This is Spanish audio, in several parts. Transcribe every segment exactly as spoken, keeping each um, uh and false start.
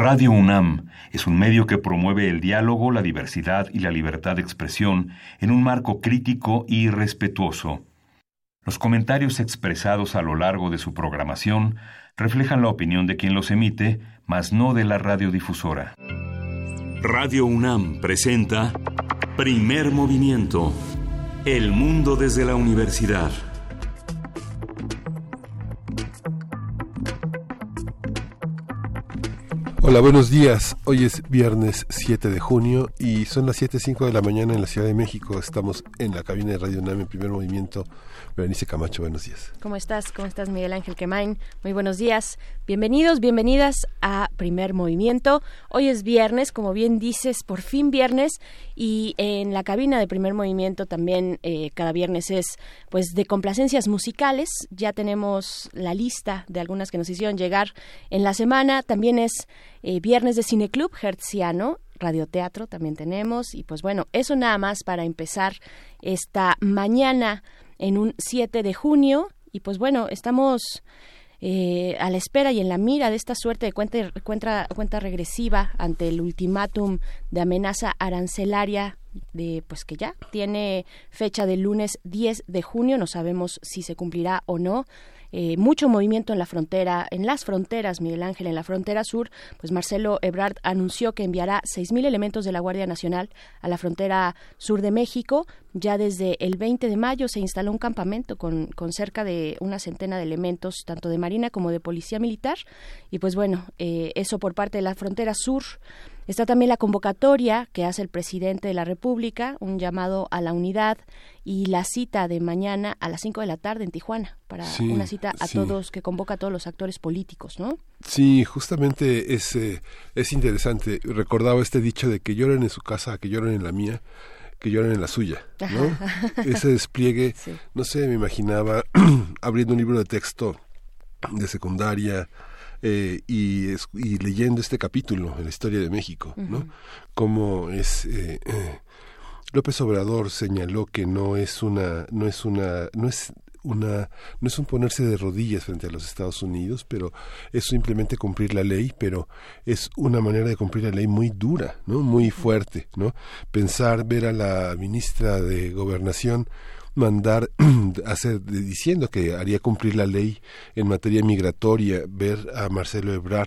Radio UNAM es un medio que promueve el diálogo, la diversidad y la libertad de expresión en un marco crítico y respetuoso. Los comentarios expresados a lo largo de su programación reflejan la opinión de quien los emite, mas no de la radiodifusora. Radio UNAM presenta Primer Movimiento. El mundo desde la universidad. Hola, buenos días. Hoy es viernes siete de junio y son las siete cinco de la mañana en la Ciudad de México. Estamos en la cabina de Radio UNAM en Primer Movimiento. Berenice Camacho, buenos días. ¿Cómo estás? ¿Cómo estás, Miguel Ángel Quemain? Muy buenos días. Bienvenidos, bienvenidas a Primer Movimiento. Hoy es viernes, como bien dices, por fin viernes, y en la cabina de Primer Movimiento también eh, cada viernes es pues de complacencias musicales. Ya tenemos la lista de algunas que nos hicieron llegar en la semana. También es eh, viernes de Cineclub Hertziano. Radioteatro también tenemos, y pues bueno, eso nada más para empezar esta mañana en un siete de junio, y pues bueno, estamos eh, a la espera y en la mira de esta suerte de cuenta, cuenta, cuenta regresiva ante el ultimátum de amenaza arancelaria de pues que ya tiene fecha del lunes diez de junio, no sabemos si se cumplirá o no. Eh, mucho movimiento en la frontera, en las fronteras, Miguel Ángel, en la frontera sur, pues Marcelo Ebrard anunció que enviará seis mil elementos de la Guardia Nacional a la frontera sur de México. Ya desde el veinte de mayo se instaló un campamento con, con cerca de una centena de elementos, tanto de Marina como de Policía Militar, y pues bueno, eh, eso por parte de la frontera sur. Está también la convocatoria que hace el presidente de la República, un llamado a la unidad, y la cita de mañana a las cinco de la tarde en Tijuana, para sí, una cita a sí. todos, que convoca a todos los actores políticos, ¿no? Sí, justamente es, eh, es interesante. Recordaba este dicho de que lloren en su casa, que lloren en la mía, que lloren en la suya, ¿no? Ese despliegue, sí. no sé, me imaginaba abriendo un libro de texto de secundaria, Eh, y, es, y leyendo este capítulo en la historia de México, ¿no? Uh-huh. Cómo es eh, eh, López Obrador señaló que no es una no es una no es una no es un ponerse de rodillas frente a los Estados Unidos, pero es simplemente cumplir la ley, pero es una manera de cumplir la ley muy dura, ¿no? Muy fuerte, ¿no? Pensar, ver a la ministra de Gobernación mandar hacer diciendo que haría cumplir la ley en materia migratoria, ver a Marcelo Ebrard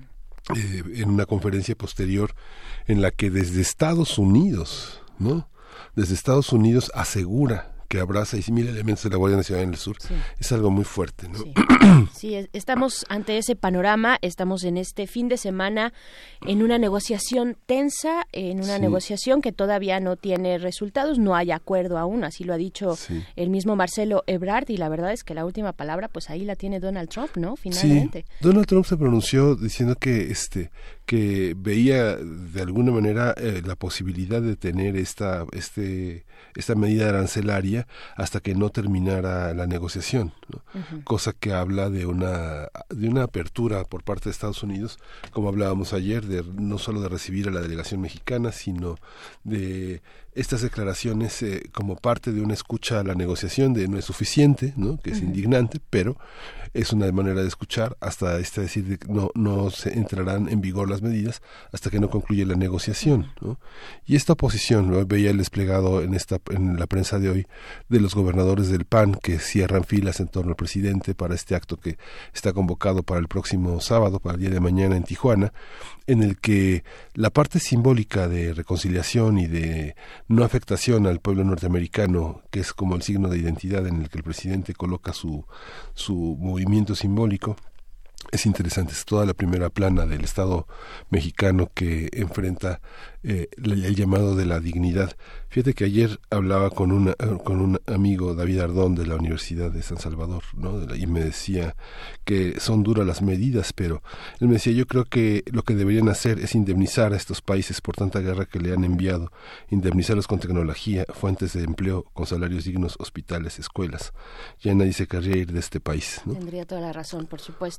eh, en una conferencia posterior en la que desde Estados Unidos, ¿no? Desde Estados Unidos asegura que habrá seis mil elementos de la Guardia Nacional en el sur. Sí. Es algo muy fuerte, ¿no? Sí. Sí, estamos ante ese panorama, estamos en este fin de semana en una negociación tensa, en una sí. negociación que todavía no tiene resultados, no hay acuerdo aún, así lo ha dicho sí. el mismo Marcelo Ebrard, y la verdad es que la última palabra pues ahí la tiene Donald Trump, ¿no? Finalmente. Sí. Donald Trump se pronunció diciendo que este que veía de alguna manera eh, la posibilidad de tener esta este esta medida arancelaria hasta que no terminara la negociación, ¿no? Uh-huh. Cosa que habla de una de una apertura por parte de Estados Unidos, como hablábamos ayer, de no solo de recibir a la delegación mexicana, sino de estas declaraciones eh, como parte de una escucha a la negociación, de no es suficiente, ¿no? Que es uh-huh. indignante, pero es una manera de escuchar hasta este decir de que no no se entrarán en vigor las medidas hasta que no concluye la negociación, ¿no? Y esta oposición, ¿no? Veía el desplegado en esta en la prensa de hoy de los gobernadores del P A N que cierran filas en torno al presidente para este acto que está convocado para el próximo sábado, para el día de mañana en Tijuana, en el que la parte simbólica de reconciliación y de no afectación al pueblo norteamericano, que es como el signo de identidad en el que el presidente coloca su su movimiento simbólico, es interesante. Es toda la primera plana del Estado mexicano que enfrenta eh, el, el llamado de la dignidad. Fíjate que ayer hablaba con una con un amigo, David Ardón, de la Universidad de San Salvador, ¿no? De la, y me decía que son duras las medidas, pero él me decía, yo creo que lo que deberían hacer es indemnizar a estos países por tanta guerra que le han enviado, indemnizarlos con tecnología, fuentes de empleo, con salarios dignos, hospitales, escuelas. Ya nadie se querría ir de este país, ¿no? Tendría toda la razón, por supuesto. Sí. Que es,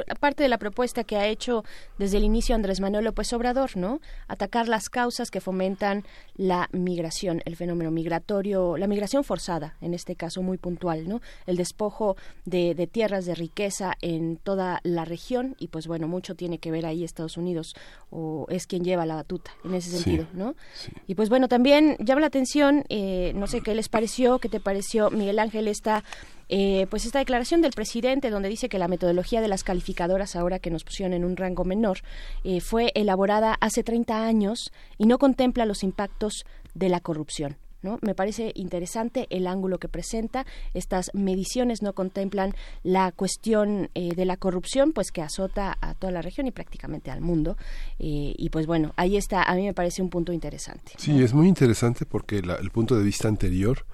parte de la propuesta que ha hecho desde el inicio Andrés Manuel López Obrador, ¿no? Atacar las causas que fomentan la migración, el fenómeno migratorio, la migración forzada, en este caso muy puntual, ¿no? El despojo de, de tierras de riqueza en toda la región y pues bueno, mucho tiene que ver ahí Estados Unidos o es quien lleva la batuta en ese sentido, sí, ¿no? Sí. Y pues bueno, también llama la atención, eh, no sé qué les pareció, qué te pareció, Miguel Ángel, esta Eh, pues esta declaración del presidente donde dice que la metodología de las calificadoras, ahora que nos pusieron en un rango menor, eh, fue elaborada hace treinta años y no contempla los impactos de la corrupción, ¿no? Me parece interesante el ángulo que presenta. Estas mediciones no contemplan la cuestión eh, de la corrupción, pues que azota a toda la región y prácticamente al mundo. Eh, y pues bueno, ahí está, a mí me parece un punto interesante, ¿no? Sí, es muy interesante porque la, el punto de vista anterior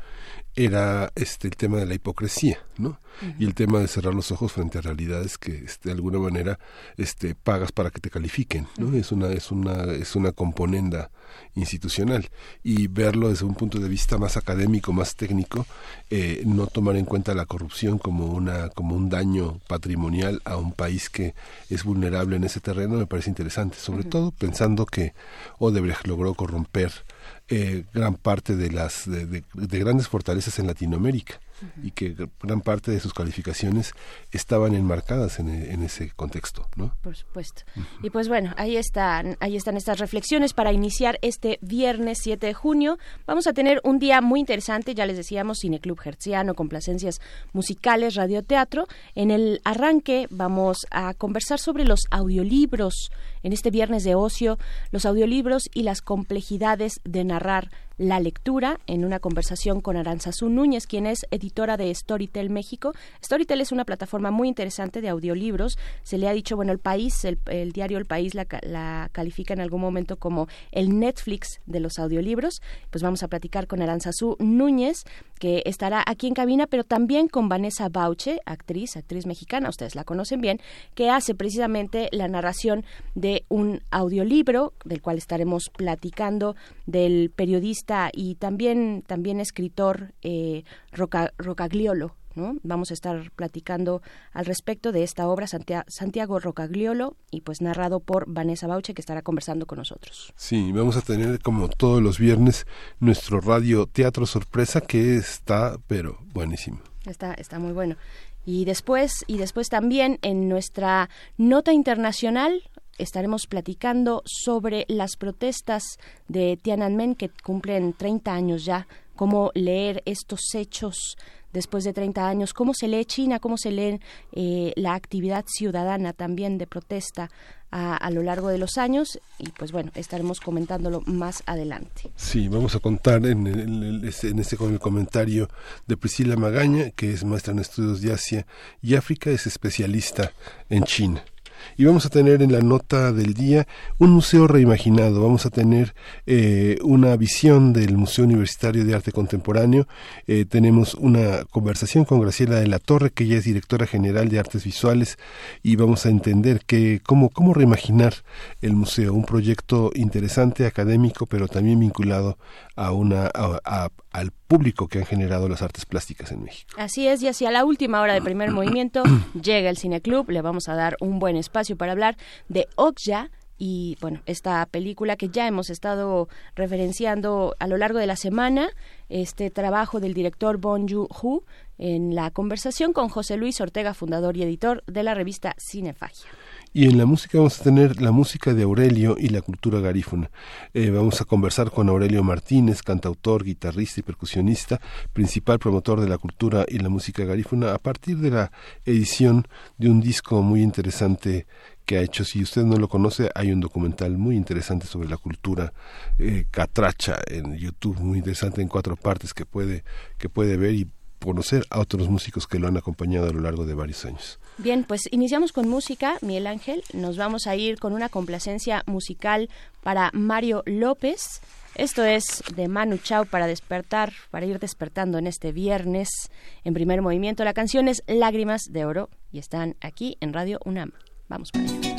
era este el tema de la hipocresía, ¿no? Uh-huh. Y el tema de cerrar los ojos frente a realidades que este, de alguna manera este pagas para que te califiquen, ¿no? Uh-huh. Es una es una es una componenda institucional y verlo desde un punto de vista más académico, más técnico, eh, no tomar en cuenta la corrupción como una como un daño patrimonial a un país que es vulnerable en ese terreno me parece interesante, sobre uh-huh. todo pensando que Odebrecht logró corromper Eh, gran parte de las de, de, de grandes fortalezas en Latinoamérica uh-huh. y que gran parte de sus calificaciones estaban enmarcadas en, en ese contexto, ¿no? Por supuesto. Uh-huh. Y pues bueno, ahí están, ahí están estas reflexiones para iniciar este viernes siete de junio. Vamos a tener un día muy interesante, ya les decíamos, Cineclub Hertziano, complacencias musicales, radioteatro. En el arranque vamos a conversar sobre los audiolibros. En este viernes de ocio, los audiolibros y las complejidades de narrar la lectura, en una conversación con Aranzazú Núñez, quien es editora de Storytel México. Storytel es una plataforma muy interesante de audiolibros. Se le ha dicho, bueno, el país, el, el diario El País la, la califica en algún momento como el Netflix de los audiolibros. Pues vamos a platicar con Aranzazú Núñez, que estará aquí en cabina, pero también con Vanessa Bauche, actriz, actriz mexicana, ustedes la conocen bien, que hace precisamente la narración de un audiolibro, del cual estaremos platicando, del periodista y también también escritor eh, Roca, Rocagliolo, ¿no? Vamos a estar platicando al respecto de esta obra, Santiago, Santiago Rocagliolo, y pues narrado por Vanessa Bauche, que estará conversando con nosotros. Sí, vamos a tener como todos los viernes nuestro radio teatro sorpresa, que está pero buenísimo. Está, está muy bueno. Y después, y después también en nuestra nota internacional estaremos platicando sobre las protestas de Tiananmen que cumplen treinta años ya, cómo leer estos hechos después de treinta años, cómo se lee China, cómo se lee eh, la actividad ciudadana también de protesta a, a lo largo de los años y pues bueno, estaremos comentándolo más adelante. Sí, vamos a contar en, el, en, este, en este con el comentario de Priscila Magaña, que es maestra en estudios de Asia y África, es especialista en China. Y vamos a tener en la nota del día un museo reimaginado. Vamos a tener eh, una visión del Museo Universitario de Arte Contemporáneo. Eh, tenemos una conversación con Graciela de la Torre, que ella es directora general de Artes Visuales, y vamos a entender que cómo, cómo reimaginar el museo. Un proyecto interesante, académico, pero también vinculado a una a, a, al público que han generado las artes plásticas en México. Así es, y hacia la última hora de Primer Movimiento llega el Cineclub. Le vamos a dar un buen espacio para hablar de Okja y, bueno, esta película que ya hemos estado referenciando a lo largo de la semana, este trabajo del director Bong Joon-ho, en la conversación con José Luis Ortega, fundador y editor de la revista Cinefagia. Y en la música vamos a tener la música de Aurelio y la cultura garífuna. Eh, vamos a conversar con Aurelio Martínez, cantautor, guitarrista y percusionista, principal promotor de la cultura y la música garífuna, a partir de la edición de un disco muy interesante que ha hecho. Si usted no lo conoce, hay un documental muy interesante sobre la cultura eh, catracha en YouTube, muy interesante en cuatro partes que puede, que puede ver y conocer a otros músicos que lo han acompañado a lo largo de varios años. Bien, pues iniciamos con música, Miguel Ángel. Nos vamos a ir con una complacencia musical para Mario López. Esto es de Manu Chao para despertar, para ir despertando en este viernes en Primer Movimiento. La canción es Lágrimas de Oro y están aquí en Radio UNAM. Vamos para allá.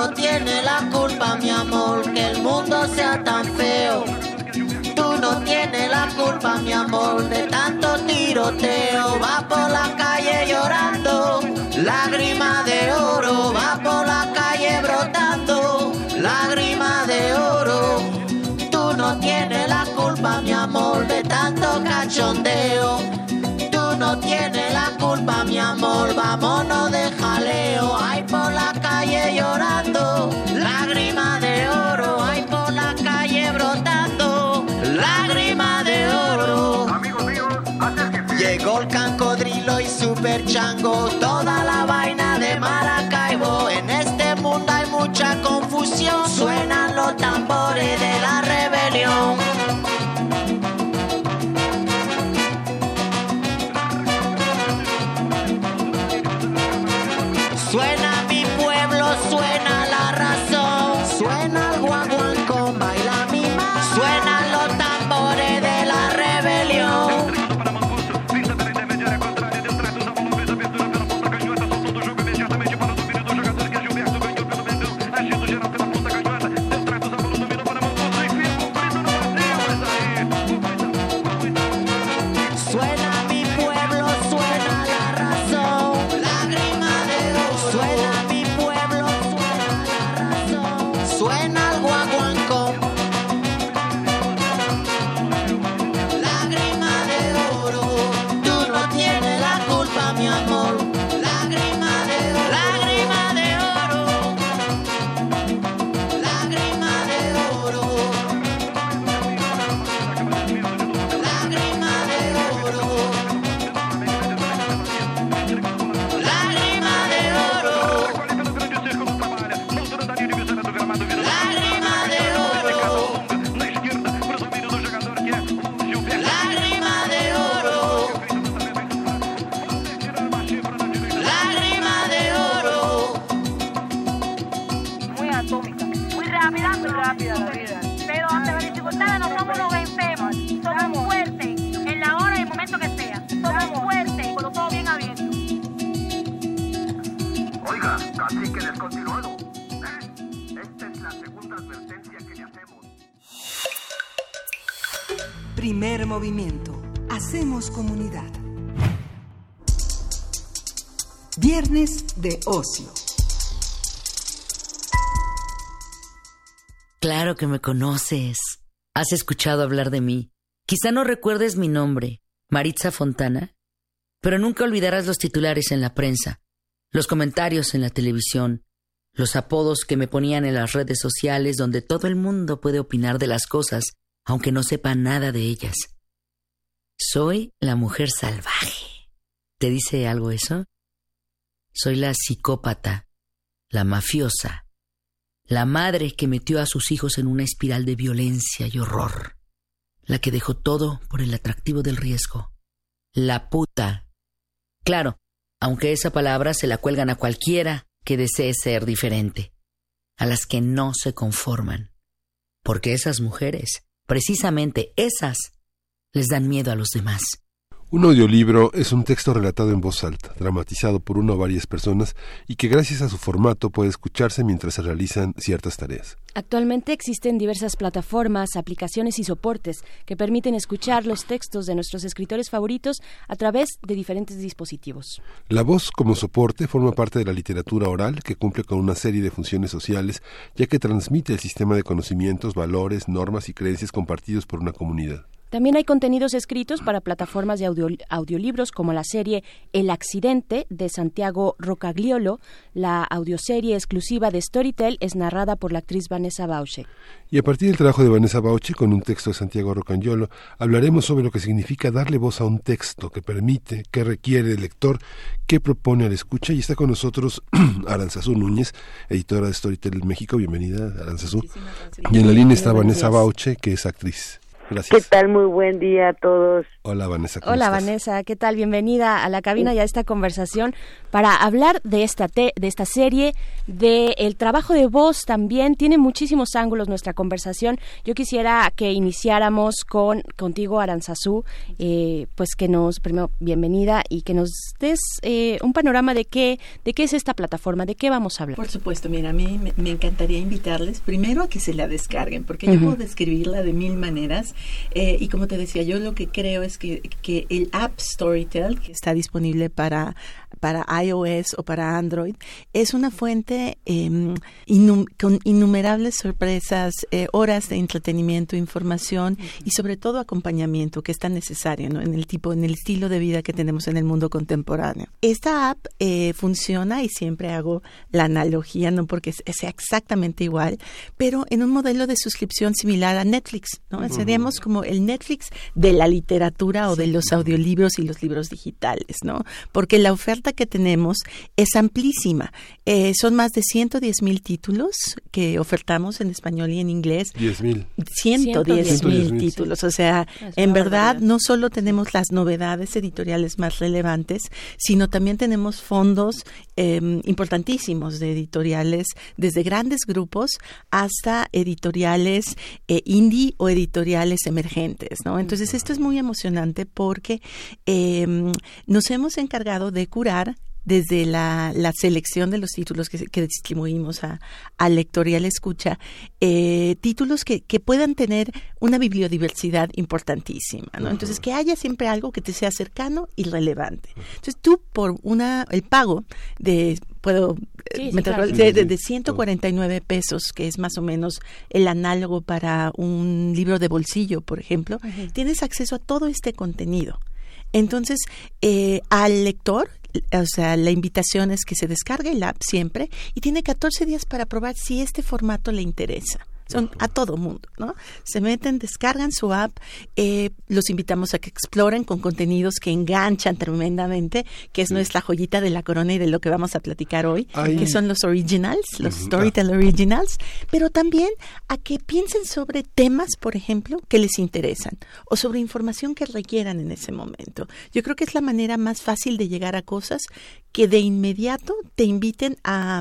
no tienes la culpa, mi amor, que el mundo sea tan feo. Tú no tienes la culpa, mi amor, de tanto tiroteo. Va por la calle llorando, lágrima de oro. Va por la calle brotando, lágrima de oro. Tú no tienes la culpa, mi amor, de tanto cachondeo. Tú no tienes la culpa, mi amor, vámonos de jaleo. Ay, por la calle llorando, lágrima de oro. Ay, por la calle brotando, lágrima de oro. Llegó el cancodrilo y super chango, toda la vaina de Maracaibo. En este mundo hay mucha confusión, suenan los tambores de la rebelión. Suena mi pueblo, suena la razón, suena el guaguancó, baila mi mamá. Suenan los tambores de la rebelión. Suena mi pueblo, suena la razón, lágrima de oro. Suena mi pueblo, suena la razón, suena el guaguancó, lágrima de oro. Tú no tienes la culpa, mi amor, lágrima de oro. Lágrima de oro, lágrima de oro, lágrima de oro, lágrima de oro, lágrima de oro, lágrima de oro, lágrima de oro. Muy atómica, muy rápida, muy rápida la vida. Pero ante las dificultades no somos los enfermos, somos fuertes en la hora y el momento que sea. Somos fuertes con los ojos bien abiertos. Oiga, cacique descontinuado. ¿Eh? Esta es la segunda advertencia que le hacemos. Primer movimiento. Hacemos comunidad. Viernes de ocio. Claro que me conoces. Has escuchado hablar de mí. Quizá no recuerdes mi nombre, Maritza Fontana, pero nunca olvidarás los titulares en la prensa, los comentarios en la televisión, los apodos que me ponían en las redes sociales donde todo el mundo puede opinar de las cosas, aunque no sepa nada de ellas. Soy la mujer salvaje. ¿Te dice algo eso? Soy la psicópata, la mafiosa, la madre que metió a sus hijos en una espiral de violencia y horror, la que dejó todo por el atractivo del riesgo, la puta. Claro, aunque esa palabra se la cuelgan a cualquiera que desee ser diferente, a las que no se conforman, porque esas mujeres, precisamente esas, les dan miedo a los demás. Un audiolibro es un texto relatado en voz alta, dramatizado por una o varias personas y que gracias a su formato puede escucharse mientras se realizan ciertas tareas. Actualmente existen diversas plataformas, aplicaciones y soportes que permiten escuchar los textos de nuestros escritores favoritos a través de diferentes dispositivos. La voz como soporte forma parte de la literatura oral que cumple con una serie de funciones sociales, ya que transmite el sistema de conocimientos, valores, normas y creencias compartidos por una comunidad. También hay contenidos escritos para plataformas de audio, audiolibros como la serie El Accidente de Santiago Rocagliolo. La audioserie exclusiva de Storytel es narrada por la actriz Vanessa Bauche. Y a partir del trabajo de Vanessa Bauche, con un texto de Santiago Rocagliolo, hablaremos sobre lo que significa darle voz a un texto, que permite, qué requiere el lector, qué propone al escucha. Y está con nosotros Aranzazú Núñez, editora de Storytel México. Bienvenida, Aranzazú. Y en la línea está Vanessa Bauche, que es actriz. Gracias. ¿Qué tal? Muy buen día a todos. Hola, Vanessa. ¿Cómo Hola, estás? Vanessa. ¿Qué tal? Bienvenida a la cabina y a esta conversación para hablar de esta te- de esta serie, de el trabajo de voz también. Tiene muchísimos ángulos nuestra conversación. Yo quisiera que iniciáramos con contigo, Aranzazú, eh, pues que nos, primero, bienvenida y que nos des eh, un panorama de qué, de qué es esta plataforma, de qué vamos a hablar. Por supuesto, mira, a mí me, me encantaría invitarles primero a que se la descarguen, porque yo Uh-huh. puedo describirla de mil maneras. Eh, y como te decía, yo lo que creo es que, que el app Storytel, que está disponible para, para iOS o para Android, es una fuente eh, inum- con innumerables sorpresas, eh, horas de entretenimiento, información uh-huh. y sobre todo acompañamiento, que es tan necesario, ¿no? En el tipo, en el estilo de vida que tenemos en el mundo contemporáneo. Esta app eh, funciona, y siempre hago la analogía, no porque sea exactamente igual, pero en un modelo de suscripción similar a Netflix, ¿no? Uh-huh. Seríamos como el Netflix de la literatura o sí. de los audiolibros y los libros digitales, ¿no? Porque la oferta que tenemos es amplísima. Eh, son más de ciento diez mil títulos que ofertamos en español y en inglés. diez mil. ciento diez mil títulos. Sí. O sea, es en verdad, no solo tenemos las novedades editoriales más relevantes, sino también tenemos fondos eh, importantísimos de editoriales, desde grandes grupos hasta editoriales eh, indie o editoriales emergentes, ¿no? Entonces, esto es muy emocionante porque eh, nos hemos encargado de curar desde la, la selección de los títulos que, que distribuimos a, a lector y a la escucha, eh, títulos que, que puedan tener una bibliodiversidad importantísima, ¿no? Uh-huh. Entonces, que haya siempre algo que te sea cercano y relevante. Entonces, tú por una el pago de puedo sí, sí, claro. de, de, de ciento cuarenta y nueve pesos, que es más o menos el análogo para un libro de bolsillo, por ejemplo, uh-huh. tienes acceso a todo este contenido. Entonces, eh, al lector, o sea, la invitación es que se descargue el app siempre y tiene catorce días para probar si este formato le interesa. Son a todo mundo, ¿no? Se meten, descargan su app, eh, los invitamos a que exploren con contenidos que enganchan tremendamente, que es sí. nuestra joyita de la corona y de lo que vamos a platicar hoy, Ay. que son los originals, los uh-huh. Storytel Originals, pero también a que piensen sobre temas, por ejemplo, que les interesan o sobre información que requieran en ese momento. Yo creo que es la manera más fácil de llegar a cosas que de inmediato te inviten a,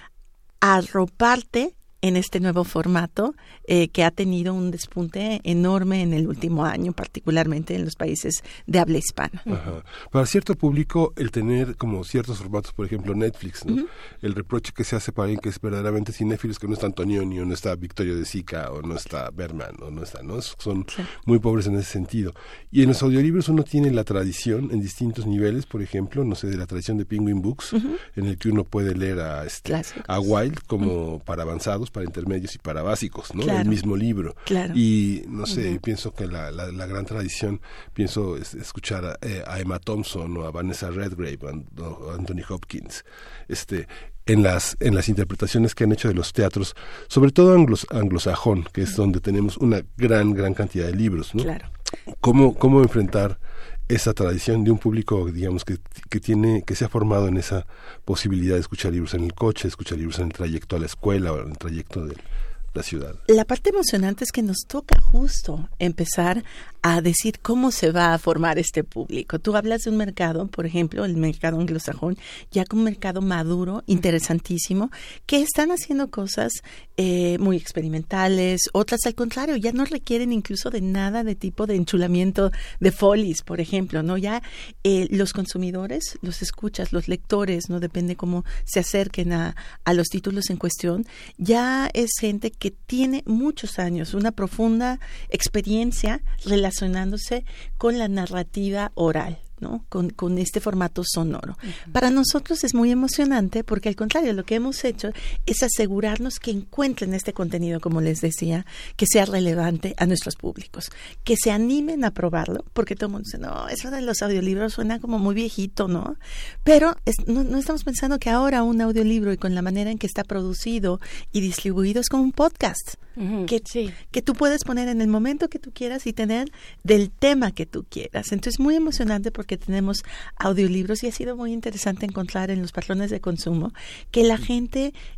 a arroparte en este nuevo formato eh, que ha tenido un despunte enorme en el último año, particularmente en los países de habla hispana. Ajá. Para cierto público, el tener como ciertos formatos, por ejemplo Netflix, ¿no? Uh-huh. El reproche que se hace para alguien que es verdaderamente cinéfilo es que no está Antonioni, o no está Victorio de Sica, o no está Berman, o no está, ¿no? Son sí. muy pobres en ese sentido. Y en los audiolibros uno tiene la tradición en distintos niveles, por ejemplo, no sé, de la tradición de Penguin Books, uh-huh. en el que uno puede leer a, este, a Wilde como uh-huh. para avanzados, para intermedios y para básicos, ¿no? Claro. El mismo libro. Claro. Y no sé, uh-huh. pienso que la, la, la gran tradición, pienso es, escuchar a, eh, a Emma Thompson o a Vanessa Redgrave o a Anthony Hopkins, este en las en las interpretaciones que han hecho de los teatros, sobre todo anglos, anglosajón, que es donde tenemos una gran, gran cantidad de libros, ¿no? Claro. ¿Cómo, cómo enfrentar esa tradición de un público, digamos, que, que tiene, que se ha formado en esa posibilidad de escuchar libros en el coche, de escuchar libros en el trayecto a la escuela o en el trayecto de la ciudad? La parte emocionante es que nos toca justo empezar a decir cómo se va a formar este público. Tú hablas de un mercado, por ejemplo, el mercado anglosajón, ya como un mercado maduro, interesantísimo, que están haciendo cosas eh, muy experimentales, otras al contrario, ya no requieren incluso de nada de tipo de enchulamiento de folies, por ejemplo, ¿no? Ya eh, los consumidores, los escuchas, los lectores, no depende cómo se acerquen a, a los títulos en cuestión, ya es gente que tiene muchos años, una profunda experiencia relacionándose con la narrativa oral, ¿no? Con, con este formato sonoro. Uh-huh. Para nosotros es muy emocionante porque al contrario, lo que hemos hecho es asegurarnos que encuentren este contenido, como les decía, que sea relevante a nuestros públicos, que se animen a probarlo, porque todo el mundo dice, no, eso de los audiolibros suena como muy viejito, ¿no? Pero es, no, no estamos pensando que ahora un audiolibro y con la manera en que está producido y distribuido es como un podcast. Uh-huh, que, sí. que tú puedes poner en el momento que tú quieras y tener del tema que tú quieras. Entonces, muy emocionante porque tenemos audiolibros y ha sido muy interesante encontrar en los patrones de consumo que la gente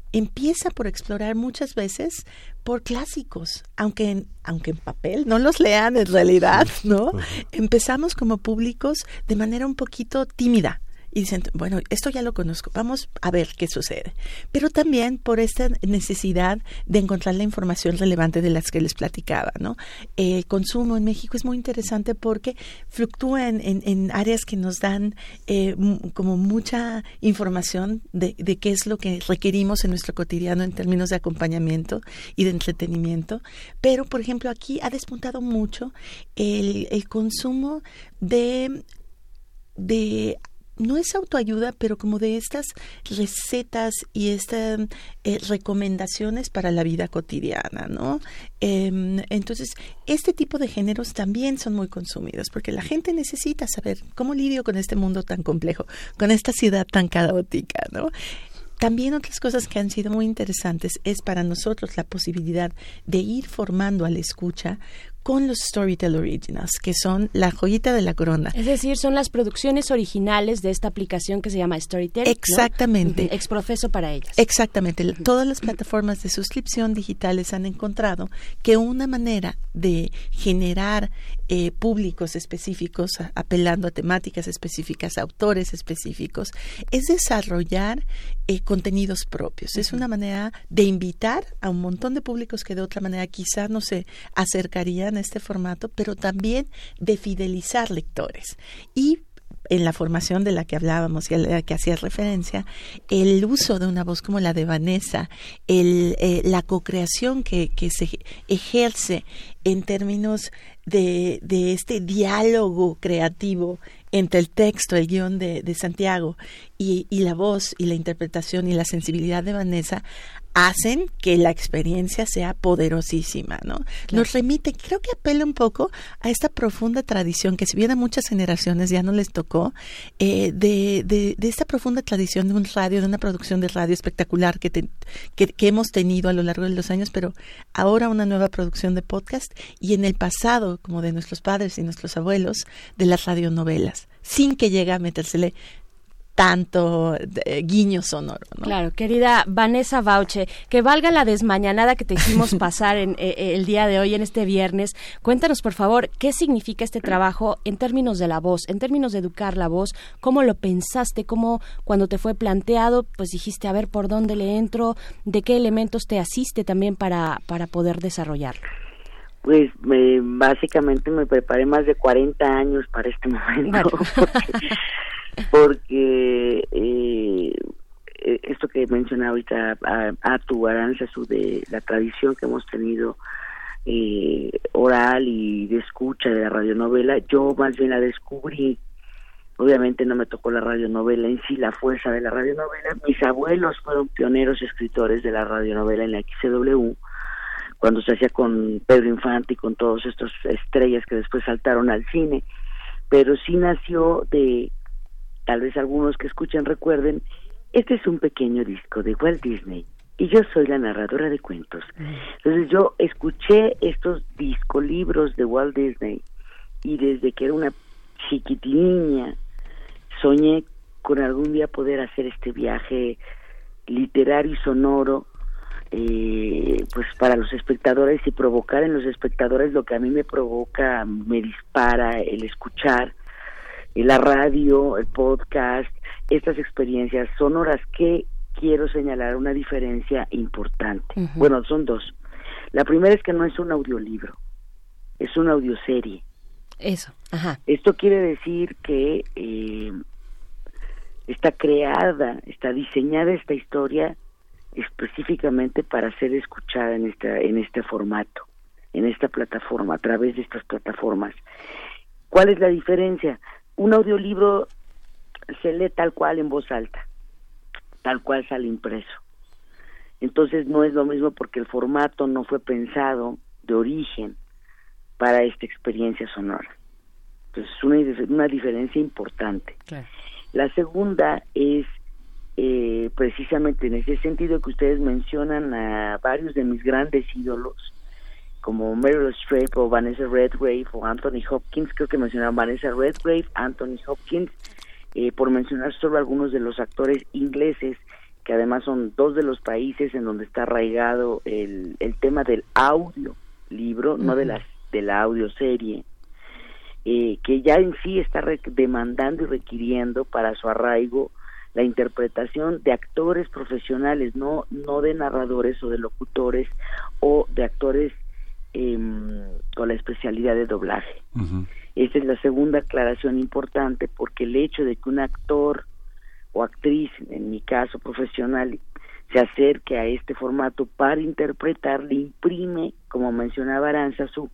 empieza por explorar muchas veces por clásicos, aunque en, aunque en papel no los lean en realidad, ¿no? Empezamos como públicos de manera un poquito tímida. Y dicen, bueno, esto ya lo conozco, vamos a ver qué sucede. Pero también por esta necesidad de encontrar la información relevante de las que les platicaba, ¿no? El consumo en México es muy interesante porque fluctúa en, en, en áreas que nos dan eh, m- como mucha información de, de qué es lo que requerimos en nuestro cotidiano en términos de acompañamiento y de entretenimiento. Pero, por ejemplo, aquí ha despuntado mucho el, el consumo de... de no es autoayuda, pero como de estas recetas y estas eh, recomendaciones para la vida cotidiana, ¿no? Eh, entonces, este tipo de géneros también son muy consumidos, porque la gente necesita saber cómo lidio con este mundo tan complejo, con esta ciudad tan caótica, ¿no? También otras cosas que han sido muy interesantes es para nosotros la posibilidad de ir formando a la escucha con los Storytel Originals, que son la joyita de la corona. Es decir, son las producciones originales de esta aplicación que se llama Storytel, Exactamente. ¿no? Uh-huh. Exprofeso para ellas. Exactamente. Uh-huh. Todas las plataformas de suscripción digitales han encontrado que una manera de generar eh, públicos específicos, a, apelando a temáticas específicas, a autores específicos, es desarrollar eh, contenidos propios. Uh-huh. Es una manera de invitar a un montón de públicos que de otra manera quizás no se acercarían a este formato, pero también de fidelizar lectores. Y en la formación de la que hablábamos y a la que hacías referencia, el uso de una voz como la de Vanessa, el, eh, la co-creación que, que se ejerce en términos de, de este diálogo creativo entre el texto, el guión de, de Santiago y, y la voz y la interpretación y la sensibilidad de Vanessa hacen que la experiencia sea poderosísima, ¿no? Claro. Nos remite, creo que apela un poco a esta profunda tradición que si bien a muchas generaciones ya no les tocó, eh, de, de, de esta profunda tradición de un radio, de una producción de radio espectacular que, te, que, que hemos tenido a lo largo de los años, pero ahora una nueva producción de podcast y en el pasado, como de nuestros padres y nuestros abuelos, de las radionovelas, sin que llegue a metérsele tanto eh, guiño sonoro, ¿no? Claro, querida Vanessa Bauche, que valga la desmañanada que te hicimos pasar en eh, el día de hoy, en este viernes. Cuéntanos, por favor, qué significa este trabajo en términos de la voz, en términos de educar la voz, cómo lo pensaste, cómo cuando te fue planteado, pues dijiste, a ver, ¿por dónde le entro? ¿De qué elementos te asiste también para, para poder desarrollarlo? Pues me, básicamente me preparé más de cuarenta años para este momento, bueno. porque, porque eh, esto que mencionaba ahorita a, a tu Arantzazu de la tradición que hemos tenido eh, oral y de escucha de la radionovela, yo más bien la descubrí. Obviamente no me tocó la radionovela en sí, la fuerza de la radionovela. Mis abuelos fueron pioneros escritores de la radionovela en la X C W, cuando se hacía con Pedro Infante y con todos estos estrellas que después saltaron al cine, pero sí nació de, tal vez algunos que escuchen recuerden, este es un pequeño disco de Walt Disney y yo soy la narradora de cuentos. Entonces yo escuché estos discolibros de Walt Disney y desde que era una chiquitiniña soñé con algún día poder hacer este viaje literario y sonoro Eh, pues para los espectadores y provocar en los espectadores lo que a mí me provoca, me dispara el escuchar eh, la radio, el podcast, estas experiencias sonoras que quiero señalar una diferencia importante. Uh-huh. Bueno, son dos. La primera es que no es un audiolibro, es una audioserie. Eso, ajá. Esto quiere decir que eh, está creada, está diseñada esta historia específicamente para ser escuchada en esta en este formato, en esta plataforma, a través de estas plataformas. ¿Cuál es la diferencia? Un audiolibro se lee tal cual en voz alta, tal cual sale impreso. Entonces no es lo mismo porque el formato no fue pensado de origen para esta experiencia sonora. Entonces es una, una diferencia importante. Claro. La segunda es Eh, precisamente en ese sentido que ustedes mencionan a varios de mis grandes ídolos como Meryl Streep o Vanessa Redgrave o Anthony Hopkins. Creo que mencionaron Vanessa Redgrave, Anthony Hopkins, eh, por mencionar solo algunos de los actores ingleses que además son dos de los países en donde está arraigado el, el tema del audio libro, uh-huh. no de las de la audioserie, eh, que ya en sí está re- demandando y requiriendo para su arraigo la interpretación de actores profesionales, no no de narradores o de locutores o de actores eh, con la especialidad de doblaje. Uh-huh. Esta es la segunda aclaración importante, porque el hecho de que un actor o actriz, en mi caso profesional, se acerque a este formato para interpretar, le imprime, como mencionaba Aránzazu,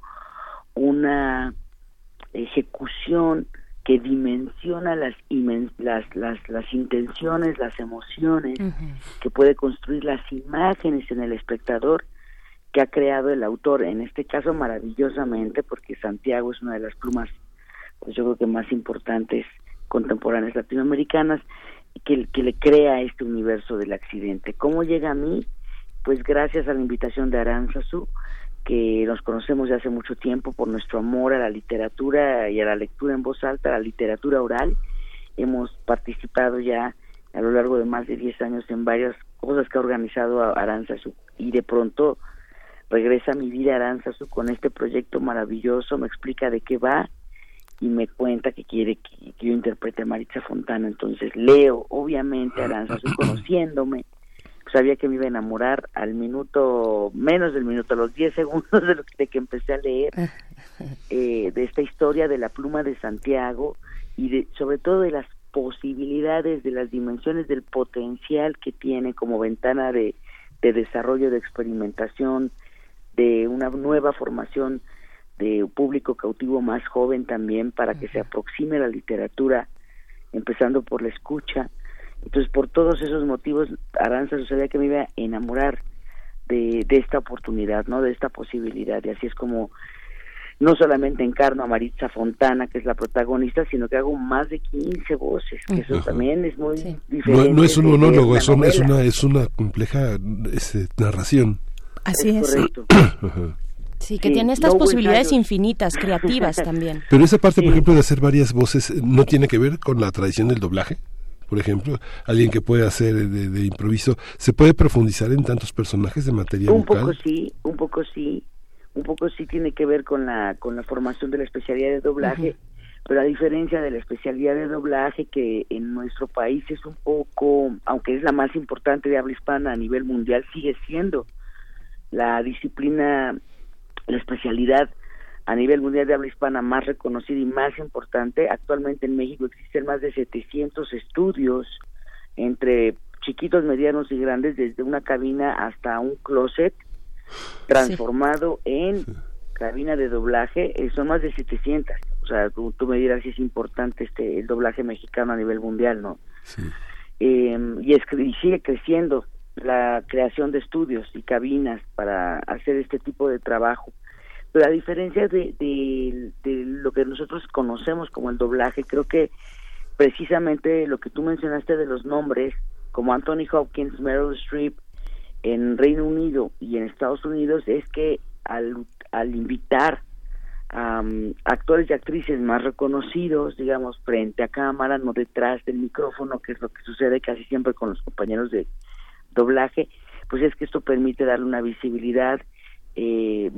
una ejecución que dimensiona las imen- las, las las intenciones, las emociones, uh-huh. que puede construir las imágenes en el espectador que ha creado el autor, en este caso maravillosamente, porque Santiago es una de las plumas, pues yo creo que más importantes contemporáneas latinoamericanas, que, que le crea este universo del accidente. ¿Cómo llega a mí? Pues gracias a la invitación de Aránzazu, que nos conocemos de hace mucho tiempo por nuestro amor a la literatura y a la lectura en voz alta, a la literatura oral. Hemos participado ya a lo largo de más de diez años en varias cosas que ha organizado Aránzazu, y de pronto regresa a mi vida Aránzazu con este proyecto maravilloso, me explica de qué va, y me cuenta que quiere que, que yo interprete a Maritza Fontana. Entonces leo, obviamente, Aránzazu, conociéndome, sabía que me iba a enamorar al minuto, menos del minuto, a los diez segundos de, lo que, de que empecé a leer eh, de esta historia de la pluma de Santiago, y de, sobre todo de las posibilidades, de las dimensiones, del potencial que tiene como ventana de, de desarrollo, de experimentación, de una nueva formación de público cautivo más joven también, para que se aproxime a la literatura, empezando por la escucha. Entonces, por todos esos motivos, Aránzazu sabía que me iba a enamorar de, de esta oportunidad, ¿no? De esta posibilidad, y así es como no solamente encarno a Maritza Fontana, que es la protagonista, sino que hago más de quince voces, que eso Ajá. también es muy sí. diferente. No, no es un monólogo, es, un, es una es una compleja es, narración. Así es. es. Correcto. Sí, que sí, tiene estas no posibilidades infinitas, creativas también. Pero esa parte, por sí. ejemplo, de hacer varias voces, ¿no tiene que ver con la tradición del doblaje? Por ejemplo, alguien que puede hacer de, de improviso, ¿se puede profundizar en tantos personajes de materia un vocal? Un poco sí, un poco sí, un poco sí tiene que ver con la con la formación de la especialidad de doblaje, uh-huh. pero a diferencia de la especialidad de doblaje, que en nuestro país es un poco, aunque es la más importante de habla hispana a nivel mundial, sigue siendo la disciplina, la especialidad a nivel mundial de habla hispana más reconocida y más importante. Actualmente en México existen más de setecientos estudios entre chiquitos, medianos y grandes, desde una cabina hasta un closet transformado sí. en sí. cabina de doblaje. Eh, son más de setecientos. O sea, tú, tú me dirás si es importante este el doblaje mexicano a nivel mundial, ¿no? Sí. Eh, y, es, y sigue creciendo la creación de estudios y cabinas para hacer este tipo de trabajo. Pero a diferencia de, de, de lo que nosotros conocemos como el doblaje, creo que precisamente lo que tú mencionaste de los nombres, como Anthony Hopkins, Meryl Streep, en Reino Unido y en Estados Unidos, es que al, al invitar a um, actores y actrices más reconocidos, digamos, frente a cámara, no detrás del micrófono, que es lo que sucede casi siempre con los compañeros de doblaje, pues es que esto permite darle una visibilidad eh,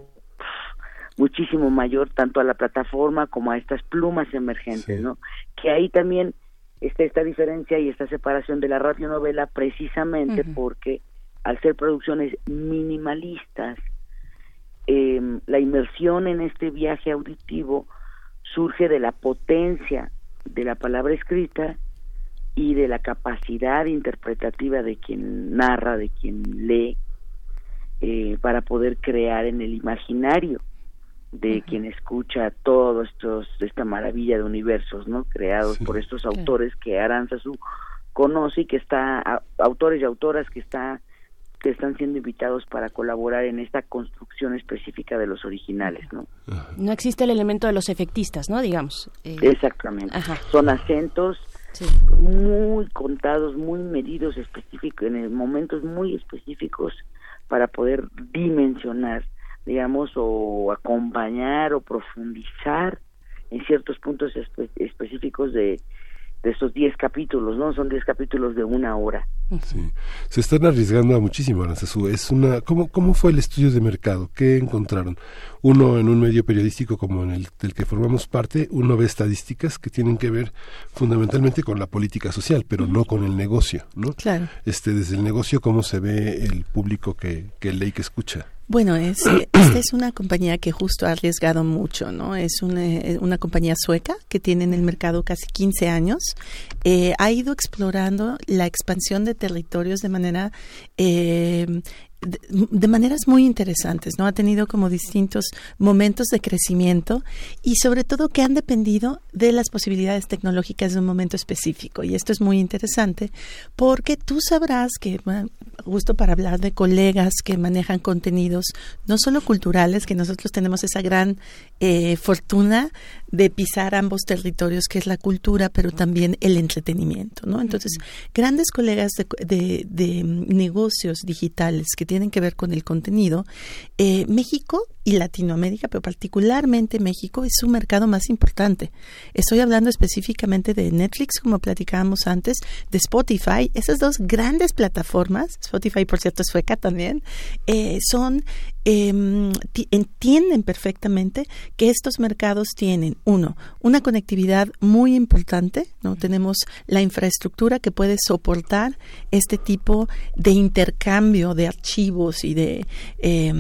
muchísimo mayor tanto a la plataforma como a estas plumas emergentes, sí. ¿no? Que ahí también está esta diferencia y esta separación de la radionovela, precisamente uh-huh. porque al ser producciones minimalistas, eh, la inmersión en este viaje auditivo surge de la potencia de la palabra escrita y de la capacidad interpretativa de quien narra, de quien lee, eh, para poder crear en el imaginario de uh-huh. quien escucha todos estos, esta maravilla de universos, ¿no? Creados sí. por estos autores que Aránzazu conoce y que está, a, autores y autoras que está que están siendo invitados para colaborar en esta construcción específica de los originales, ¿no? No existe el elemento de los efectistas, ¿no? Digamos. Eh... Exactamente. Ajá. Son acentos sí. muy contados, muy medidos, específicos, en momentos muy específicos para poder dimensionar, digamos, o acompañar o profundizar en ciertos puntos espe- específicos de de estos diez capítulos, ¿no? Son diez capítulos de una hora. Sí. Se están arriesgando a muchísimo, Aranzazú. Es una, ¿cómo, ¿Cómo fue el estudio de mercado? ¿Qué encontraron? Uno, en un medio periodístico como en el del que formamos parte, uno ve estadísticas que tienen que ver fundamentalmente con la política social, pero no con el negocio, ¿no? Claro. Este, desde el negocio, ¿cómo se ve el público que, que lee, que escucha? Bueno, es, esta es una compañía que justo ha arriesgado mucho, ¿no? Es una, una compañía sueca que tiene en el mercado casi quince años. Eh, ha ido explorando la expansión de territorios de manera... Eh, De, de maneras muy interesantes, ¿no? Ha tenido como distintos momentos de crecimiento y sobre todo que han dependido de las posibilidades tecnológicas de un momento específico. Y esto es muy interesante porque tú sabrás que, bueno, justo para hablar de colegas que manejan contenidos no solo culturales, que nosotros tenemos esa gran eh, fortuna de pisar ambos territorios, que es la cultura, pero también el entretenimiento, ¿no? Entonces, uh-huh. grandes colegas de, de, de negocios digitales que tienen que ver con el contenido, eh, México y Latinoamérica, pero particularmente México, es su mercado más importante. Estoy hablando específicamente de Netflix, como platicábamos antes, de Spotify. Esas dos grandes plataformas, Spotify, por cierto, es sueca también, eh, son... Eh, t- entienden perfectamente que estos mercados tienen, uno, una conectividad muy importante, ¿no? Tenemos la infraestructura que puede soportar este tipo de intercambio de archivos y de, eh,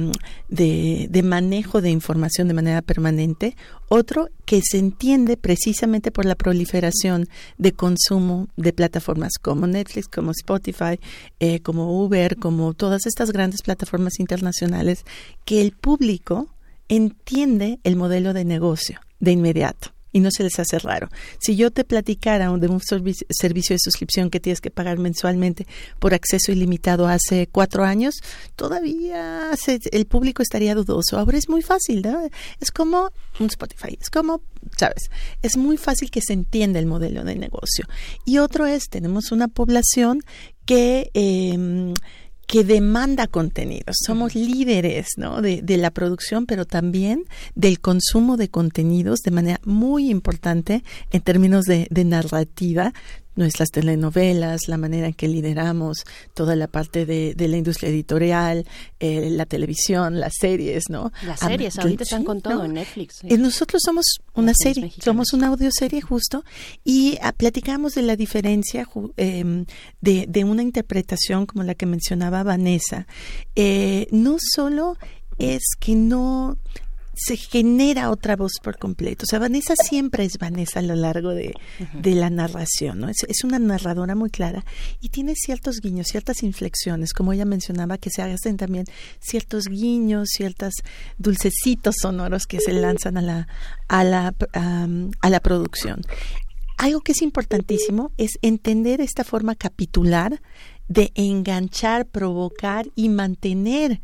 de, de manejo de información de manera permanente. Otro, que se entiende precisamente por la proliferación de consumo de plataformas como Netflix, como Spotify, eh, como Uber, como todas estas grandes plataformas internacionales, que el público entiende el modelo de negocio de inmediato y no se les hace raro. Si yo te platicara de un servicio, servicio de suscripción que tienes que pagar mensualmente por acceso ilimitado hace cuatro años, todavía se, el público estaría dudoso. Ahora es muy fácil, ¿no? Es como un Spotify, es como, ¿sabes? Es muy fácil que se entienda el modelo de negocio. Y otro es, tenemos una población que... Eh, que demanda contenidos. Somos líderes, ¿no? de, de la producción, pero también del consumo de contenidos de manera muy importante en términos de, de narrativa. Nuestras telenovelas, la manera en que lideramos toda la parte de, de la industria editorial, eh, la televisión, las series, ¿no? Las series, ah, ahorita sí, están con todo, ¿no? En Netflix. Sí. Nosotros somos una las serie, somos una audioserie justo, y ah, platicamos de la diferencia eh, de, de una interpretación como la que mencionaba Vanessa. Eh, no solo es que no... se genera otra voz por completo. O sea, Vanessa siempre es Vanessa a lo largo de, uh-huh. de la narración, ¿no? Es, es una narradora muy clara y tiene ciertos guiños, ciertas inflexiones, como ella mencionaba, que se hacen también ciertos guiños, ciertos dulcecitos sonoros que se lanzan a la, a la, um, a la producción. Algo que es importantísimo es entender esta forma capitular de enganchar, provocar y mantener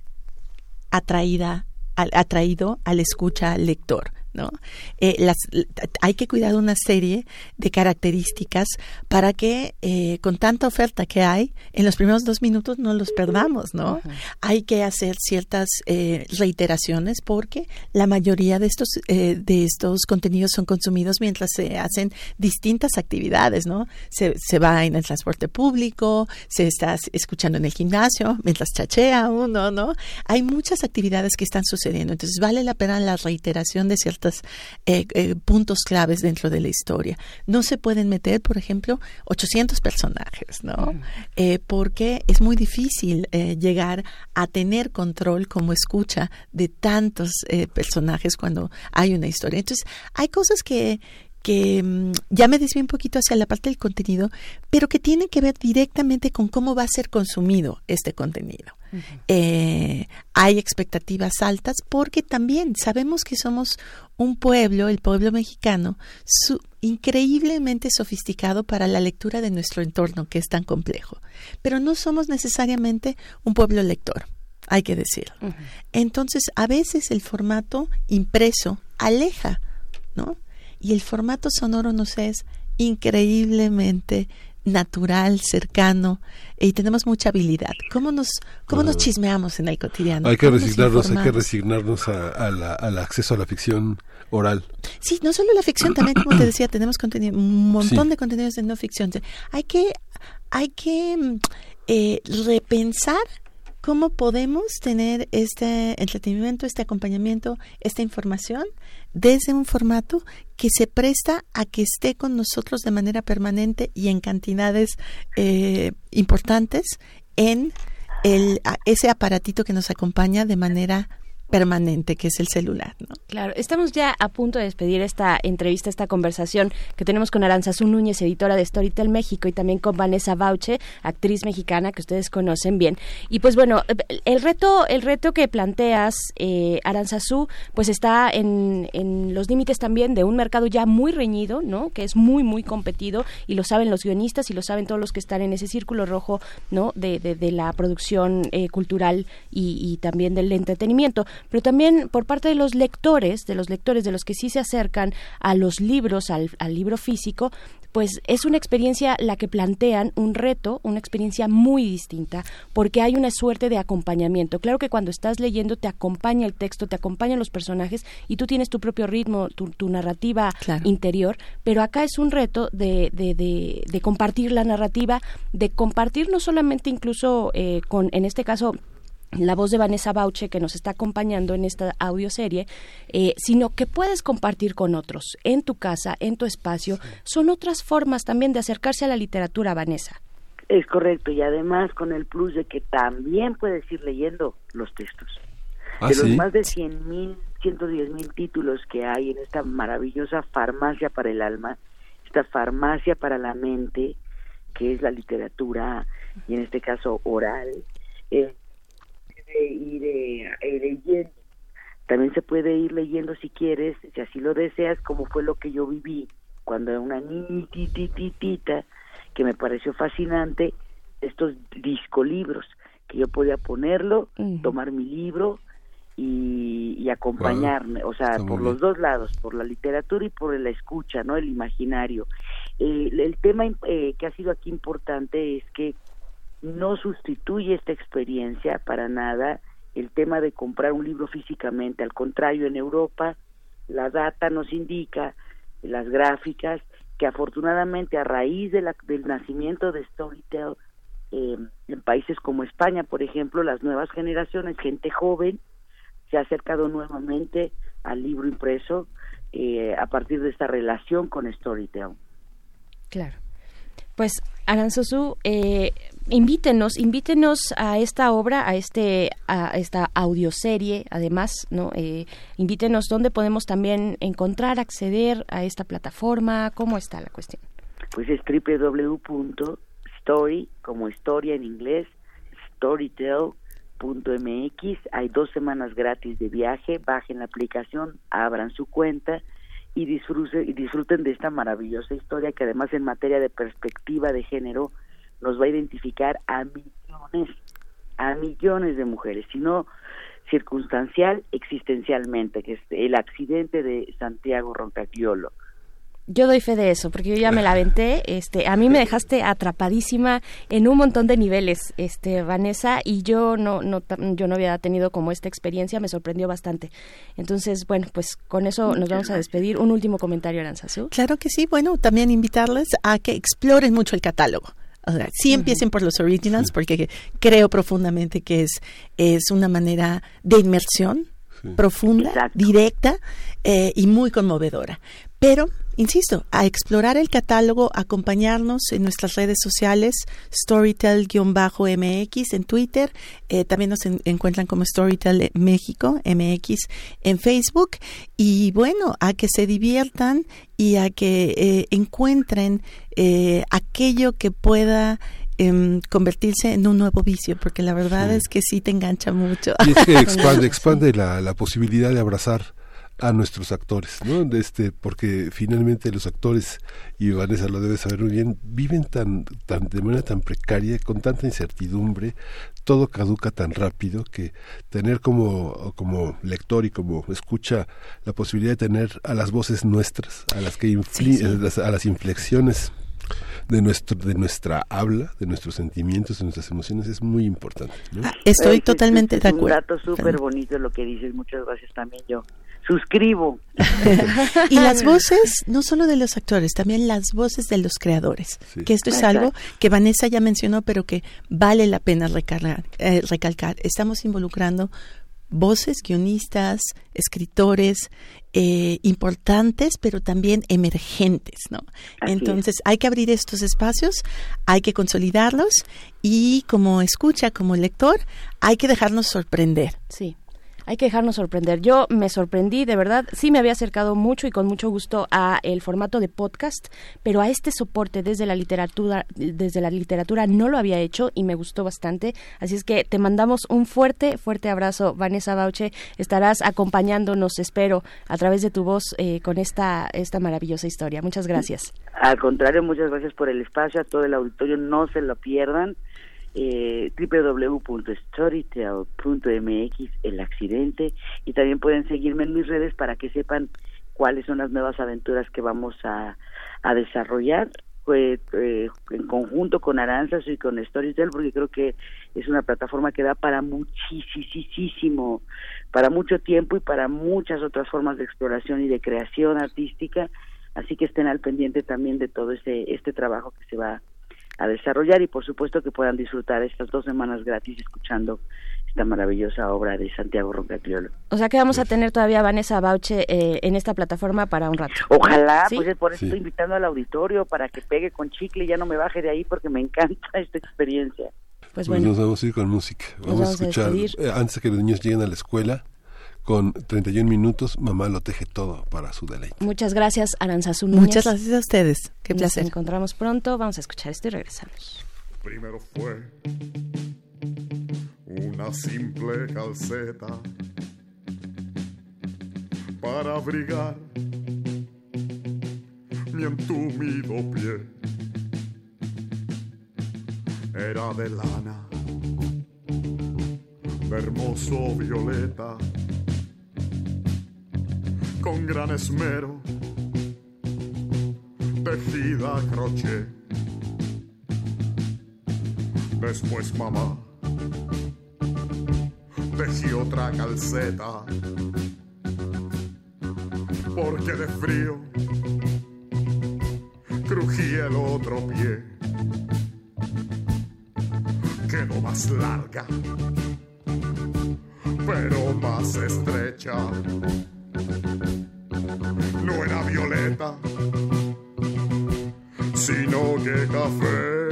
atraída atraído al escucha al lector, ¿no? Eh, las, hay que cuidar una serie de características para que eh, con tanta oferta que hay, en los primeros dos minutos no los perdamos, ¿no? Uh-huh. Hay que hacer ciertas eh, reiteraciones porque la mayoría de estos eh, de estos contenidos son consumidos mientras se hacen distintas actividades, ¿no? Se, se va en el transporte público, se está escuchando en el gimnasio, mientras chachea uno, ¿no? Hay muchas actividades que están sucediendo, entonces vale la pena la reiteración de ciertas Eh, eh, puntos claves dentro de la historia. No se pueden meter, por ejemplo, ochocientos personajes, ¿no? Mm. Eh, porque es muy difícil eh, llegar a tener control como escucha de tantos eh, personajes cuando hay una historia. Entonces, hay cosas que que um, ya me desvié un poquito hacia la parte del contenido, pero que tienen que ver directamente con cómo va a ser consumido este contenido. Uh-huh. Eh, hay expectativas altas porque también sabemos que somos un pueblo, el pueblo mexicano, su, increíblemente sofisticado para la lectura de nuestro entorno, que es tan complejo. Pero no somos necesariamente un pueblo lector, hay que decirlo. Uh-huh. Entonces, a veces el formato impreso aleja, ¿no? Y el formato sonoro nos es increíblemente natural, cercano, y tenemos mucha habilidad. ¿Cómo nos cómo uh, nos chismeamos en el cotidiano? Hay que resignarnos, hay que resignarnos a, a la, al acceso a la ficción oral. Sí, no solo la ficción, también, como te decía, tenemos contenido, un montón sí. de contenidos de no ficción. Hay que hay que eh, repensar cómo podemos tener este entretenimiento, este acompañamiento, esta información desde un formato que se presta a que esté con nosotros de manera permanente y en cantidades eh, importantes en el ese aparatito que nos acompaña de manera permanente, que es el celular, ¿no? Claro, estamos ya a punto de despedir esta entrevista, esta conversación que tenemos con Aranzazú Núñez, editora de Storytel México, y también con Vanessa Bauche, actriz mexicana que ustedes conocen bien. Y pues bueno, el reto, el reto que planteas, eh, Aranzazú, pues está en, en los límites también de un mercado ya muy reñido, ¿no? Que es muy, muy competido, y lo saben los guionistas y lo saben todos los que están en ese círculo rojo, ¿no? De, de, de la producción eh, cultural y, y también del entretenimiento. Pero también por parte de los lectores, de los lectores, de los que sí se acercan a los libros, al, al libro físico, pues es una experiencia la que plantean, un reto, una experiencia muy distinta, porque hay una suerte de acompañamiento. Claro que cuando estás leyendo te acompaña el texto, te acompañan los personajes y tú tienes tu propio ritmo, tu, tu narrativa claro. interior, pero acá es un reto de, de, de, de compartir la narrativa, de compartir no solamente incluso eh, con, en este caso, la voz de Vanessa Bauche, que nos está acompañando en esta audioserie, eh, sino que puedes compartir con otros, en tu casa, en tu espacio. Sí. Son otras formas también de acercarse a la literatura, Vanessa. Es correcto, y además con el plus de que también puedes ir leyendo los textos. ¿Ah, de los sí? más de cien mil, ciento diez mil títulos que hay en esta maravillosa farmacia para el alma, esta farmacia para la mente, que es la literatura, y en este caso oral, eh, ir eh, leyendo. También se puede ir leyendo si quieres, si así lo deseas, como fue lo que yo viví cuando era una niñitititita, que me pareció fascinante, estos discolibros, que yo podía ponerlo, uh-huh. tomar mi libro y, y acompañarme, wow. o sea, Está por los bien. dos lados, por la literatura y por la escucha, ¿no? El imaginario. Eh, el tema eh, que ha sido aquí importante es que no sustituye esta experiencia para nada el tema de comprar un libro físicamente. Al contrario, en Europa la data nos indica, las gráficas, que afortunadamente a raíz de la, del nacimiento de Storytel eh, en países como España, por ejemplo, las nuevas generaciones, gente joven, se ha acercado nuevamente al libro impreso eh, a partir de esta relación con Storytel. Claro. Pues Aranzazú, eh, invítenos, invítenos a esta obra, a este, a esta audioserie, además, ¿no? Eh, invítenos dónde podemos también encontrar, acceder a esta plataforma, ¿cómo está la cuestión? Pues es doble u doble u doble u punto story, como historia en inglés, storytel punto m x. Hay dos semanas gratis de viaje, bajen la aplicación, abran su cuenta y disfruten, y disfruten de esta maravillosa historia que además en materia de perspectiva de género nos va a identificar a millones, a millones de mujeres, sino circunstancial, existencialmente, que es el accidente de Santiago Roncagliolo. Yo doy fe de eso, porque yo ya me la aventé. Este, a mí me dejaste atrapadísima en un montón de niveles, este, Vanessa, y yo no, no, yo no había tenido como esta experiencia, me sorprendió bastante. Entonces, bueno, pues con eso nos vamos a despedir. Un último comentario, Aranzazú. Claro que sí. Bueno, también invitarles a que exploren mucho el catálogo. O sea, sí empiecen uh-huh. por los originals, sí. porque creo profundamente que es, es una manera de inmersión sí. profunda, Exacto. directa eh, y muy conmovedora. Pero, insisto, a explorar el catálogo, acompañarnos en nuestras redes sociales, Storytel-M X en Twitter, eh, también nos en, encuentran como Storytel México, M X en Facebook, y bueno, a que se diviertan y a que eh, encuentren eh, aquello que pueda eh, convertirse en un nuevo vicio, porque la verdad sí. es que sí te engancha mucho. Y es que expande, expande la, la posibilidad de abrazar a nuestros actores, ¿no? De este, porque finalmente los actores, y Vanessa lo debe saber muy bien, viven tan, tan de manera tan precaria, con tanta incertidumbre, todo caduca tan rápido, que tener como, como lector y como escucha la posibilidad de tener a las voces nuestras, a las que infli- sí, sí. A, las, a las inflexiones de nuestro de nuestra habla, de nuestros sentimientos, de nuestras emociones es muy importante, ¿no? Ah, estoy es, totalmente es, de es acuerdo. Un dato súper bonito lo que dices, muchas gracias también yo. Suscribo. Y las voces, no solo de los actores, también las voces de los creadores, sí. que esto es Exacto. algo que Vanessa ya mencionó, pero que vale la pena recalcar. Eh, recalcar. Estamos involucrando voces, guionistas, escritores eh, importantes, pero también emergentes, ¿no? Así Entonces es. hay que abrir estos espacios, hay que consolidarlos y como escucha, como lector, hay que dejarnos sorprender. Sí. Hay que dejarnos sorprender. Yo me sorprendí, de verdad, sí me había acercado mucho y con mucho gusto a el formato de podcast, pero a este soporte desde la literatura, desde la literatura no lo había hecho y me gustó bastante. Así es que te mandamos un fuerte, fuerte abrazo, Vanessa Bauche. Estarás acompañándonos, espero, a través de tu voz eh, con esta esta maravillosa historia. Muchas gracias. Al contrario, muchas gracias por el espacio, a todo el auditorio, no se lo pierdan. Eh, doble u doble u doble u punto storytel punto m x El Accidente, y también pueden seguirme en mis redes para que sepan cuáles son las nuevas aventuras que vamos a, a desarrollar pues, eh, en conjunto con Aranzas y con Storytel, porque creo que es una plataforma que da para muchísimo, para mucho tiempo y para muchas otras formas de exploración y de creación artística, así que estén al pendiente también de todo este, este trabajo que se va a desarrollar y por supuesto que puedan disfrutar estas dos semanas gratis escuchando esta maravillosa obra de Santiago Roncagliolo. O sea que vamos a tener todavía a Vanessa Bauche eh, en esta plataforma para un rato. Ojalá, ¿Sí? pues es por eso Sí. estoy invitando al auditorio para que pegue con chicle y ya no me baje de ahí porque me encanta esta experiencia. Pues Pues bueno, nos vamos a ir con música. Nos Vamos, vamos a a escuchar, despedir. eh, antes que los niños lleguen a la escuela, con treinta y un minutos, Mamá lo teje todo para su deleite. muchas gracias, Aranzazu Núñez. Muchas gracias a ustedes. Qué Nos placer. encontramos pronto. Vamos a escuchar esto y regresamos. Primero fue una simple calceta para abrigar mi entumido pie. Era de lana, de hermoso violeta, con gran esmero, tejida a crochet. Después mamá tejí otra calceta, porque de frío crujía el otro pie. Quedó más larga, pero más estrecha. No era violeta, sino que café.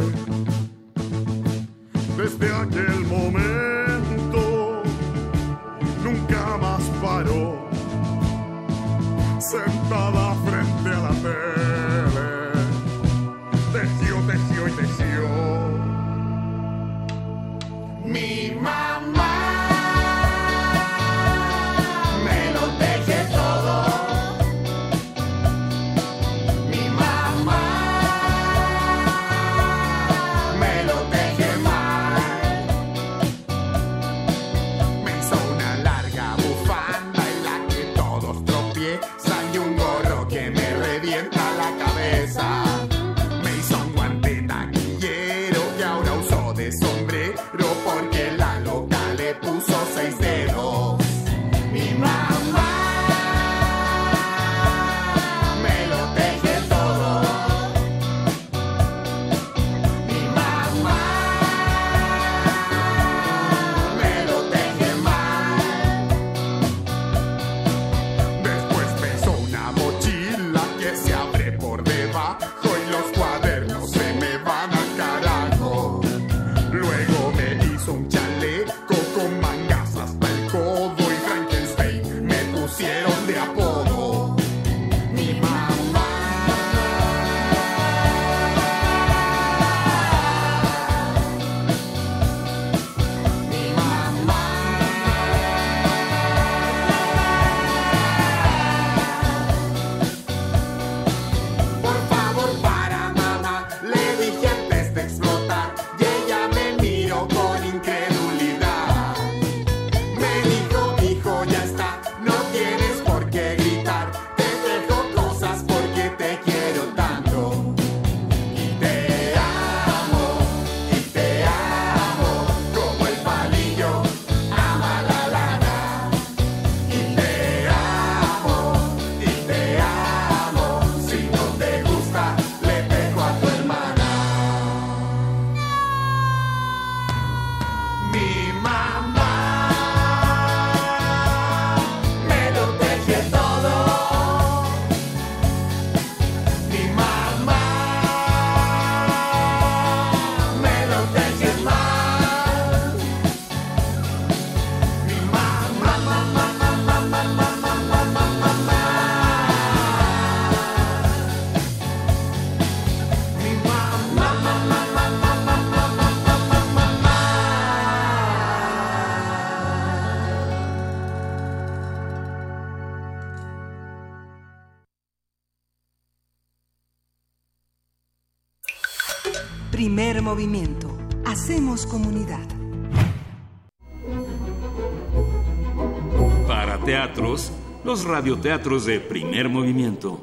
Desde aquel momento nunca más paró, sentada frente a la tele, tejió, tejió y tejió. Mi mamá me lo teje todo. Mi mamá me lo teje mal. Primer movimiento. Hacemos comunidad. Para teatros, los radioteatros de Primer Movimiento.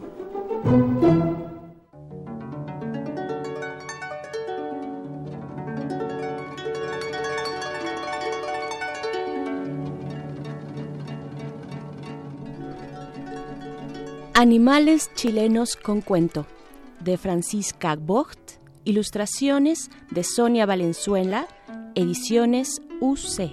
Animales chilenos con cuento, de Francisca Vogt, ilustraciones de Sonia Valenzuela, ediciones U C.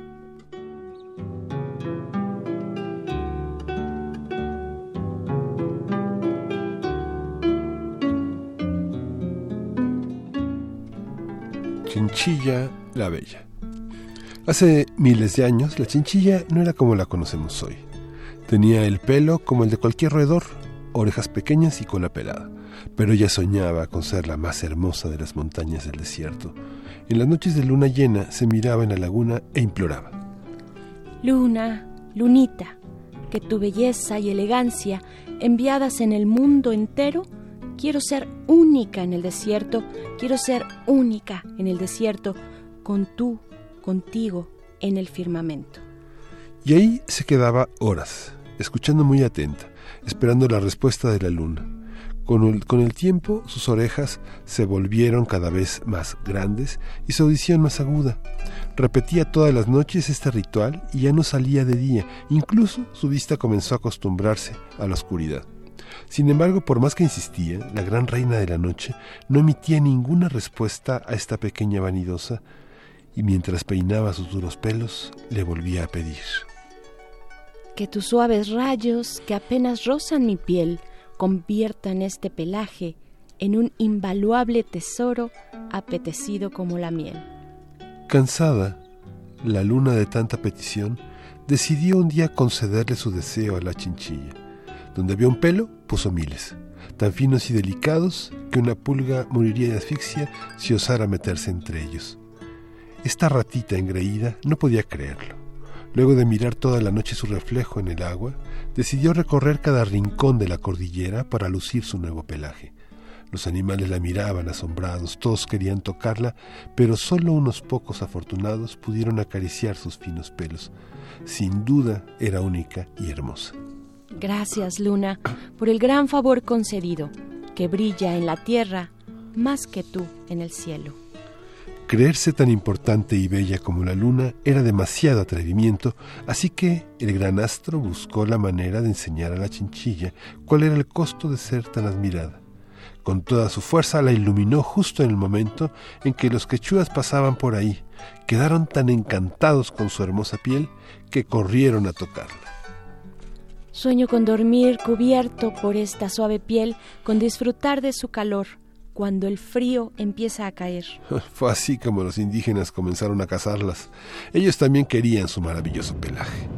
Chinchilla la Bella. Hace miles de años, la chinchilla no era como la conocemos hoy. Tenía el pelo como el de cualquier roedor, orejas pequeñas y cola pelada, pero ella soñaba con ser la más hermosa de las montañas del desierto. En las noches de luna llena se miraba en la laguna e imploraba: Luna, lunita, que tu belleza y elegancia, enviadas en el mundo entero, quiero ser única en el desierto, quiero ser única en el desierto, con tú, contigo, en el firmamento. Y ahí se quedaba horas, escuchando muy atenta, esperando la respuesta de la luna. Con el, con el tiempo, sus orejas se volvieron cada vez más grandes y su audición más aguda. Repetía todas las noches este ritual y ya no salía de día. Incluso su vista comenzó a acostumbrarse a la oscuridad. Sin embargo, por más que insistía, la gran reina de la noche no emitía ninguna respuesta a esta pequeña vanidosa, y mientras peinaba sus duros pelos, le volvía a pedir: que tus suaves rayos, que apenas rozan mi piel, conviertan este pelaje en un invaluable tesoro apetecido como la miel. Cansada, la luna de tanta petición decidió un día concederle su deseo a la chinchilla. Donde había un pelo, puso miles, tan finos y delicados que una pulga moriría de asfixia si osara meterse entre ellos. Esta ratita engreída no podía creerlo. Luego de mirar toda la noche su reflejo en el agua, decidió recorrer cada rincón de la cordillera para lucir su nuevo pelaje. Los animales la miraban asombrados, todos querían tocarla, pero solo unos pocos afortunados pudieron acariciar sus finos pelos. Sin duda era única y hermosa. Gracias, Luna, por el gran favor concedido, que brilla en la tierra más que tú en el cielo. Creerse tan importante y bella como la luna era demasiado atrevimiento, así que el gran astro buscó la manera de enseñar a la chinchilla cuál era el costo de ser tan admirada. Con toda su fuerza la iluminó justo en el momento en que los quechuas pasaban por ahí. Quedaron tan encantados con su hermosa piel que corrieron a tocarla. Sueño con dormir cubierto por esta suave piel, con disfrutar de su calor, cuando el frío empieza a caer. Fue así como los indígenas comenzaron a cazarlas. Ellos también querían su maravilloso pelaje.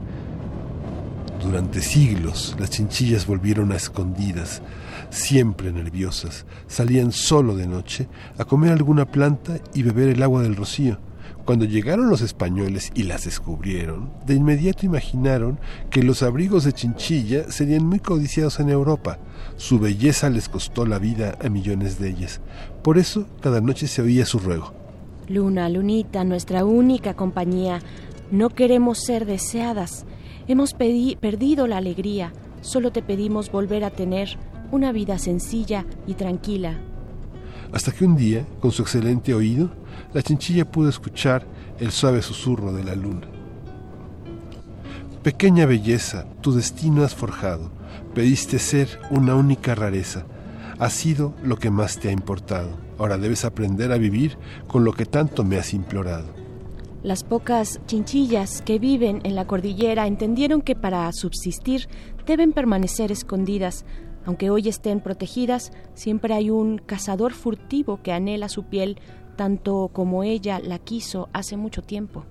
Durante siglos, las chinchillas volvieron a escondidas, siempre nerviosas. Salían solo de noche a comer alguna planta y beber el agua del rocío. Cuando llegaron los españoles y las descubrieron, de inmediato imaginaron que los abrigos de chinchilla serían muy codiciados en Europa. Su belleza les costó la vida a millones de ellas. Por eso, cada noche se oía su ruego: Luna, lunita, nuestra única compañía, no queremos ser deseadas. Hemos pedi- perdido la alegría. Solo te pedimos volver a tener una vida sencilla y tranquila. Hasta que un día, con su excelente oído, la chinchilla pudo escuchar el suave susurro de la luna. Pequeña belleza, tu destino has forjado. Pediste ser una única rareza. Ha sido lo que más te ha importado. Ahora debes aprender a vivir con lo que tanto me has implorado. Las pocas chinchillas que viven en la cordillera entendieron que para subsistir deben permanecer escondidas. Aunque hoy estén protegidas, siempre hay un cazador furtivo que anhela su piel tanto como ella la quiso hace mucho tiempo.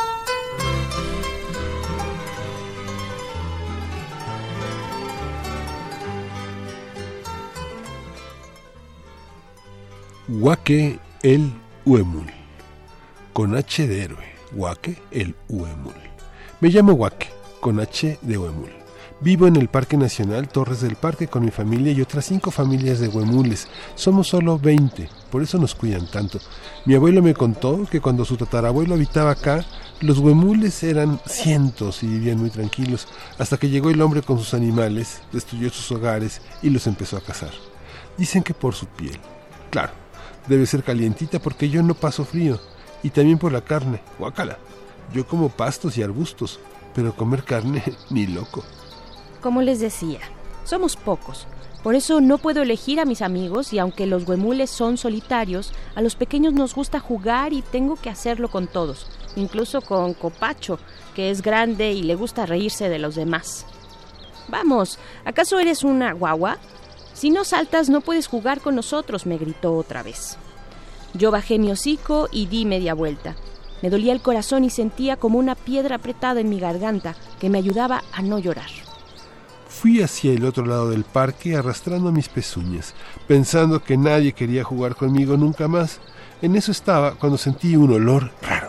Huaque el Huemul. Con H de héroe, Huaque el Huemul. Me llamo Huaque, con H de Huemul. Vivo en el Parque Nacional Torres del Parque con mi familia y otras cinco familias de huemules. Somos solo veinte, por eso nos cuidan tanto. Mi abuelo me contó que cuando su tatarabuelo habitaba acá, los huemules eran cientos y vivían muy tranquilos, hasta que llegó el hombre con sus animales, destruyó sus hogares y los empezó a cazar. Dicen que por su piel. Claro, debe ser calientita porque yo no paso frío. Y también por la carne, guácala. Yo como pastos y arbustos, pero comer carne, ni loco. Como les decía, somos pocos. Por eso no puedo elegir a mis amigos y aunque los huemules son solitarios, a los pequeños nos gusta jugar y tengo que hacerlo con todos, incluso con Copacho, que es grande y le gusta reírse de los demás. Vamos, ¿acaso eres una guagua? Si no saltas no puedes jugar con nosotros, me gritó otra vez. Yo bajé mi hocico y di media vuelta. Me dolía el corazón y sentía como una piedra apretada en mi garganta que me ayudaba a no llorar. Fui hacia el otro lado del parque arrastrando mis pezuñas, pensando que nadie quería jugar conmigo nunca más. En eso estaba cuando sentí un olor raro.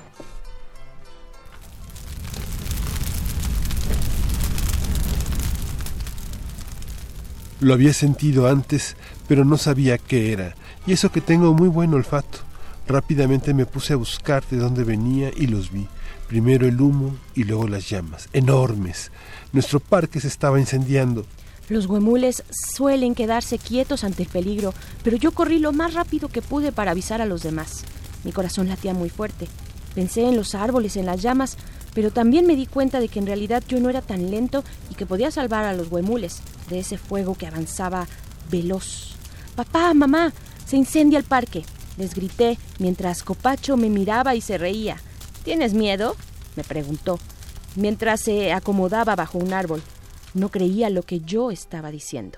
Lo había sentido antes, pero no sabía qué era, y eso que tengo muy buen olfato. Rápidamente me puse a buscar de dónde venía y los vi. Primero el humo y luego las llamas, enormes. Nuestro parque se estaba incendiando. Los huemules suelen quedarse quietos ante el peligro, pero yo corrí lo más rápido que pude para avisar a los demás. Mi corazón latía muy fuerte. Pensé en los árboles, en las llamas, pero también me di cuenta de que en realidad yo no era tan lento y que podía salvar a los huemules de ese fuego que avanzaba veloz. «Papá, mamá, se incendia el parque», les grité mientras Copacho me miraba y se reía. «¿Tienes miedo?», me preguntó, mientras se acomodaba bajo un árbol. No creía lo que yo estaba diciendo.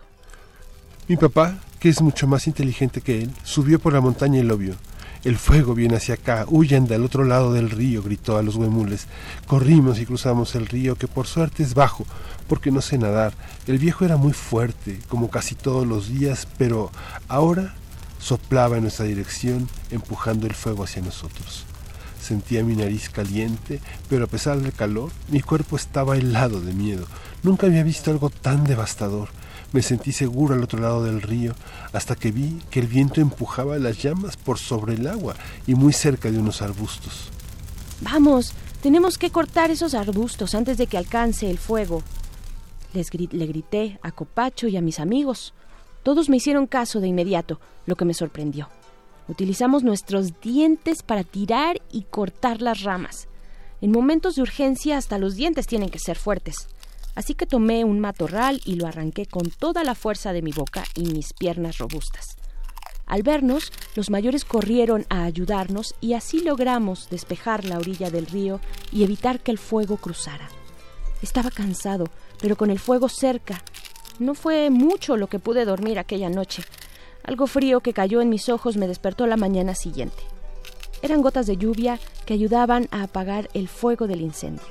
Mi papá, que es mucho más inteligente que él, subió por la montaña y lo vio. «El fuego viene hacia acá, huyan del otro lado del río», gritó a los huemules. Corrimos y cruzamos el río, que por suerte es bajo, porque no sé nadar. El viejo era muy fuerte, como casi todos los días, pero ahora soplaba en nuestra dirección, empujando el fuego hacia nosotros. Sentía mi nariz caliente, pero a pesar del calor, mi cuerpo estaba helado de miedo. Nunca había visto algo tan devastador. Me sentí seguro al otro lado del río, hasta que vi que el viento empujaba las llamas por sobre el agua y muy cerca de unos arbustos. «Vamos, tenemos que cortar esos arbustos antes de que alcance el fuego», Les gri- le grité a Copacho y a mis amigos. Todos me hicieron caso de inmediato, lo que me sorprendió. Utilizamos nuestros dientes para tirar y cortar las ramas. En momentos de urgencia hasta los dientes tienen que ser fuertes. Así que tomé un matorral y lo arranqué con toda la fuerza de mi boca y mis piernas robustas. Al vernos, los mayores corrieron a ayudarnos y así logramos despejar la orilla del río y evitar que el fuego cruzara. Estaba cansado, pero con el fuego cerca. No fue mucho lo que pude dormir aquella noche. Algo frío que cayó en mis ojos me despertó la mañana siguiente. Eran gotas de lluvia que ayudaban a apagar el fuego del incendio.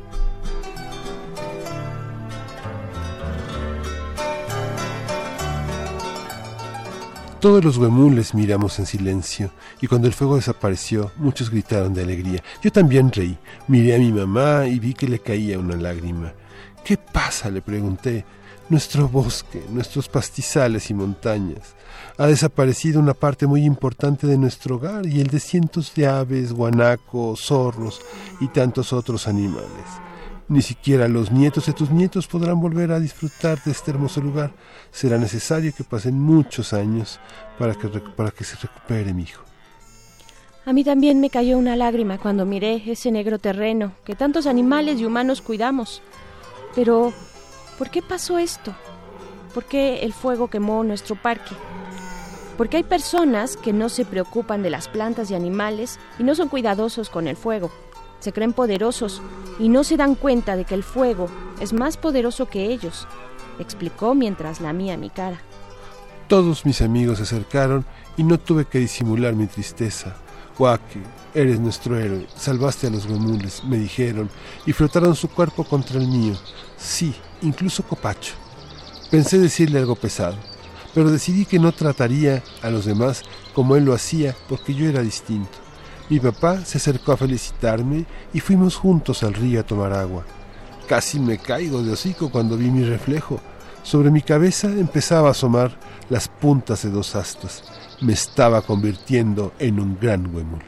Todos los huemules miramos en silencio, y cuando el fuego desapareció, muchos gritaron de alegría. Yo también reí. Miré a mi mamá y vi que le caía una lágrima. «¿Qué pasa?», le pregunté. «Nuestro bosque, nuestros pastizales y montañas. Ha desaparecido una parte muy importante de nuestro hogar y el de cientos de aves, guanacos, zorros y tantos otros animales. Ni siquiera los nietos de tus nietos podrán volver a disfrutar de este hermoso lugar. Será necesario que pasen muchos años para que, para que se recupere, mi hijo». A mí también me cayó una lágrima cuando miré ese negro terreno que tantos animales y humanos cuidamos. Pero, ¿por qué pasó esto? ¿Por qué el fuego quemó nuestro parque? Porque hay personas que no se preocupan de las plantas y animales y no son cuidadosos con el fuego. Se creen poderosos y no se dan cuenta de que el fuego es más poderoso que ellos, explicó mientras lamía mi cara. Todos mis amigos se acercaron y no tuve que disimular mi tristeza. «Huaque, eres nuestro héroe, salvaste a los huemules», me dijeron, y frotaron su cuerpo contra el mío. Sí, incluso Copacho. Pensé decirle algo pesado, pero decidí que no trataría a los demás como él lo hacía porque yo era distinto. Mi papá se acercó a felicitarme y fuimos juntos al río a tomar agua. Casi me caigo de hocico cuando vi mi reflejo. Sobre mi cabeza empezaba a asomar las puntas de dos astas. Me estaba convirtiendo en un gran huemul.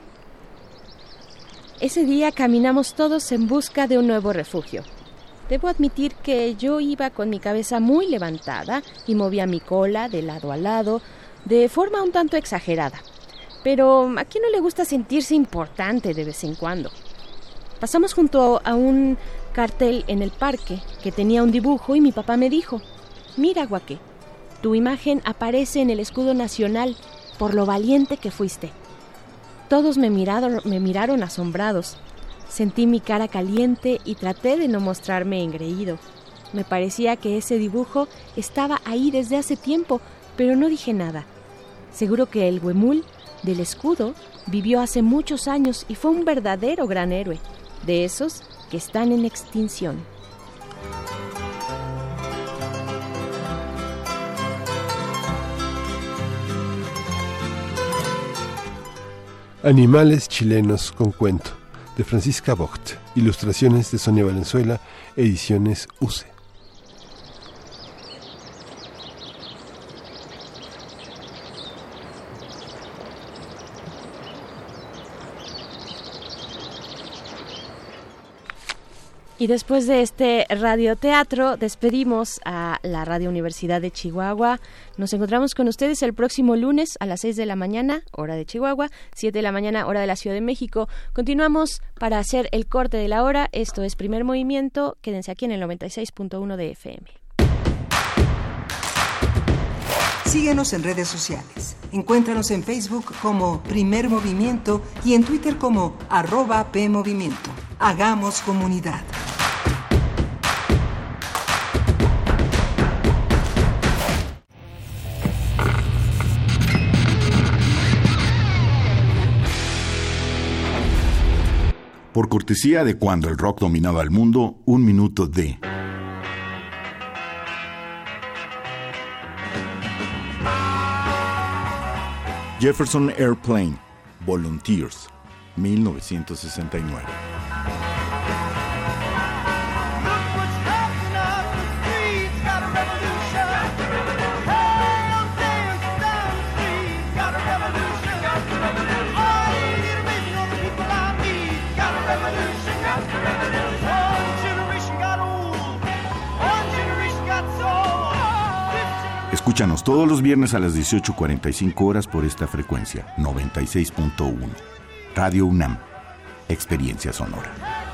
Ese día caminamos todos en busca de un nuevo refugio. Debo admitir que yo iba con mi cabeza muy levantada y movía mi cola de lado a lado, de forma un tanto exagerada. Pero ¿a quién no le gusta sentirse importante de vez en cuando? Pasamos junto a un cartel en el parque que tenía un dibujo y mi papá me dijo: «Mira, Guaque, tu imagen aparece en el escudo nacional por lo valiente que fuiste». Todos me miraron, me miraron asombrados. Sentí mi cara caliente y traté de no mostrarme engreído. Me parecía que ese dibujo estaba ahí desde hace tiempo, pero no dije nada. Seguro que el huemul del escudo vivió hace muchos años y fue un verdadero gran héroe, de esos que están en extinción. Animales chilenos con cuento, de Francisca Vogt. Ilustraciones de Sonia Valenzuela, ediciones U C E. Y después de este radioteatro, despedimos a la Radio Universidad de Chihuahua. Nos encontramos con ustedes el próximo lunes a las seis de la mañana, hora de Chihuahua, siete de la mañana, hora de la Ciudad de México. Continuamos para hacer el corte de la hora. Esto es Primer Movimiento. Quédense aquí en el noventa y seis punto uno de F M. Síguenos en redes sociales. Encuéntranos en Facebook como Primer Movimiento y en Twitter como arroba PMovimiento. Hagamos comunidad. Por cortesía de Cuando el rock dominaba el mundo, un minuto de... Jefferson Airplane, Volunteers, mil novecientos sesenta y nueve. Escúchanos todos los viernes a las dieciocho cuarenta y cinco horas por esta frecuencia, noventa y seis punto uno. Radio UNAM, Experiencia Sonora.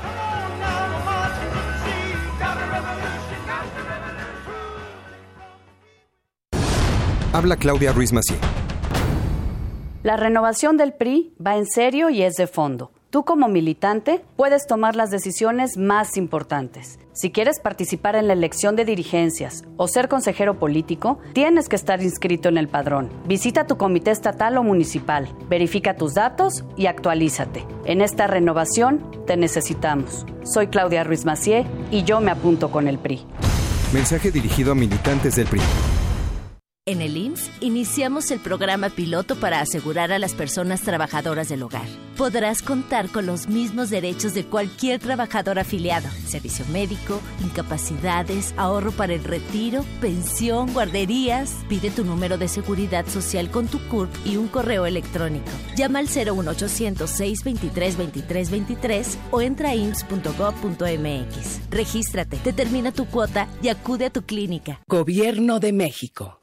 Habla Claudia Ruiz Massieu. La renovación del P R I va en serio y es de fondo. Tú como militante puedes tomar las decisiones más importantes. Si quieres participar en la elección de dirigencias o ser consejero político, tienes que estar inscrito en el padrón. Visita tu comité estatal o municipal, verifica tus datos y actualízate. En esta renovación te necesitamos. Soy Claudia Ruiz Massieu y yo me apunto con el P R I. Mensaje dirigido a militantes del P R I. En el I M S S iniciamos el programa piloto para asegurar a las personas trabajadoras del hogar. Podrás contar con los mismos derechos de cualquier trabajador afiliado: servicio médico, incapacidades, ahorro para el retiro, pensión, guarderías. Pide tu número de seguridad social con tu C U R P y un correo electrónico. Llama al cero uno ochocientos, seis veintitrés, veintitrés veintitrés o entra a i m s s punto gov punto m x. Regístrate, determina tu cuota y acude a tu clínica. Gobierno de México.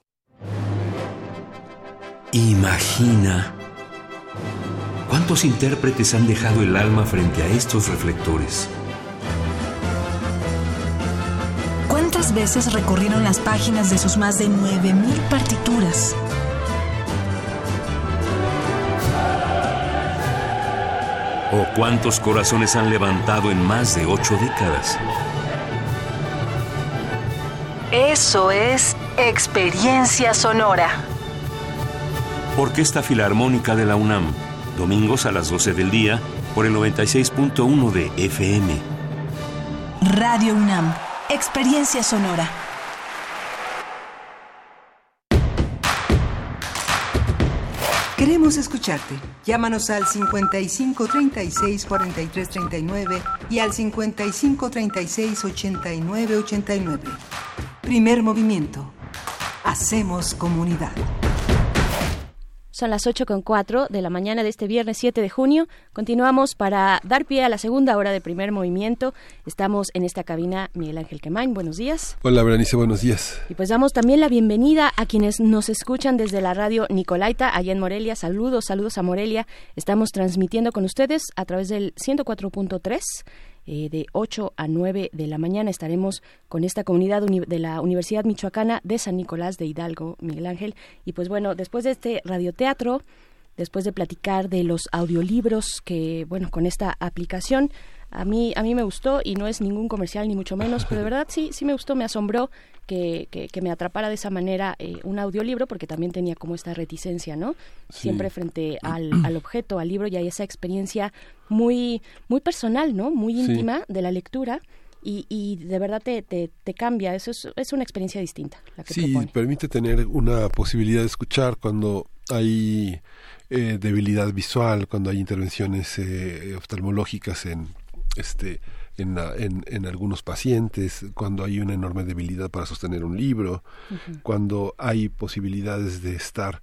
Imagina cuántos intérpretes han dejado el alma frente a estos reflectores. ¿Cuántas veces recorrieron las páginas de sus más de nueve mil partituras? ¿O cuántos corazones han levantado en más de ocho décadas? Eso es Experiencia Sonora. Orquesta Filarmónica de la UNAM, domingos a las doce del día por el noventa y seis punto uno de F M. Radio UNAM, Experiencia Sonora. Queremos escucharte. Llámanos al cincuenta y cinco treinta y seis cuarenta y tres treinta y nueve y al cincuenta y cinco treinta y seis ochenta y nueve ochenta y nueve. Primer movimiento. Hacemos comunidad. Son las ocho con cuatro de la mañana de este viernes siete de junio. Continuamos para dar pie a la segunda hora de Primer Movimiento. Estamos en esta cabina Miguel Ángel Quemain. Buenos días. Hola, Berenice. Buenos días. Y pues damos también la bienvenida a quienes nos escuchan desde la radio Nicolaita, allá en Morelia. Saludos, saludos a Morelia. Estamos transmitiendo con ustedes a través del ciento cuatro punto tres. Eh, de ocho a nueve de la mañana estaremos con esta comunidad uni- de la Universidad Michoacana de San Nicolás de Hidalgo, Miguel Ángel. Y pues bueno, después de este radioteatro, después de platicar de los audiolibros que, bueno, con esta aplicación, a mí a mí me gustó y no es ningún comercial ni mucho menos, pero de verdad sí sí me gustó, me asombró que, que, que me atrapara de esa manera eh, un audiolibro, porque también tenía como esta reticencia, ¿no? Sí. Siempre frente al, al objeto, al libro, y hay esa experiencia muy muy personal, ¿no? Muy íntima sí. de la lectura. Y, y de verdad te, te, te cambia, eso es, es una experiencia distinta la que sí, propone. Permite tener una posibilidad de escuchar cuando hay eh, debilidad visual, cuando hay intervenciones eh, oftalmológicas en este en, en, en algunos pacientes, cuando hay una enorme debilidad para sostener un libro, uh-huh. cuando hay posibilidades de estar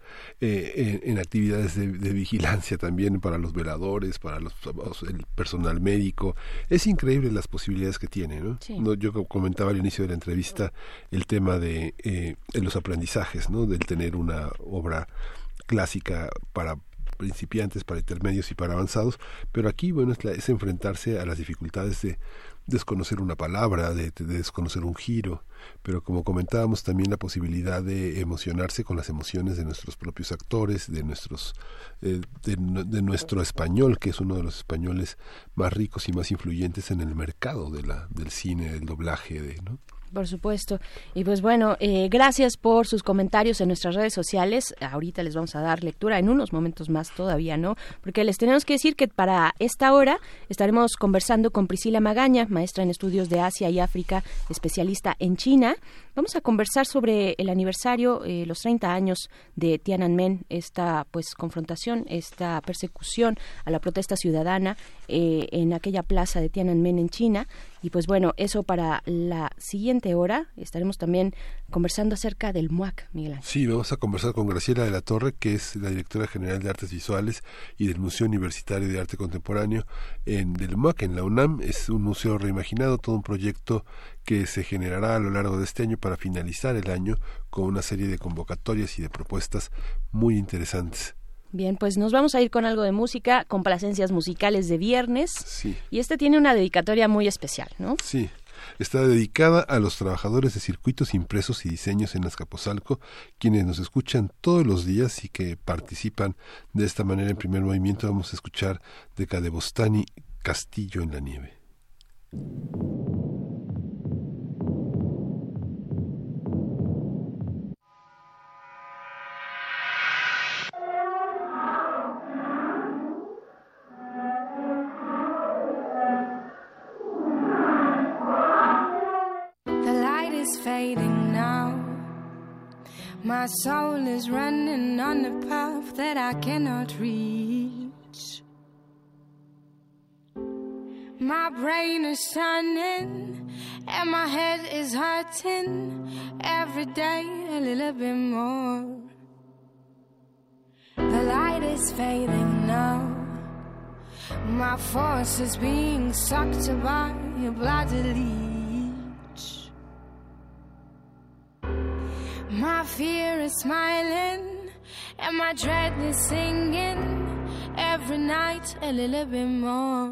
eh, en, en actividades de, de vigilancia también para los veladores, para los, el personal médico. Es increíble las posibilidades que tiene, ¿no? Sí. No, yo comentaba al inicio de la entrevista el tema de, eh, de los aprendizajes, ¿no? Del tener una obra clásica para principiantes, para intermedios y para avanzados, pero aquí, bueno, es, la, es enfrentarse a las dificultades de desconocer una palabra, de, de desconocer un giro, pero como comentábamos también la posibilidad de emocionarse con las emociones de nuestros propios actores, de nuestros eh, de, de nuestro español, que es uno de los españoles más ricos y más influyentes en el mercado de la del cine, del doblaje, de, ¿no? Por supuesto. Y pues bueno, eh, gracias por sus comentarios en nuestras redes sociales. Ahorita les vamos a dar lectura en unos momentos más todavía, ¿no? Porque les tenemos que decir que para esta hora estaremos conversando con Priscila Magaña, maestra en estudios de Asia y África, especialista en China. Vamos a conversar sobre el aniversario, eh, los treinta años de Tiananmen, esta pues confrontación, esta persecución a la protesta ciudadana eh, en aquella plaza de Tiananmen en China. Y pues bueno, eso para la siguiente hora. Estaremos también conversando acerca del M U A C, Miguel Ángel. Sí, vamos a conversar con Graciela de la Torre, que es la directora general de Artes Visuales y del Museo Universitario de Arte Contemporáneo en, del M U A C en la UNAM. Es un museo reimaginado, todo un proyecto que se generará a lo largo de este año para finalizar el año con una serie de convocatorias y de propuestas muy interesantes. Bien, pues nos vamos a ir con algo de música, complacencias musicales de viernes. Sí. Y este tiene una dedicatoria muy especial, ¿no? Sí, está dedicada a los trabajadores de circuitos impresos y diseños en Azcapotzalco, quienes nos escuchan todos los días y que participan de esta manera en Primer Movimiento. Vamos a escuchar de Cadebostani, Castillo en la Nieve. Fading now. My soul is running on a path that I cannot reach. My brain is turning and my head is hurting every day a little bit more. The light is fading now. My force is being sucked by a bloody leech. My fear is smiling and my dread is singing every night a little bit more.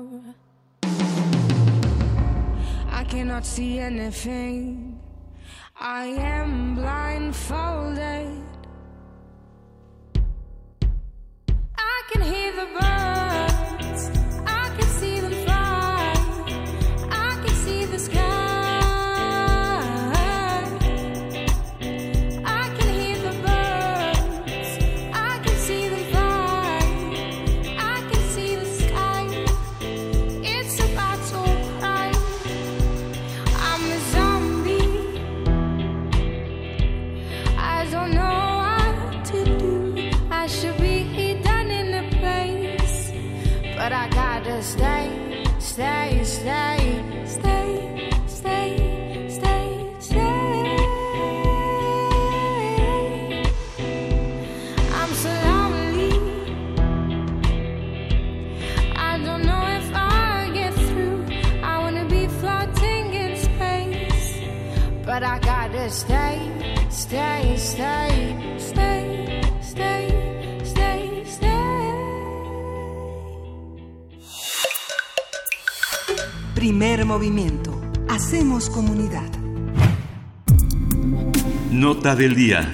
I cannot see anything. I am blindfolded. I can hear the birds. I can see them fly. I can see the sky. Should be he died. but I gotta stay, stay, stay, stay, stay, stay, stay. Primer movimiento. Hacemos comunidad. Nota del día.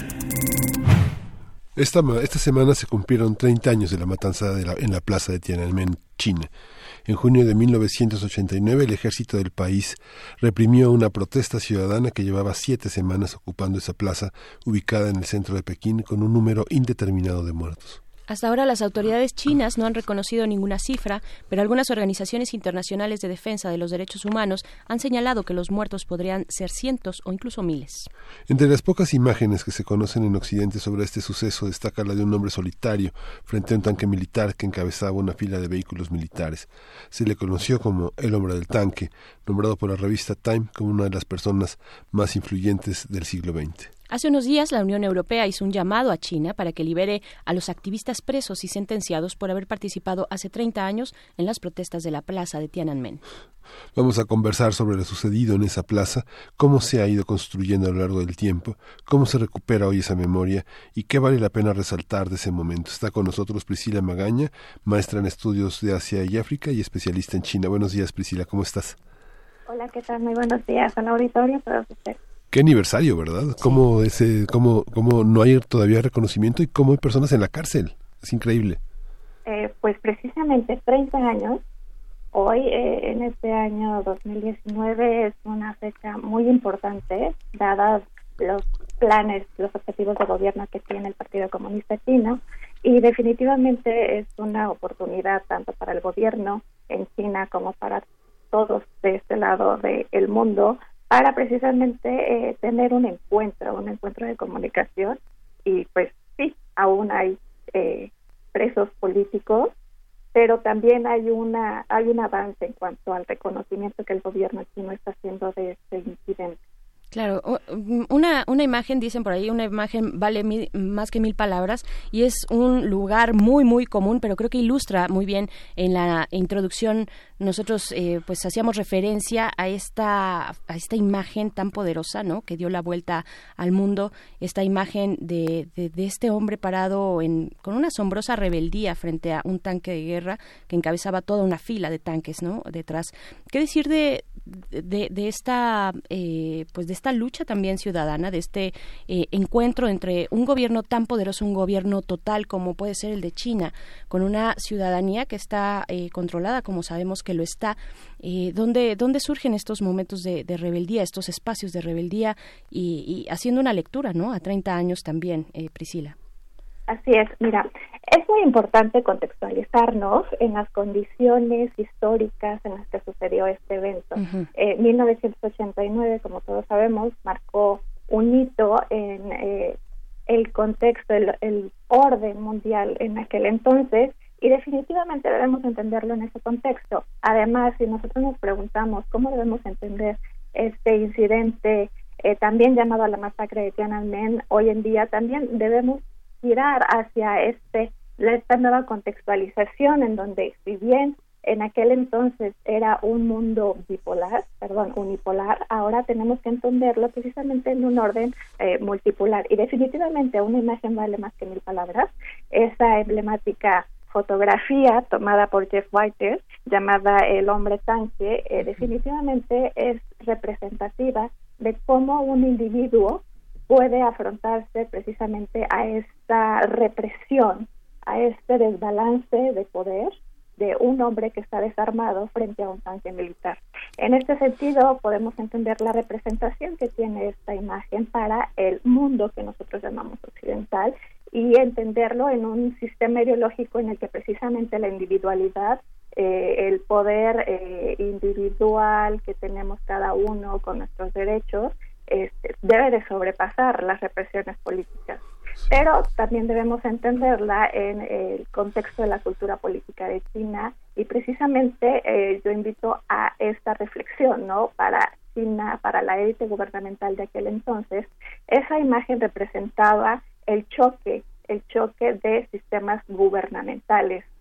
Esta, esta semana se cumplieron treinta años de la matanza de la, en la plaza de Tiananmen, China. En junio de mil novecientos ochenta y nueve, el ejército del país reprimió una protesta ciudadana que llevaba siete semanas ocupando esa plaza ubicada en el centro de Pekín con un número indeterminado de muertos. Hasta ahora las autoridades chinas no han reconocido ninguna cifra, pero algunas organizaciones internacionales de defensa de los derechos humanos han señalado que los muertos podrían ser cientos o incluso miles. Entre las pocas imágenes que se conocen en Occidente sobre este suceso destaca la de un hombre solitario frente a un tanque militar que encabezaba una fila de vehículos militares. Se le conoció como el hombre del tanque, nombrado por la revista Time como una de las personas más influyentes del siglo veinte. Hace unos días la Unión Europea hizo un llamado a China para que libere a los activistas presos y sentenciados por haber participado hace treinta años en las protestas de la plaza de Tiananmen. Vamos a conversar sobre lo sucedido en esa plaza, cómo se ha ido construyendo a lo largo del tiempo, cómo se recupera hoy esa memoria y qué vale la pena resaltar de ese momento. Está con nosotros Priscila Magaña, maestra en estudios de Asia y África y especialista en China. Buenos días, Priscila, ¿cómo estás? Hola, ¿qué tal? Muy buenos días al auditorio, todos ustedes. Qué aniversario, ¿verdad? Cómo ese, cómo, cómo no hay todavía reconocimiento y cómo hay personas en la cárcel. Es increíble. Eh, pues precisamente treinta años. Hoy, eh, en este año dos mil diecinueve, es una fecha muy importante, dadas los planes, los objetivos de gobierno que tiene el Partido Comunista Chino, y definitivamente es una oportunidad tanto para el gobierno en China como para todos de este lado del mundo, para precisamente eh, tener un encuentro, un encuentro de comunicación. Y pues sí, aún hay eh, presos políticos, pero también hay una hay un avance en cuanto al reconocimiento que el gobierno chino está haciendo de este incidente. Claro, una, una imagen, dicen por ahí, una imagen vale mil, más que mil palabras, y es un lugar muy, muy común, pero creo que ilustra muy bien en la introducción. Nosotros eh, pues hacíamos referencia a esta, a esta imagen tan poderosa, ¿no?, que dio la vuelta al mundo, esta imagen de, de, de este hombre parado en, con una asombrosa rebeldía frente a un tanque de guerra que encabezaba toda una fila de tanques, ¿no?, detrás. ¿Qué decir de de, de esta eh, pues de esta lucha también ciudadana, de este eh, encuentro entre un gobierno tan poderoso, un gobierno total como puede ser el de China, con una ciudadanía que está eh, controlada, como sabemos que lo está? Eh, ¿dónde, ¿Dónde surgen estos momentos de, de rebeldía, estos espacios de rebeldía, y, y haciendo una lectura, ¿no?, a treinta años también, eh, Priscila? Así es, mira, es muy importante contextualizarnos en las condiciones históricas en las que sucedió este evento. Uh-huh. Eh, mil novecientos ochenta y nueve, como todos sabemos, marcó un hito en eh, el contexto, el, el orden mundial en aquel entonces, y definitivamente debemos entenderlo en ese contexto. Además, si nosotros nos preguntamos cómo debemos entender este incidente, eh, también llamado a la masacre de Tiananmen, hoy en día también debemos girar hacia este esta nueva contextualización, en donde, si bien en aquel entonces era un mundo bipolar, perdón, unipolar, ahora tenemos que entenderlo precisamente en un orden eh, multipolar. Y definitivamente una imagen vale más que mil palabras. Esa emblemática fotografía tomada por Jeff Whiter, llamada El hombre tanque, eh, definitivamente es representativa de cómo un individuo puede afrontarse precisamente a esta represión, a este desbalance de poder de un hombre que está desarmado frente a un tanque militar. En este sentido, podemos entender la representación que tiene esta imagen para el mundo que nosotros llamamos occidental, y entenderlo en un sistema ideológico en el que precisamente la individualidad, eh, el poder eh, individual que tenemos cada uno con nuestros derechos, Este, debe de sobrepasar las represiones políticas, pero también debemos entenderla en el contexto de la cultura política de China, y precisamente eh, yo invito a esta reflexión, ¿no?, para China, para la élite gubernamental de aquel entonces. Esa imagen representaba el choque, el choque de sistemas gubernamentales.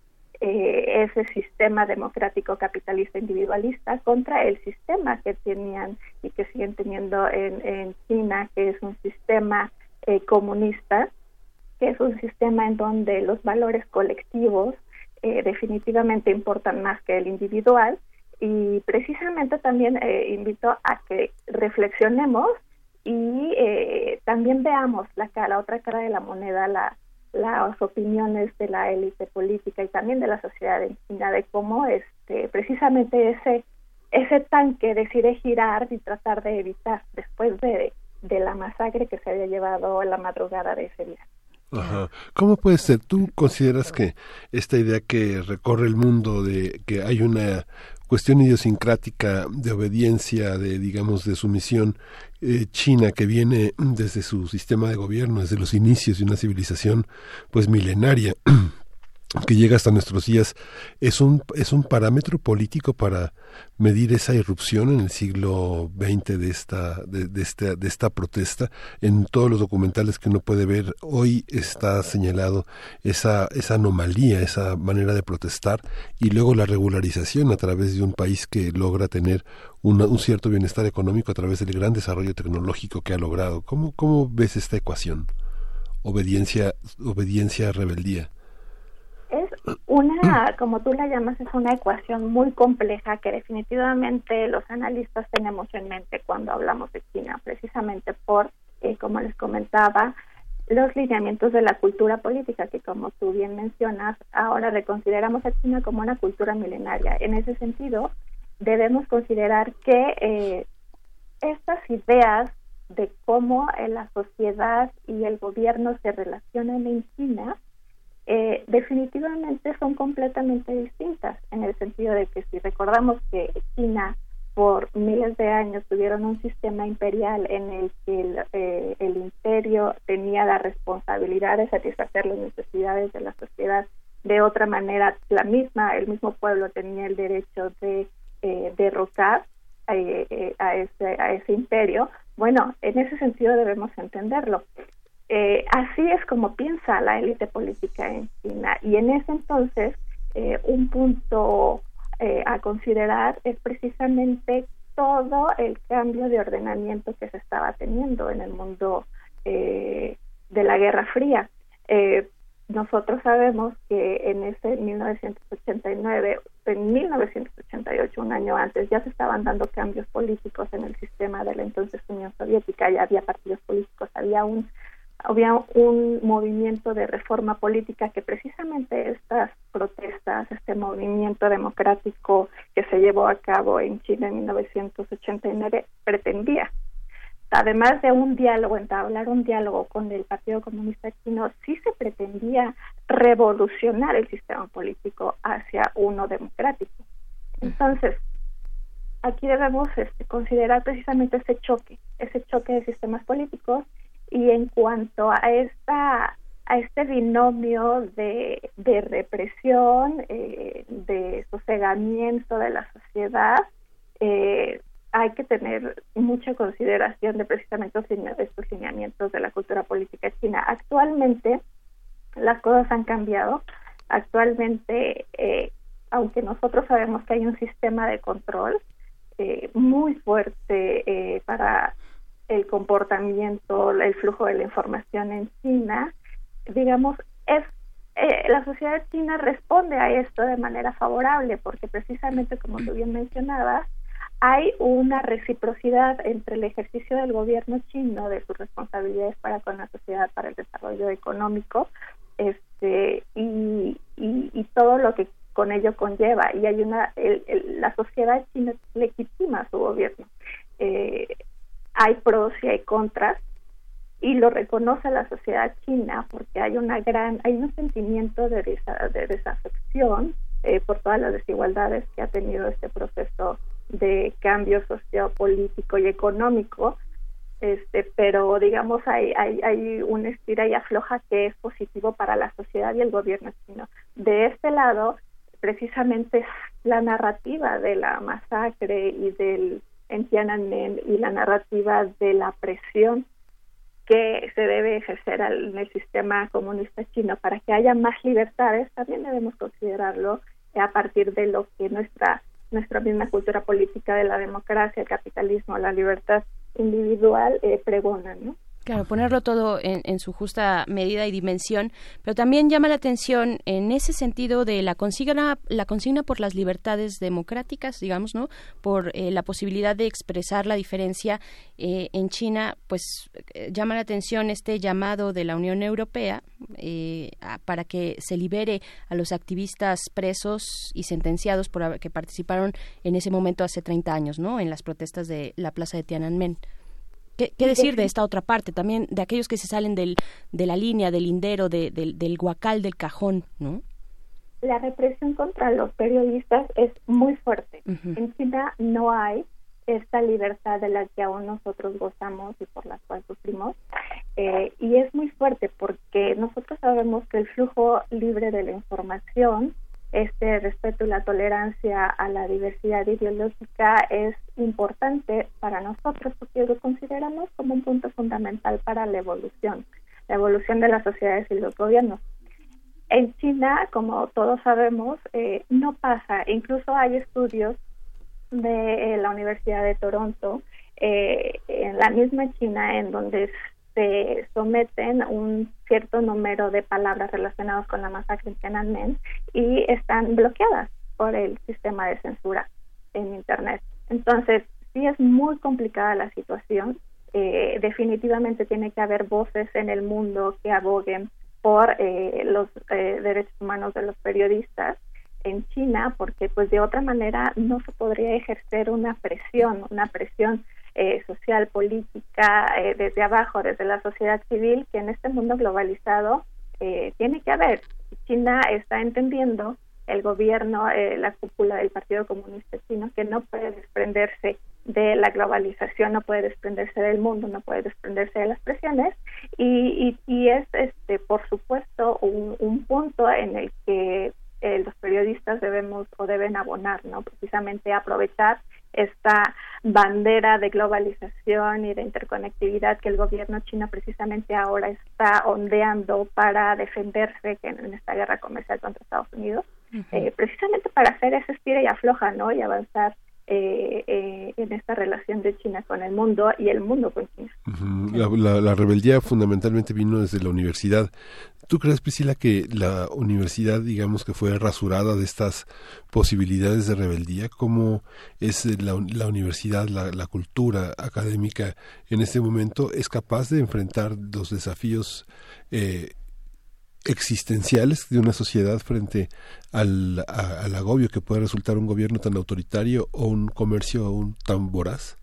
eh, ese sistema democrático capitalista individualista contra el sistema que tenían y que siguen teniendo en, en China, que es un sistema eh, comunista, que es un sistema en donde los valores colectivos eh, definitivamente importan más que el individual. Y precisamente también eh, invito a que reflexionemos y eh, también veamos la, la otra cara de la moneda, la, las opiniones de la élite política y también de la sociedad en China, de cómo este precisamente ese ese tanque decide girar y tratar de evitar después de, de la masacre que se había llevado la madrugada de ese día. Ajá. ¿Cómo puede ser? ¿Tú consideras que esta idea que recorre el mundo de que hay una cuestión idiosincrática de obediencia, de digamos de sumisión eh, china que viene desde su sistema de gobierno, desde los inicios de una civilización pues milenaria que llega hasta nuestros días, es un es un parámetro político para medir esa irrupción en el siglo veinte de esta de, de esta de esta protesta? En todos los documentales que uno puede ver hoy está señalado esa esa anomalía, esa manera de protestar, y luego la regularización a través de un país que logra tener una, un cierto bienestar económico a través del gran desarrollo tecnológico que ha logrado. ¿Cómo cómo ves esta ecuación? Obediencia obediencia rebeldía. Es una, como tú la llamas, es una ecuación muy compleja que definitivamente los analistas tenemos en mente cuando hablamos de China, precisamente por, eh, como les comentaba, los lineamientos de la cultura política, que como tú bien mencionas, ahora reconsideramos a China como una cultura milenaria. En ese sentido, debemos considerar que eh, estas ideas de cómo eh, la sociedad y el gobierno se relacionan en China Eh, definitivamente son completamente distintas, en el sentido de que si recordamos que China por miles de años tuvieron un sistema imperial en el que el, eh, el imperio tenía la responsabilidad de satisfacer las necesidades de la sociedad de otra manera, la misma el mismo pueblo tenía el derecho de eh, derrocar eh, eh, a ese a ese imperio. Bueno, en ese sentido debemos entenderlo. Eh, así es como piensa la élite política en China, y en ese entonces eh, un punto eh, a considerar es precisamente todo el cambio de ordenamiento que se estaba teniendo en el mundo eh, de la Guerra Fría. Eh, nosotros sabemos que en ese mil novecientos ochenta y nueve, en mil novecientos ochenta y ocho, un año antes, ya se estaban dando cambios políticos en el sistema de la entonces Unión Soviética. Ya había partidos políticos, había un había un movimiento de reforma política que precisamente estas protestas, este movimiento democrático que se llevó a cabo en Chile en mil novecientos ochenta y nueve pretendía. Además de un diálogo, entablar un diálogo con el Partido Comunista Chino, sí se pretendía revolucionar el sistema político hacia uno democrático. Entonces, aquí debemos este, considerar precisamente ese choque, ese choque de sistemas políticos. Y en cuanto a esta a este binomio de, de represión, eh, de sosegamiento de la sociedad, eh, hay que tener mucha consideración de precisamente estos lineamientos de la cultura política china. Actualmente las cosas han cambiado. Actualmente, eh, aunque nosotros sabemos que hay un sistema de control eh, muy fuerte eh, para el comportamiento, el flujo de la información en China, digamos, es eh, la sociedad china responde a esto de manera favorable, porque precisamente, como tú bien mencionabas, hay una reciprocidad entre el ejercicio del gobierno chino de sus responsabilidades para con la sociedad, para el desarrollo económico, este y, y, y todo lo que con ello conlleva, y hay una el, el, la sociedad china legitima su gobierno. Eh, hay pros y hay contras, y lo reconoce la sociedad china porque hay una gran hay un sentimiento de, desa, de desafección eh, por todas las desigualdades que ha tenido este proceso de cambio sociopolítico y económico, este pero digamos hay hay hay una estira y afloja que es positivo para la sociedad y el gobierno chino. De este lado, precisamente la narrativa de la masacre y del en Tiananmen y la narrativa de la presión que se debe ejercer en el sistema comunista chino para que haya más libertades, también debemos considerarlo a partir de lo que nuestra nuestra misma cultura política de la democracia, el capitalismo, la libertad individual eh, pregona, ¿no? Claro, ponerlo todo en, en su justa medida y dimensión, pero también llama la atención en ese sentido de la consigna, la consigna por las libertades democráticas, digamos, ¿no? Por eh, la posibilidad de expresar la diferencia eh, en China, pues eh, llama la atención este llamado de la Unión Europea eh, a, para que se libere a los activistas presos y sentenciados por que participaron en ese momento hace treinta años, ¿no? En las protestas de la plaza de Tiananmen. ¿Qué, ¿Qué decir de esta otra parte? También de aquellos que se salen del, de la línea, del lindero, de, del, del guacal, del cajón, ¿no? La represión contra los periodistas es muy fuerte. Uh-huh. En China no hay esta libertad de la que aún nosotros gozamos y por la cual sufrimos. Eh, y es muy fuerte porque nosotros sabemos que el flujo libre de la información, este respeto y la tolerancia a la diversidad ideológica es importante para nosotros porque lo consideramos como un punto fundamental para la evolución, la evolución de las sociedades y los gobiernos. En China, como todos sabemos, eh, no pasa. Incluso hay estudios de eh, la Universidad de Toronto, eh, en la misma China, en donde se someten un cierto número de palabras relacionadas con la masacre en Tiananmen y están bloqueadas por el sistema de censura en Internet. Entonces, sí es muy complicada la situación. Eh, definitivamente tiene que haber voces en el mundo que aboguen por eh, los eh, derechos humanos de los periodistas en China, porque pues de otra manera no se podría ejercer una presión, una presión Eh, social, política, eh, desde abajo, desde la sociedad civil, que en este mundo globalizado eh, tiene que haber. China está entendiendo, el gobierno, eh, la cúpula del Partido Comunista Chino, que no puede desprenderse de la globalización, no puede desprenderse del mundo, no puede desprenderse de las presiones, y, y, y es, este, por supuesto, un, un punto en el que eh, los periodistas debemos o deben abonar, ¿no? Precisamente aprovechar esta bandera de globalización y de interconectividad que el gobierno chino precisamente ahora está ondeando para defenderse en esta guerra comercial contra Estados Unidos, uh-huh. eh, precisamente para hacer ese estira y afloja, ¿no? Y avanzar eh, eh, en esta relación de China con el mundo y el mundo con China. Uh-huh. La, la, la rebeldía fundamentalmente vino desde la universidad. ¿Tú crees, Priscila, que la universidad, digamos, que fue rasurada de estas posibilidades de rebeldía? ¿Cómo es la, la universidad, la, la cultura académica en este momento es capaz de enfrentar los desafíos eh, existenciales de una sociedad frente al, a, al agobio que puede resultar un gobierno tan autoritario o un comercio aún tan voraz?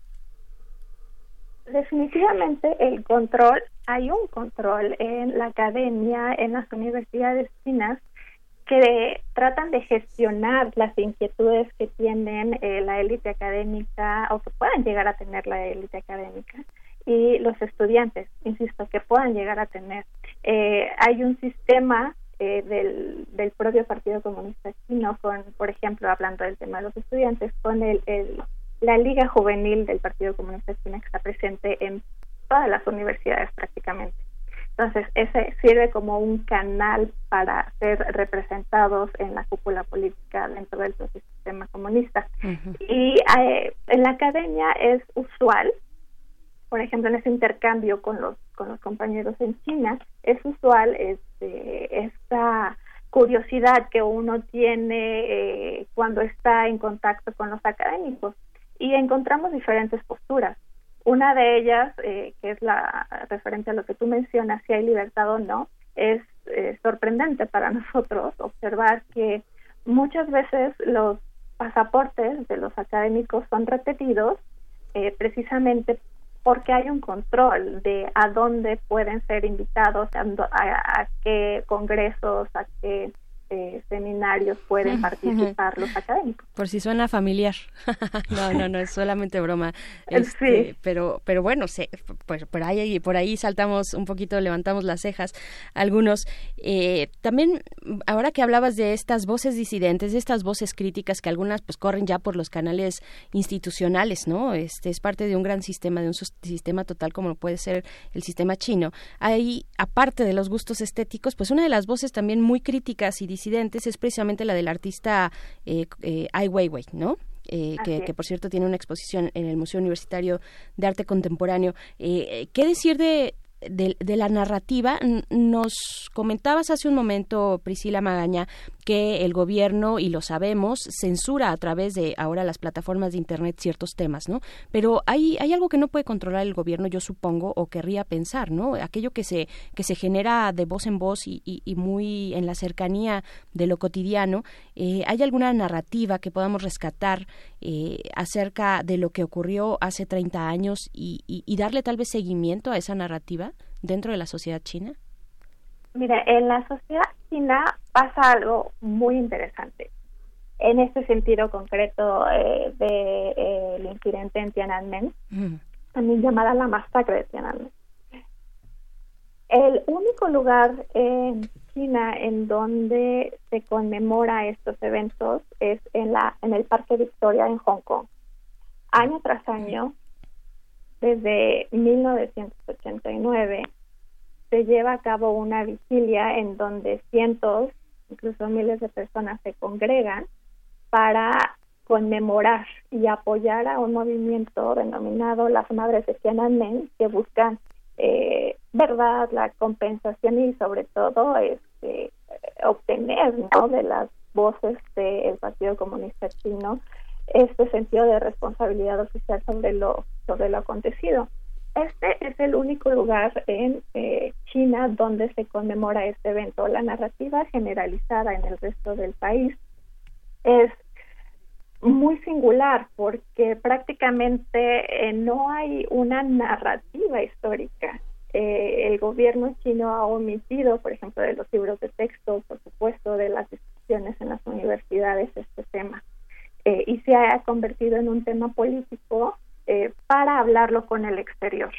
Definitivamente el control, hay un control en la academia, en las universidades chinas, que tratan de gestionar las inquietudes que tienen eh, la élite académica o que puedan llegar a tener la élite académica y los estudiantes, insisto, que puedan llegar a tener. Eh, hay un sistema eh, del, del propio Partido Comunista Chino, con, por ejemplo, hablando del tema de los estudiantes, con el, el la Liga Juvenil del Partido Comunista Chino, que está presente en todas las universidades prácticamente. Entonces, ese sirve como un canal para ser representados en la cúpula política dentro del propio sistema comunista. Uh-huh. Y eh, en la academia es usual, por ejemplo, en ese intercambio con los con los compañeros en China, es usual este, esta curiosidad que uno tiene eh, cuando está en contacto con los académicos. Y encontramos diferentes posturas. Una de ellas, eh, que es la referente a lo que tú mencionas, si hay libertad o no, es eh, sorprendente para nosotros observar que muchas veces los pasaportes de los académicos son repetidos eh, precisamente porque hay un control de a dónde pueden ser invitados, a, a, a qué congresos, a qué Eh, seminarios pueden participar los académicos. Por si suena familiar. no, no, no, es solamente broma. Este, sí. Pero, pero bueno, se, pues por ahí, por ahí saltamos un poquito, levantamos las cejas algunos. Eh, también, ahora que hablabas de estas voces disidentes, de estas voces críticas, que algunas pues corren ya por los canales institucionales, ¿no? Este es parte de un gran sistema, de un sistema total como puede ser el sistema chino. Hay, aparte de los gustos estéticos, pues una de las voces también muy críticas y disidentes es precisamente la del artista eh, eh, Ai Weiwei, ¿no? Eh, que, que por cierto tiene una exposición en el Museo Universitario de Arte Contemporáneo. Eh, ¿Qué decir de, de, de la narrativa? Nos comentabas hace un momento, Priscila Magaña, que el gobierno, y lo sabemos, censura a través de ahora las plataformas de Internet ciertos temas, ¿no? Pero hay, hay algo que no puede controlar el gobierno, yo supongo, o querría pensar, ¿no? Aquello que se, que se genera de voz en voz y, y, y muy en la cercanía de lo cotidiano. Eh, ¿Hay alguna narrativa que podamos rescatar eh, acerca de lo que ocurrió hace treinta años y, y, y darle tal vez seguimiento a esa narrativa dentro de la sociedad china? Mira, en la sociedad china pasa algo muy interesante. En este sentido concreto eh, de eh, el incidente en Tiananmen, mm. también llamada la masacre de Tiananmen. El único lugar en China en donde se conmemora estos eventos es en la en el Parque Victoria en Hong Kong. Año tras año, desde mil novecientos ochenta y nueve, se lleva a cabo una vigilia en donde cientos, incluso miles de personas se congregan para conmemorar y apoyar a un movimiento denominado las Madres de Tiananmen, que buscan eh, verdad, la compensación y sobre todo este, obtener, ¿no?, de las voces del Partido Comunista Chino este sentido de responsabilidad oficial sobre lo sobre lo acontecido. Este es el único lugar en eh, China donde se conmemora este evento. La narrativa generalizada en el resto del país es muy singular porque prácticamente eh, no hay una narrativa histórica. Eh, el gobierno chino ha omitido, por ejemplo, de los libros de texto, por supuesto, de las discusiones en las universidades este tema. Eh, y se ha convertido en un tema político eh, para hablarlo con el exterior.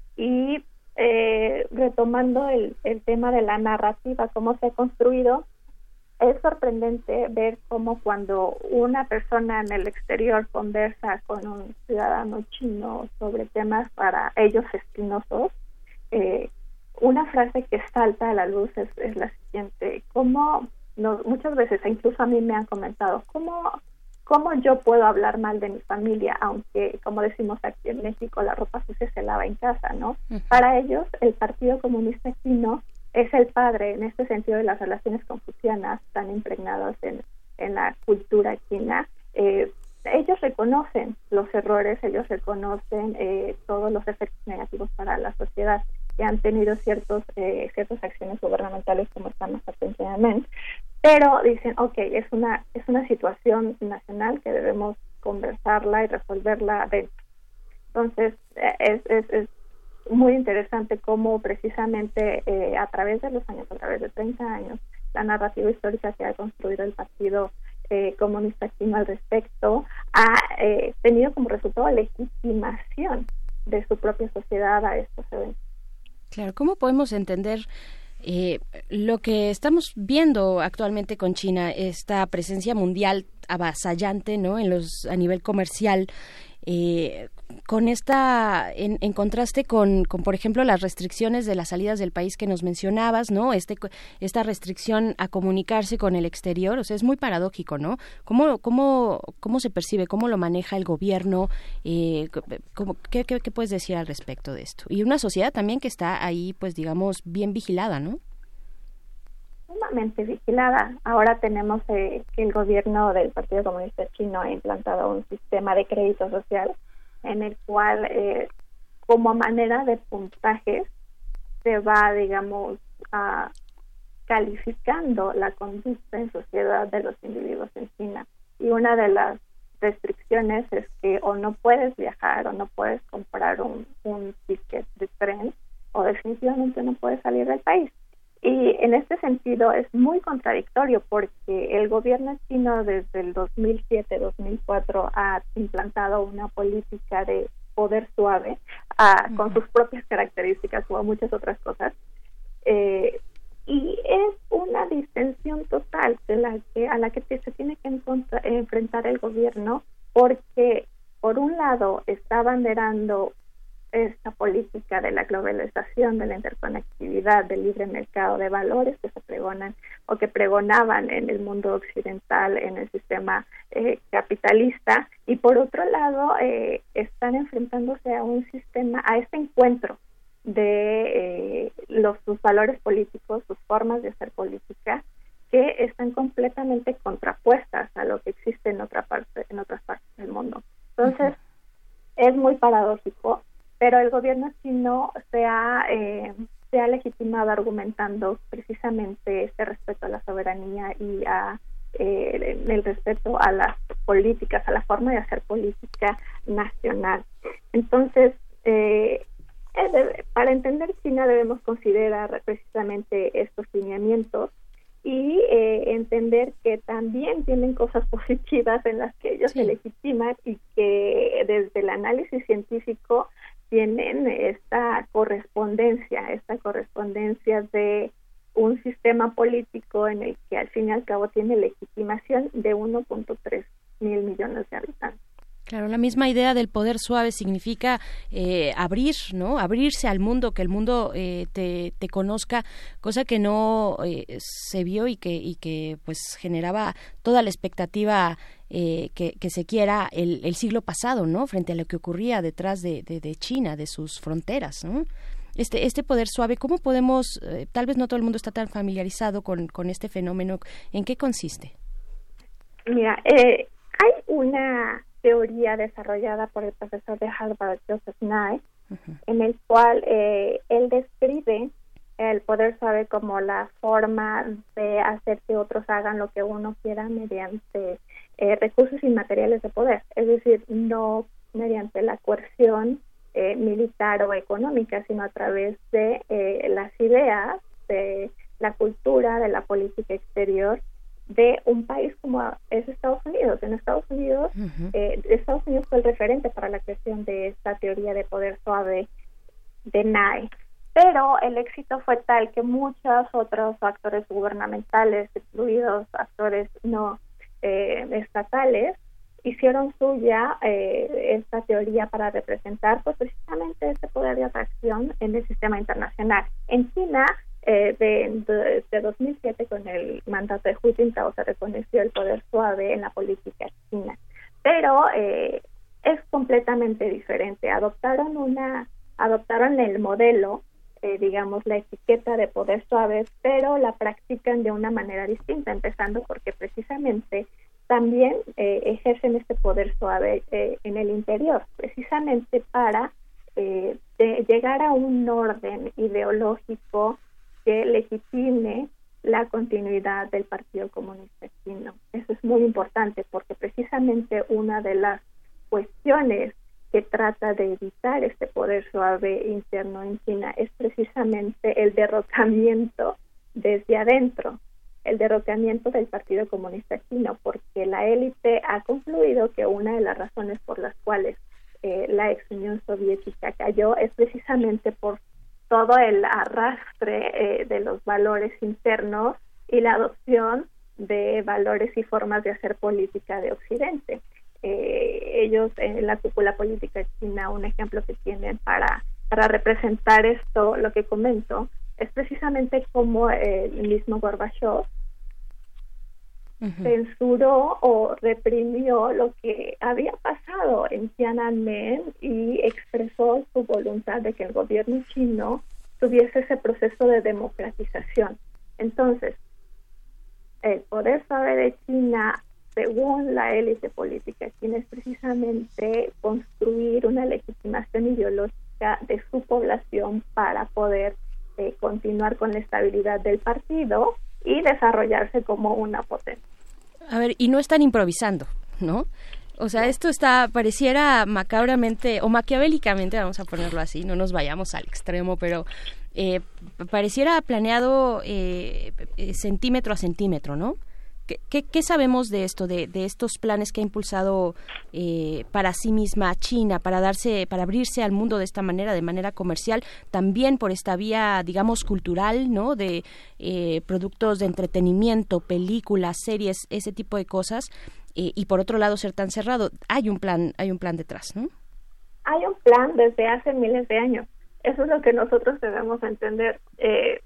Y eh, retomando el, el tema de la narrativa, cómo se ha construido, es sorprendente ver cómo cuando una persona en el exterior conversa con un ciudadano chino sobre temas para ellos espinosos, eh, una frase que salta a la luz es, es la siguiente: cómo no, muchas veces, incluso a mí me han comentado, cómo ¿Cómo yo puedo hablar mal de mi familia? Aunque, como decimos aquí en México, la ropa sucia se lava en casa, ¿no? Uh-huh. Para ellos, el Partido Comunista Chino es el padre, en este sentido, de las relaciones confucianas tan impregnadas en, en la cultura china. Eh, ellos reconocen los errores, ellos reconocen eh, todos los efectos negativos para la sociedad que han tenido ciertos eh, ciertas acciones gubernamentales como esta masacre en Tiananmen. Pero dicen, ok, es una es una situación nacional que debemos conversarla y resolverla dentro. Entonces, es, es, es muy interesante cómo precisamente eh, a través de los años, a través de treinta años, la narrativa histórica que ha construido el Partido eh, Comunista Chino al respecto ha eh, tenido como resultado legitimación de su propia sociedad a estos eventos. Claro, ¿cómo podemos entender Eh, lo que estamos viendo actualmente con China, esta presencia mundial avasallante, ¿no?, en los a nivel comercial, eh, con esta en, en contraste con, con, por ejemplo, las restricciones de las salidas del país que nos mencionabas, ¿no? Este esta restricción a comunicarse con el exterior, o sea, es muy paradójico, ¿no? ¿Cómo cómo cómo se percibe, cómo lo maneja el gobierno? Eh, cómo, ¿qué, qué, ¿Qué puedes decir al respecto de esto? Y una sociedad también que está ahí, pues, digamos, bien vigilada, ¿no? Sumamente vigilada. Ahora tenemos eh, que el gobierno del Partido Comunista Chino ha implantado un sistema de crédito social en el cual, eh, como manera de puntajes, se va, digamos, a calificando la conducta en sociedad de los individuos en China. Y una de las restricciones es que o no puedes viajar o no puedes comprar un, un ticket de tren, o definitivamente no puedes salir del país. Y en este sentido es muy contradictorio porque el gobierno chino desde el dos mil siete dos mil cuatro ha implantado una política de poder suave, a, con sus propias características, como muchas otras cosas. Eh, y es una distensión total de la que, a la que se tiene que encontrar, enfrentar el gobierno, porque por un lado está abanderando esta política de la globalización, de la interconectividad, del libre mercado, de valores que se pregonan o que pregonaban en el mundo occidental, en el sistema eh, capitalista, y por otro lado eh, están enfrentándose a un sistema, a este encuentro de eh, los sus valores políticos, sus formas de hacer política, que están completamente contrapuestas a lo que existe en otra parte, en otras partes del mundo. Entonces, uh-huh. es muy paradójico, pero el gobierno chino se ha, eh, se ha legitimado argumentando precisamente este respeto a la soberanía y a eh, el respeto a las políticas, a la forma de hacer política nacional. Entonces, eh, eh, para entender China debemos considerar precisamente estos lineamientos y eh, entender que también tienen cosas positivas en las que ellos sí. se legitiman y que desde el análisis científico tienen esta correspondencia, esta correspondencia de un sistema político en el que al fin y al cabo tiene legitimación de uno punto tres mil millones de habitantes. Claro, la misma idea del poder suave significa eh, abrir, ¿no? Abrirse al mundo, que el mundo eh, te, te conozca, cosa que no eh, se vio y que y que pues generaba toda la expectativa eh, que, que se quiera el, el siglo pasado, ¿no? Frente a lo que ocurría detrás de, de, de China, de sus fronteras, ¿no? Este, este poder suave, ¿cómo podemos, eh, tal vez no todo el mundo está tan familiarizado con, con este fenómeno, ¿en qué consiste? Mira, eh, hay una teoría desarrollada por el profesor de Harvard, Joseph Nye, uh-huh. en el cual eh, él describe el poder suave como la forma de hacer que otros hagan lo que uno quiera mediante eh, recursos inmateriales de poder, es decir, no mediante la coerción eh, militar o económica, sino a través de eh, las ideas, de la cultura, de la política exterior, de un país como es Estados Unidos. En Estados Unidos, uh-huh. eh, Estados Unidos fue el referente para la creación de esta teoría de poder suave de Nye. Pero el éxito fue tal que muchos otros actores gubernamentales, incluidos actores no eh, estatales, hicieron suya eh, esta teoría para representar pues, precisamente este poder de atracción en el sistema internacional. En China, Eh, de, de, de dos mil siete, con el mandato de Hu Jintao, se reconoció el poder suave en la política china, pero eh, es completamente diferente. Adoptaron una, adoptaron el modelo, eh, digamos, la etiqueta de poder suave, pero la practican de una manera distinta, empezando porque precisamente también eh, ejercen este poder suave eh, en el interior, precisamente para eh, de llegar a un orden ideológico que legitime la continuidad del Partido Comunista Chino. Eso es muy importante porque precisamente una de las cuestiones que trata de evitar este poder suave interno en China es precisamente el derrocamiento desde adentro, el derrocamiento del Partido Comunista Chino, porque la élite ha concluido que una de las razones por las cuales eh, la ex Unión Soviética cayó es precisamente por todo el arrastre eh, de los valores internos y la adopción de valores y formas de hacer política de Occidente. Eh, ellos en la cúpula política china, un ejemplo que tienen para, para representar esto, lo que comento, es precisamente como el mismo Gorbachev uh-huh. censuró o reprimió lo que había pasado en Tiananmen y expresó su voluntad de que el gobierno chino tuviese ese proceso de democratización. Entonces, el poder suave de China, según la élite política china, es precisamente construir una legitimación ideológica de su población para poder eh, continuar con la estabilidad del partido y desarrollarse como una potencia. A ver, y no están improvisando, ¿no? O sea, esto está, pareciera macabramente, o maquiavélicamente, vamos a ponerlo así, no nos vayamos al extremo, pero eh, pareciera planeado eh, eh, centímetro a centímetro, ¿no? ¿Qué, qué, qué sabemos de esto, de, de estos planes que ha impulsado eh, para sí misma China, para darse, para abrirse al mundo de esta manera, de manera comercial, también por esta vía, digamos, cultural, ¿no? De eh, productos de entretenimiento, películas, series, ese tipo de cosas, eh, y por otro lado ser tan cerrado. Hay un plan, hay un plan detrás, ¿no? Hay un plan desde hace miles de años. Eso es lo que nosotros debemos entender. Eh,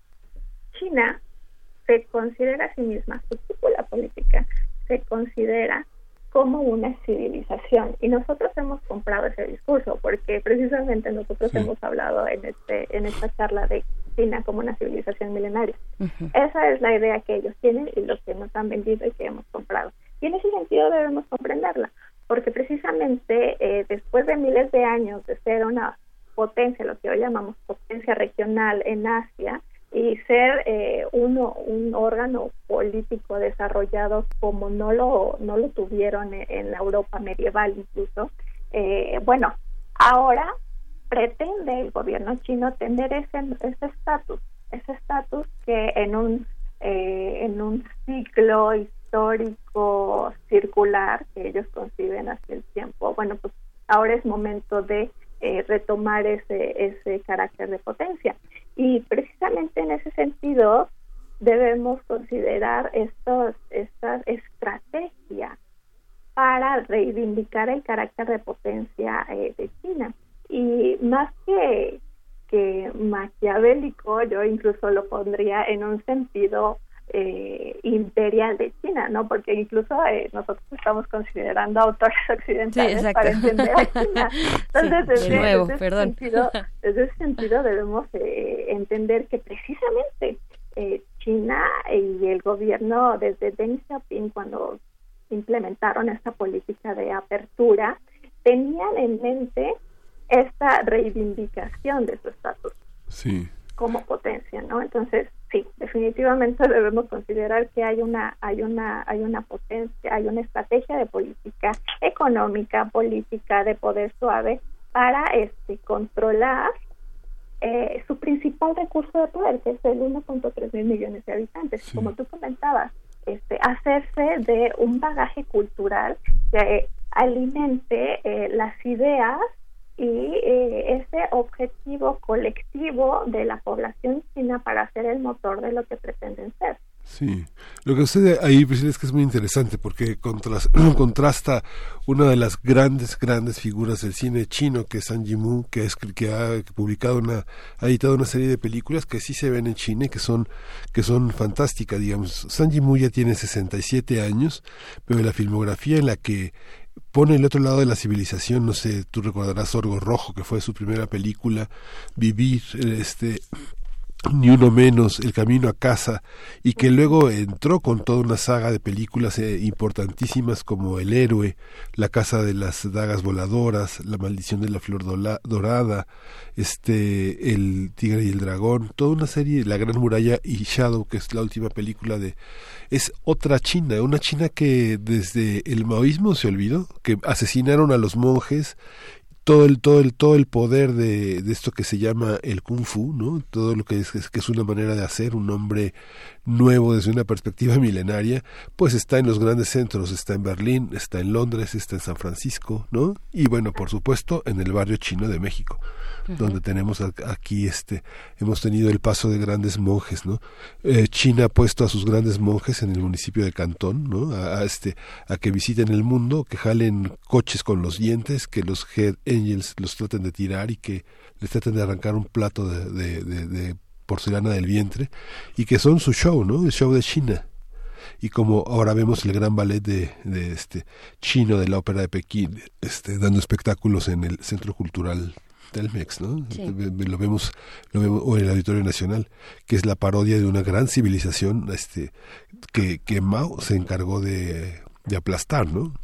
China se considera a sí misma, su cúpula política se considera como una civilización, y nosotros hemos comprado ese discurso porque precisamente nosotros sí. hemos hablado en este en esta charla de China como una civilización milenaria. Uh-huh. Esa es la idea que ellos tienen y lo que nos han vendido y que hemos comprado. Y en ese sentido debemos comprenderla, porque precisamente eh, después de miles de años de ser una potencia, lo que hoy llamamos potencia regional en Asia, y ser eh, uno un órgano político desarrollado como no lo no lo tuvieron en, en la Europa medieval incluso, eh, bueno, ahora pretende el gobierno chino tener ese ese estatus, ese estatus que en un eh, en un ciclo histórico circular que ellos conciben hacia el tiempo, bueno, pues ahora es momento de eh, retomar ese ese carácter de potencia. Y precisamente en ese sentido debemos considerar estos, estas estrategias para reivindicar el carácter de potencia eh, de China. Y más que, que maquiavélico, yo incluso lo pondría en un sentido eh, imperial de China, ¿no? Porque incluso eh, nosotros estamos considerando autores occidentales sí, para entender a China. Entonces, sí, desde, nuevo, desde, ese sentido, desde ese sentido debemos eh, entender que precisamente eh, China y el gobierno desde Deng Xiaoping, cuando implementaron esta política de apertura, tenían en mente esta reivindicación de su estatus sí. como potencia, ¿no? Entonces, sí, definitivamente debemos considerar que hay una hay una hay una potencia, hay una estrategia de política económica, política de poder suave para este controlar eh, su principal recurso de poder, que es el uno punto tres mil millones de habitantes. Sí. Como tú comentabas, este hacerse de un bagaje cultural que alimente eh, las ideas y eh, ese objetivo colectivo de la población china para ser el motor de lo que pretenden ser. Sí, lo que sucede ahí pues, es que es muy interesante porque contras, contrasta una de las grandes, grandes figuras del cine chino, que es Zhang Yimou, que, es, que ha publicado una, ha editado una serie de películas que sí se ven en China y que son, que son fantásticas, digamos. Zhang Yimou ya tiene sesenta y siete años, pero la filmografía en la que pone el otro lado de la civilización, no sé, tú recordarás Orgo Rojo, que fue su primera película, Vivir, este... Ni uno menos, El camino a casa, y que luego entró con toda una saga de películas eh, importantísimas como El héroe, La casa de las dagas voladoras, La maldición de la flor dola, dorada, este, El tigre y el dragón, toda una serie, La gran muralla y Shadow, que es la última película de... Es otra China, una China que desde el maoísmo se olvidó, que asesinaron a los monjes, todo el todo el todo el poder de, de esto que se llama el kung fu, ¿no? Todo lo que es que es una manera de hacer un hombre nuevo desde una perspectiva milenaria, pues está en los grandes centros, está en Berlín, está en Londres, está en San Francisco, ¿no? Y bueno, por supuesto, en el barrio chino de México, uh-huh. donde tenemos aquí este hemos tenido el paso de grandes monjes, ¿no? Eh, China ha puesto a sus grandes monjes en el municipio de Cantón, ¿no? A, a este a que visiten el mundo, que jalen coches con los dientes, que los Hells Angels los traten de tirar y que les traten de arrancar un plato de, de, de, de porcelana del vientre, y que son su show, ¿no? El show de China. Y como ahora vemos el gran ballet de, de este chino de la ópera de Pekín, este dando espectáculos en el Centro Cultural Telmex, ¿no? Sí. Lo vemos, lo vemos o en el Auditorio Nacional, que es la parodia de una gran civilización, este que, que Mao se encargó de, de aplastar, ¿no?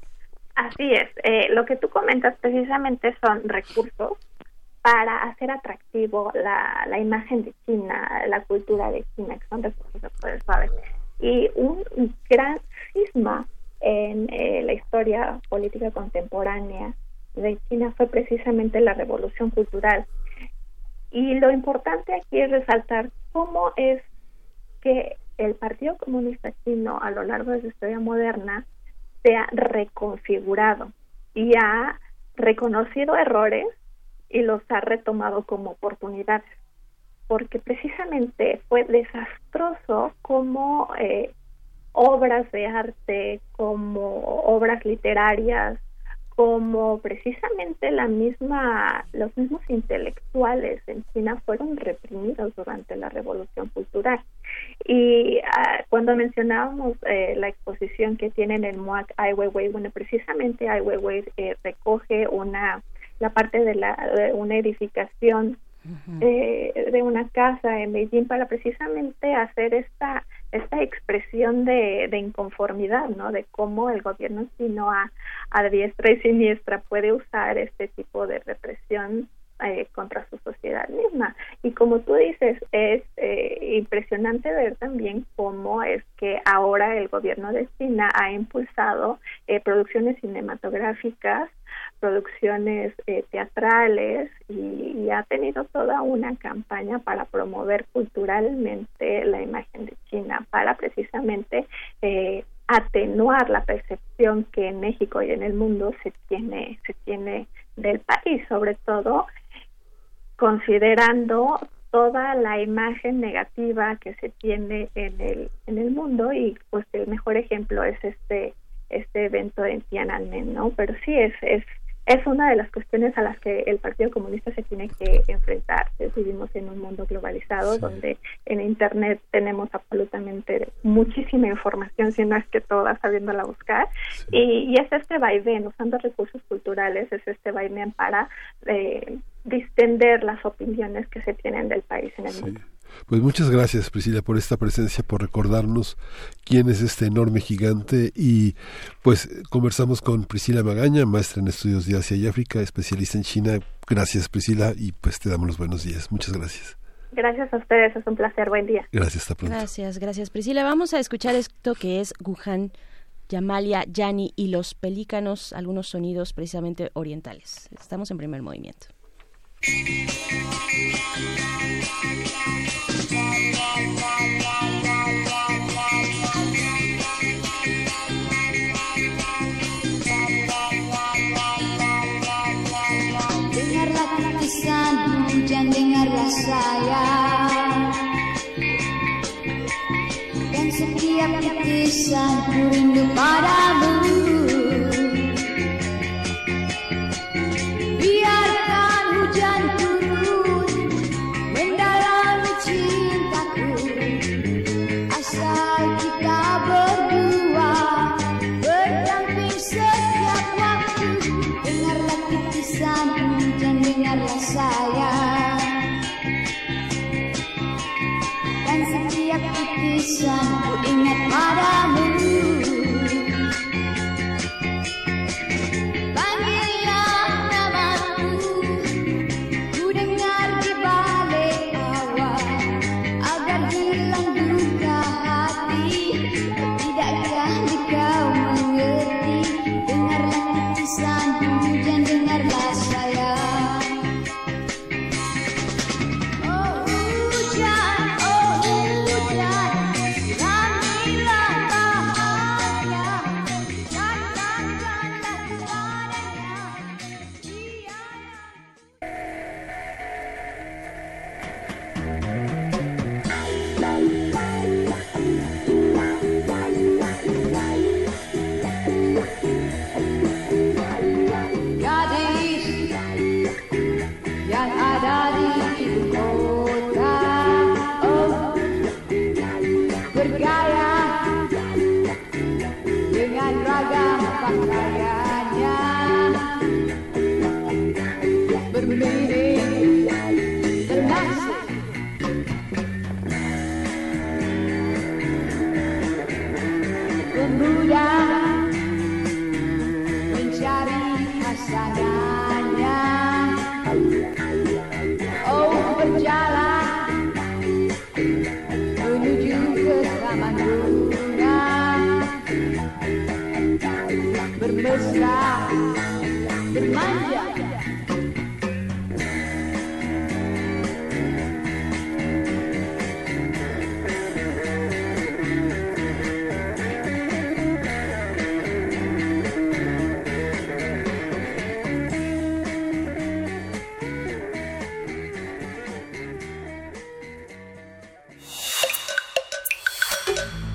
Así es. Eh, lo que tú comentas precisamente son recursos para hacer atractivo la, la imagen de China, la cultura de China, que son recursos de poder suave. Y un gran cisma en eh, la historia política contemporánea de China fue precisamente la revolución cultural. Y lo importante aquí es resaltar cómo es que el Partido Comunista Chino a lo largo de su historia moderna se ha reconfigurado y ha reconocido errores y los ha retomado como oportunidades, porque precisamente fue desastroso como eh, obras de arte, como obras literarias, como precisamente la misma, los mismos intelectuales en China fueron reprimidos durante la Revolución Cultural. Y uh, cuando mencionábamos eh, la exposición que tiene en el M U A C Ai Weiwei, bueno, precisamente Ai Weiwei eh, recoge una la parte de, la, de una edificación uh-huh. eh, de una casa en Beijing para precisamente hacer esta esta expresión de, de inconformidad, ¿no? De cómo el gobierno chino a, a diestra y siniestra puede usar este tipo de represión eh, contra su sociedad misma. Y como tú dices, es eh, impresionante ver también cómo es que ahora el gobierno de China ha impulsado eh, producciones cinematográficas, producciones eh, teatrales y, y ha tenido toda una campaña para promover culturalmente la imagen de China, para precisamente eh, atenuar la percepción que en México y en el mundo se tiene se tiene del país, sobre todo considerando toda la imagen negativa que se tiene en el en el mundo, y pues el mejor ejemplo es este este evento en Tiananmen, ¿no? Pero sí es es es una de las cuestiones a las que el Partido Comunista se tiene que enfrentar. Vivimos en un mundo globalizado, sí, donde en Internet tenemos absolutamente muchísima información, si no es que toda, sabiéndola buscar, sí. y, y es este vaivén, usando recursos culturales, es este vaivén para eh, distender las opiniones que se tienen del país en el sí. mundo. Pues muchas gracias, Priscila, por esta presencia, por recordarnos quién es este enorme gigante, y pues conversamos con Priscila Magaña, maestra en estudios de Asia y África, especialista en China. Gracias, Priscila, y pues te damos los buenos días. Muchas gracias. Gracias a ustedes, es un placer, buen día. Gracias, hasta pronto. Gracias, gracias, Priscila. Vamos a escuchar esto que es Wuhan, Yamalia, Yani y los pelícanos, algunos sonidos precisamente orientales. Estamos en Primer Movimiento. Dengarlah titisan hujan, dengarlah saya, dan setiap titisan ku rindu padamu. Biarkan hujan turun mendalami cintaku, asal kita berdua berdamping setiap waktu. Dengarlah titisan hujan, dengarlah saya, dan setiap titisan ku ingat padamu.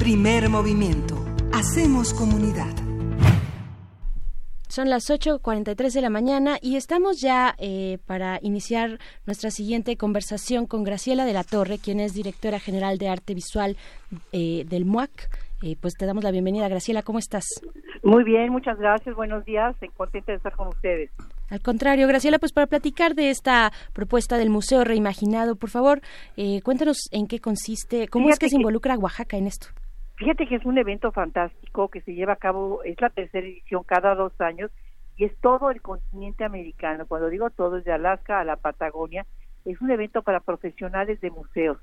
Primer movimiento. Hacemos comunidad. Son las ocho cuarenta y tres de la mañana y estamos ya eh, para iniciar nuestra siguiente conversación con Graciela de la Torre, quien es directora general de arte visual eh, del M U A C. Eh, pues te damos la bienvenida, Graciela, ¿cómo estás? Muy bien, muchas gracias, buenos días, contenta de estar con ustedes. Al contrario, Graciela, pues para platicar de esta propuesta del Museo Reimaginado, por favor, eh, cuéntanos en qué consiste, cómo Fíjate es que, que se involucra Oaxaca en esto. Fíjate que es un evento fantástico que se lleva a cabo, es la tercera edición cada dos años y es todo el continente americano. Cuando digo todo, es de Alaska a la Patagonia. Es un evento para profesionales de museos.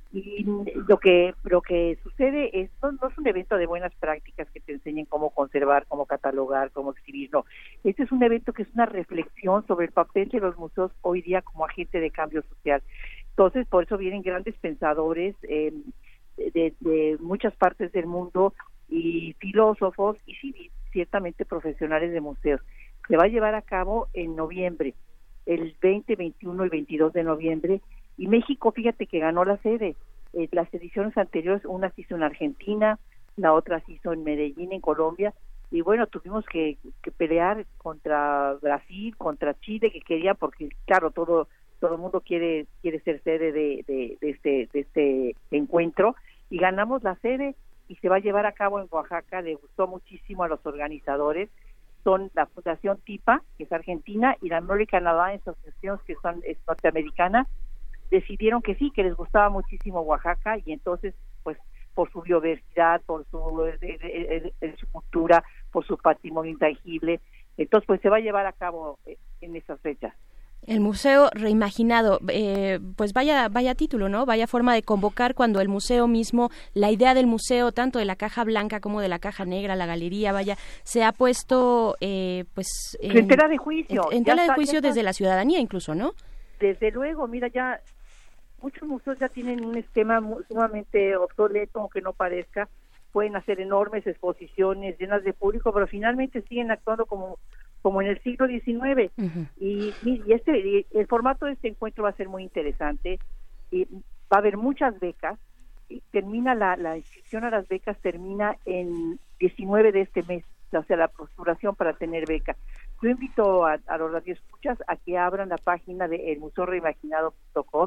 Y lo que lo que sucede es, no, no es un evento de buenas prácticas que te enseñen cómo conservar, cómo catalogar, cómo exhibir, no. Este es un evento que es una reflexión sobre el papel de los museos hoy día como agente de cambio social. Entonces, por eso vienen grandes pensadores, eh, De, de muchas partes del mundo y filósofos y sí, ciertamente profesionales de museos. Se va a llevar a cabo en noviembre, el veinte, veintiuno y veintidós de noviembre, y México, fíjate que ganó la sede. Eh, las ediciones anteriores, una se hizo en Argentina, la otra se hizo en Medellín, en Colombia, y bueno, tuvimos que, que pelear contra Brasil, contra Chile, que quería, porque claro, todo todo el mundo quiere quiere ser sede de, de, de este de este encuentro, y ganamos la sede y se va a llevar a cabo en Oaxaca. Le gustó muchísimo a los organizadores. Son la Fundación TIPA, que es argentina, y la American Alliance of Museums, que son es norteamericana. Decidieron que sí, que les gustaba muchísimo Oaxaca, y entonces pues por su biodiversidad, por su, de, de, de, de su cultura, por su patrimonio intangible, entonces pues se va a llevar a cabo en esas fechas. El Museo Reimaginado, eh, pues vaya vaya título, ¿no? Vaya forma de convocar cuando el museo mismo, la idea del museo, tanto de la caja blanca como de la caja negra, la galería, vaya, se ha puesto, eh, pues... En, en tela de juicio. En, en tela de juicio desde la ciudadanía incluso, ¿no? Desde luego, mira, ya muchos museos ya tienen un esquema sumamente obsoleto, aunque no parezca. Pueden hacer enormes exposiciones llenas de público, pero finalmente siguen actuando como como en el siglo diecinueve. Uh-huh. y, y este y el formato de este encuentro va a ser muy interesante, y va a haber muchas becas, y termina la, la inscripción a las becas termina en diecinueve de este mes, o sea, la postulación para tener beca. Yo invito a, a los radioescuchas a que abran la página de el museo reimaginado punto com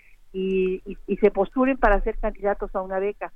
y, y, y se postulen para ser candidatos a una beca,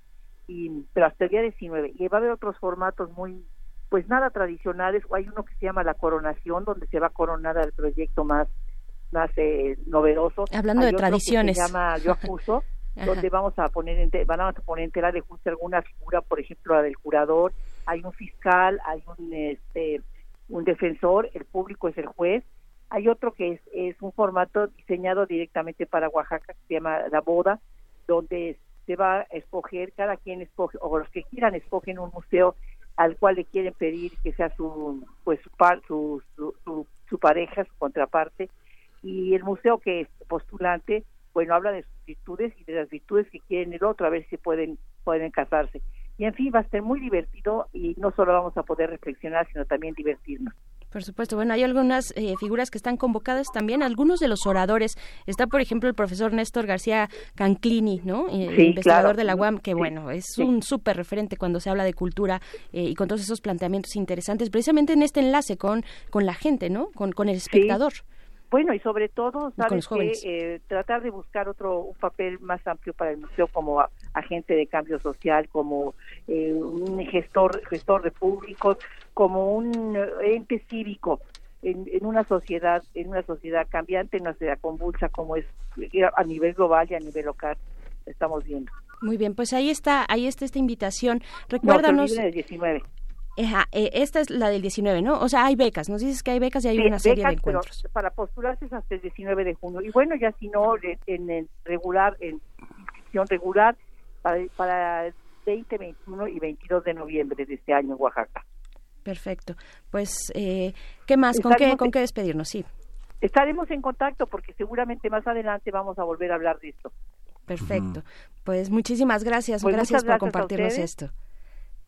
y pero hasta el día diecinueve. Y va a haber otros formatos muy pues nada tradicionales. Hay uno que se llama La Coronación, donde se va a coronar al proyecto más más eh, novedoso. Hablando Hay de otro tradiciones. Que se llama Yo Acuso, donde vamos a poner en te, van a poner en tela de juicio alguna figura, por ejemplo la del curador. Hay un fiscal, hay un este un defensor, el público es el juez. Hay otro que es es un formato diseñado directamente para Oaxaca, que se llama La Boda, donde se va a escoger, cada quien escoge, o los que quieran escogen un museo al cual le quieren pedir que sea su pues su, par, su, su, su, su pareja, su contraparte, y el museo que es postulante, bueno, habla de sus virtudes y de las virtudes que quieren el otro, a ver si pueden pueden casarse. Y en fin, va a ser muy divertido, y no solo vamos a poder reflexionar, sino también divertirnos. Por supuesto. Bueno, hay algunas eh, figuras que están convocadas también, algunos de los oradores. Está, por ejemplo, el profesor Néstor García Canclini, ¿no? Eh, sí, investigador claro. de la U A M, que sí, bueno, es sí. un súper referente cuando se habla de cultura eh, y con todos esos planteamientos interesantes, precisamente en este enlace con, con la gente, ¿no? Con, con el espectador. Sí. Bueno, y sobre todo, sabes que eh, tratar de buscar otro un papel más amplio para el museo como a, agente de cambio social, como eh, un gestor gestor de públicos, como un ente cívico en, en una sociedad en una sociedad cambiante, en una sociedad convulsa como es a nivel global y a nivel local estamos viendo. Muy bien, pues ahí está ahí está esta invitación. Recuérdanos. No, el diecinueve. Ajá, eh, esta es la del diecinueve, ¿no? O sea, hay becas, nos dices que hay becas y hay sí, una serie becas, de encuentros. Pero para postularse es hasta el diecinueve de junio. Y bueno, ya si no, en el regular, en inscripción regular, para, para veinte, veintiuno y veintidós de noviembre de este año en Oaxaca. Perfecto. Pues, eh, ¿qué más? ¿Con qué, ¿Con qué despedirnos? Sí. Estaremos en contacto porque seguramente más adelante vamos a volver a hablar de esto. Perfecto. Uh-huh. Pues muchísimas gracias. Pues gracias por gracias compartirnos esto.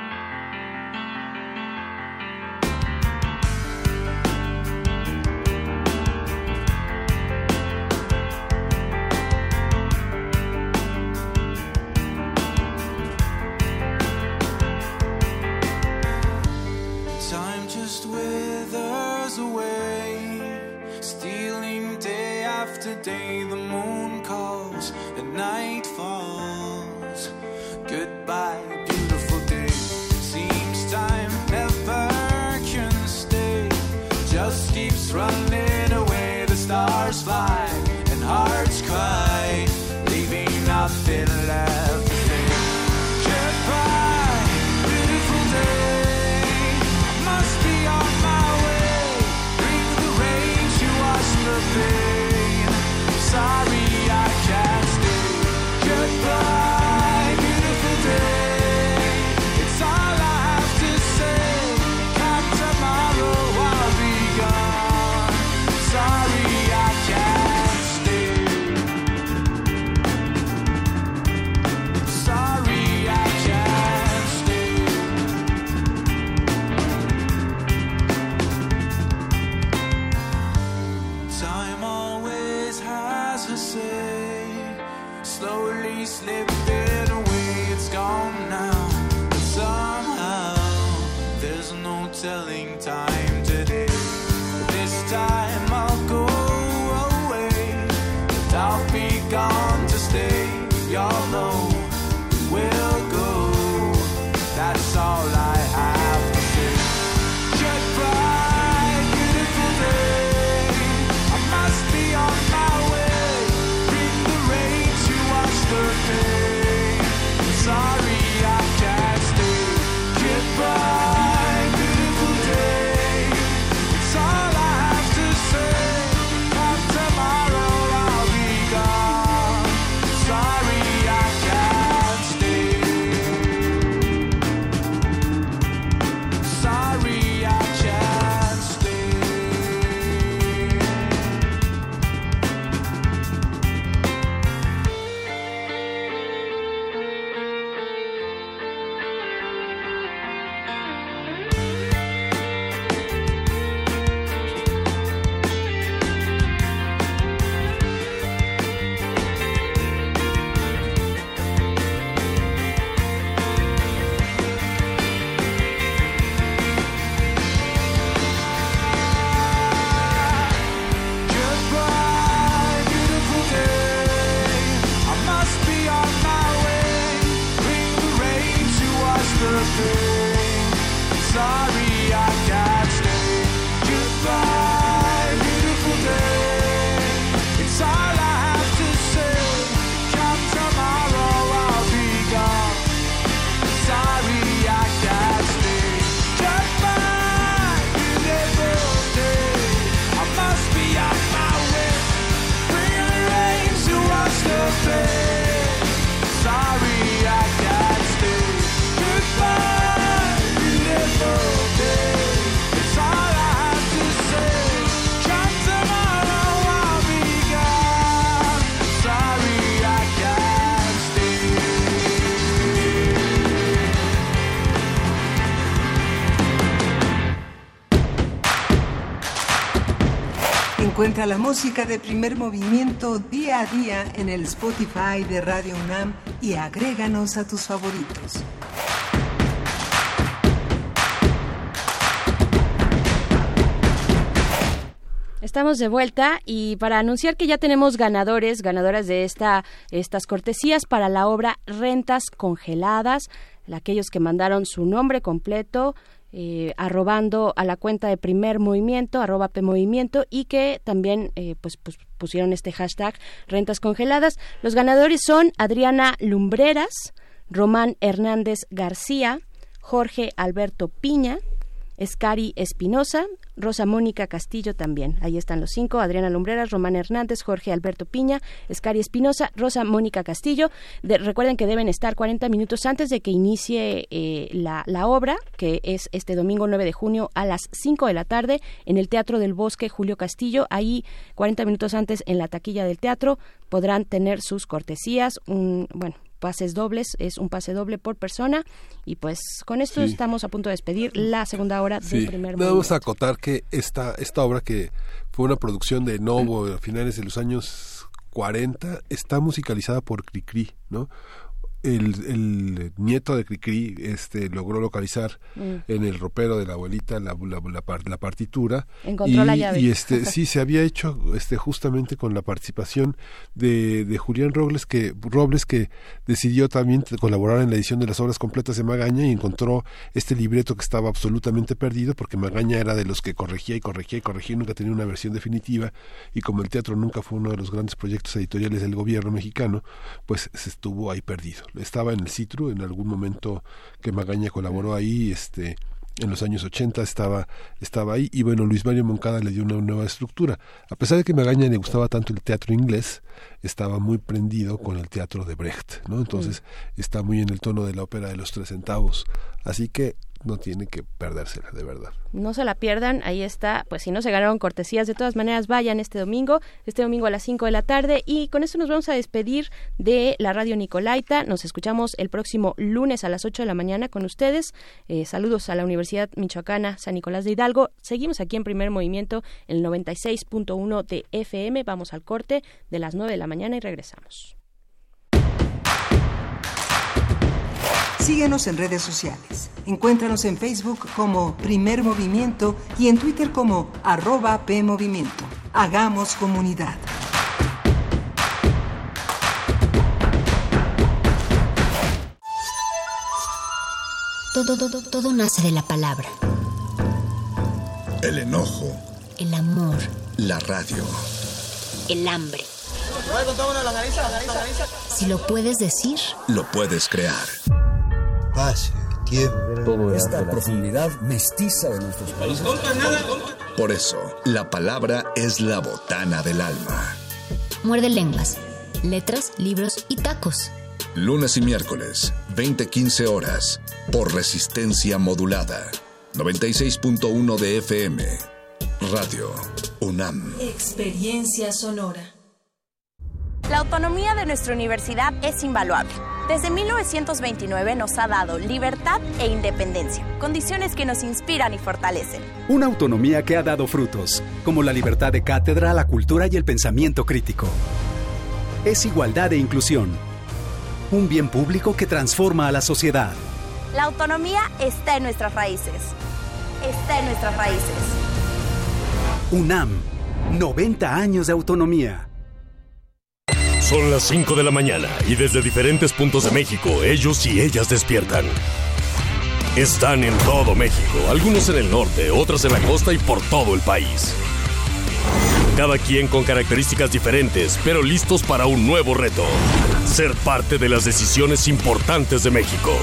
night falls. Goodbye, beautiful day. Seems time never can stay. Just keeps running away. The stars fly and hearts cry, leaving nothing left to say. Goodbye, beautiful day. I must be on my way. Bring the rain to wash the pain. Sorry I can't stay. Goodbye, beautiful day. It's all I have to say. Come tomorrow, I'll be gone. Sorry I can't stay. Sorry I can't stay. Time always has a say. Slowly slipping away, it's gone now. But somehow there's no telling time today. This time I'll go away, but I'll be gone to stay. Y'all know we'll go. That's all I have to say. Goodbye, beautiful day. I must be on my way. Bring the rain to wash the pain. Sorry I can't stay. Goodbye, beautiful day. It's all I have to say. Come tomorrow, I'll be gone. Sorry I can't stay. Sorry I can't stay. Goodbye, beautiful day. I must be on my way. Bring the rain to wash the pain. Sorry I can't stay. Goodbye, beautiful day. It's all I have to say. Come tomorrow, I'll be gone. Sorry I can't stay. Goodbye, beautiful day. I must be on my way. Bring the rain to wash the pain. Sorry I can't stay. Goodbye, beautiful day. It's all I have to say. Come tomorrow, I'll be gone. Sorry I can't stay. Encuentra la música de Primer Movimiento día a día en el Spotify de Radio UNAM y agréganos a tus favoritos. Estamos de vuelta y para anunciar que ya tenemos ganadores, ganadoras de esta estas cortesías para la obra Rentas Congeladas, aquellos que mandaron su nombre completo, eh, arrobando a la cuenta de Primer Movimiento, arroba PMovimiento, y que también eh, pues, pues pusieron este hashtag Rentas Congeladas. Los ganadores son Adriana Lumbreras, Román Hernández García, Jorge Alberto Piña, Escari Espinosa, Rosa Mónica Castillo también. Ahí están los cinco: Adriana Lumbreras, Román Hernández, Jorge Alberto Piña, Escari Espinosa, Rosa Mónica Castillo. De, recuerden que deben estar cuarenta minutos antes de que inicie eh, la, la obra, que es este domingo nueve de junio a las cinco de la tarde en el Teatro del Bosque Julio Castillo. Ahí cuarenta minutos antes en la taquilla del teatro podrán tener sus cortesías, un, bueno, pases dobles, es un pase doble por persona, y pues con esto sí. Estamos a punto de despedir la segunda hora sí. del primer movimiento. Vamos a acotar que esta, esta obra, que fue una producción de Novo a finales de los años cuarenta, está musicalizada por Cricri, ¿no? el, el nieto de Cricri este, logró localizar mm. en el ropero de la abuelita la, la, la, la partitura. Encontró y, la llave. Y este, sí, se había hecho este, justamente con la participación de, de Julián Robles que, Robles, que decidió también colaborar en la edición de las obras completas de Magaña y encontró este libreto que estaba absolutamente perdido porque Magaña era de los que corregía y corregía y corregía y nunca tenía una versión definitiva, y como el teatro nunca fue uno de los grandes proyectos editoriales del gobierno mexicano, pues se estuvo ahí perdido. Estaba en el Citru en algún momento que Magaña colaboró ahí, este en los años ochenta estaba estaba ahí, y bueno, Luis Mario Moncada le dio una nueva estructura. A pesar de que Magaña le gustaba tanto el teatro inglés, estaba muy prendido con el teatro de Brecht, ¿no? Entonces mm. está muy en el tono de la ópera de los tres centavos, así que no tiene que perdérsela, de verdad. No se la pierdan, ahí está, pues si no se ganaron cortesías, de todas maneras vayan este domingo, este domingo a las cinco de la tarde, y con esto nos vamos a despedir de la Radio Nicolaita. Nos escuchamos el próximo lunes a las ocho de la mañana con ustedes. Eh, saludos a la Universidad Michoacana San Nicolás de Hidalgo. Seguimos aquí en Primer Movimiento, el noventa y seis punto uno de F M. Vamos al corte de las nueve de la mañana y regresamos. Síguenos en redes sociales. Encuéntranos en Facebook como Primer Movimiento y en Twitter como arroba PMovimiento. Hagamos comunidad. Todo, todo, todo nace de la palabra. El enojo. El amor. La radio. El hambre. Si lo puedes decir, lo puedes crear. Paz, tiempo. Todo esta profundidad mestiza de nuestros países. Por eso, la palabra es la botana del alma. Muerde lenguas, letras, libros y tacos. Lunes y miércoles, veinte quince horas, por resistencia modulada. noventa y seis punto uno de F M. Radio UNAM. Experiencia sonora. La autonomía de nuestra universidad es invaluable. Desde mil novecientos veintinueve nos ha dado libertad e independencia, condiciones que nos inspiran y fortalecen. Una autonomía que ha dado frutos, como la libertad de cátedra, la cultura y el pensamiento crítico. Es igualdad e inclusión. Un bien público que transforma a la sociedad. La autonomía está en nuestras raíces. Está en nuestras raíces. UNAM, noventa años de autonomía. Son las cinco de la mañana y desde diferentes puntos de México, ellos y ellas despiertan. Están en todo México, algunos en el norte, otros en la costa y por todo el país. Cada quien con características diferentes, pero listos para un nuevo reto. Ser parte de las decisiones importantes de México.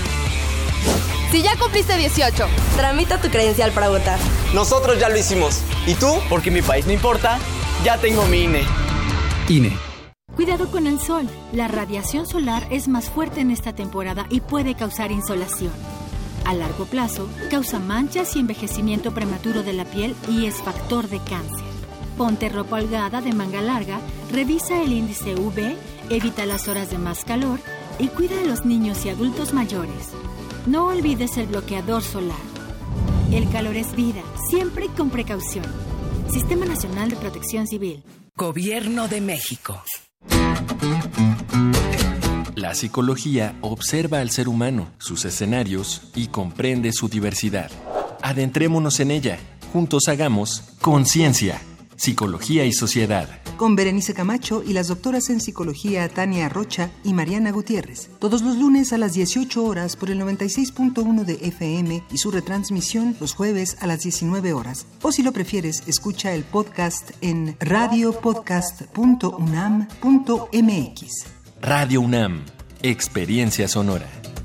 Si ya cumpliste dieciocho, tramita tu credencial para votar. Nosotros ya lo hicimos. ¿Y tú? Porque mi país no importa, ya tengo mi I N E. I N E. Cuidado con el sol. La radiación solar es más fuerte en esta temporada y puede causar insolación. A largo plazo, causa manchas y envejecimiento prematuro de la piel y es factor de cáncer. Ponte ropa holgada de manga larga, revisa el índice U V, evita las horas de más calor y cuida a los niños y adultos mayores. No olvides el bloqueador solar. El calor es vida, siempre con precaución. Sistema Nacional de Protección Civil. Gobierno de México. La psicología observa al ser humano, sus escenarios y comprende su diversidad. Adentrémonos en ella. Juntos hagamos Conciencia, Psicología y Sociedad. Con Berenice Camacho y las doctoras en psicología Tania Rocha y Mariana Gutiérrez. Todos los lunes a las dieciocho horas por el noventa y seis punto uno de F M y su retransmisión los jueves a las diecinueve horas. O si lo prefieres, escucha el podcast en radio podcast punto unam punto m x. Radio UNAM, Experiencia Sonora.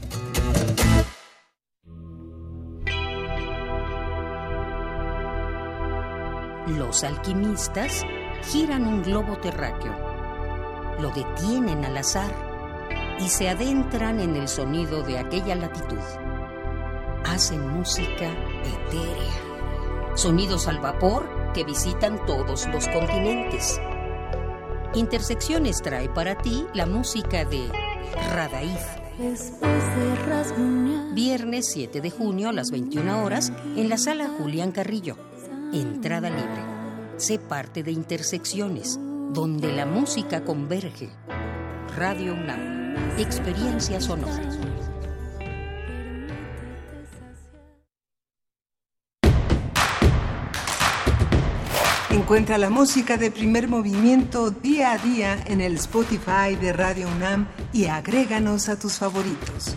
Los alquimistas giran un globo terráqueo, lo detienen al azar y se adentran en el sonido de aquella latitud. Hacen música etérea, sonidos al vapor que visitan todos los continentes. Intersecciones trae para ti la música de Radaíz. Viernes siete de junio a las veintiuna horas en la sala Julián Carrillo. Entrada libre. Sé parte de Intersecciones, donde la música converge. Radio UNAM. Experiencia sonora. Encuentra la música de Primer Movimiento día a día en el Spotify de Radio UNAM y agréganos a tus favoritos.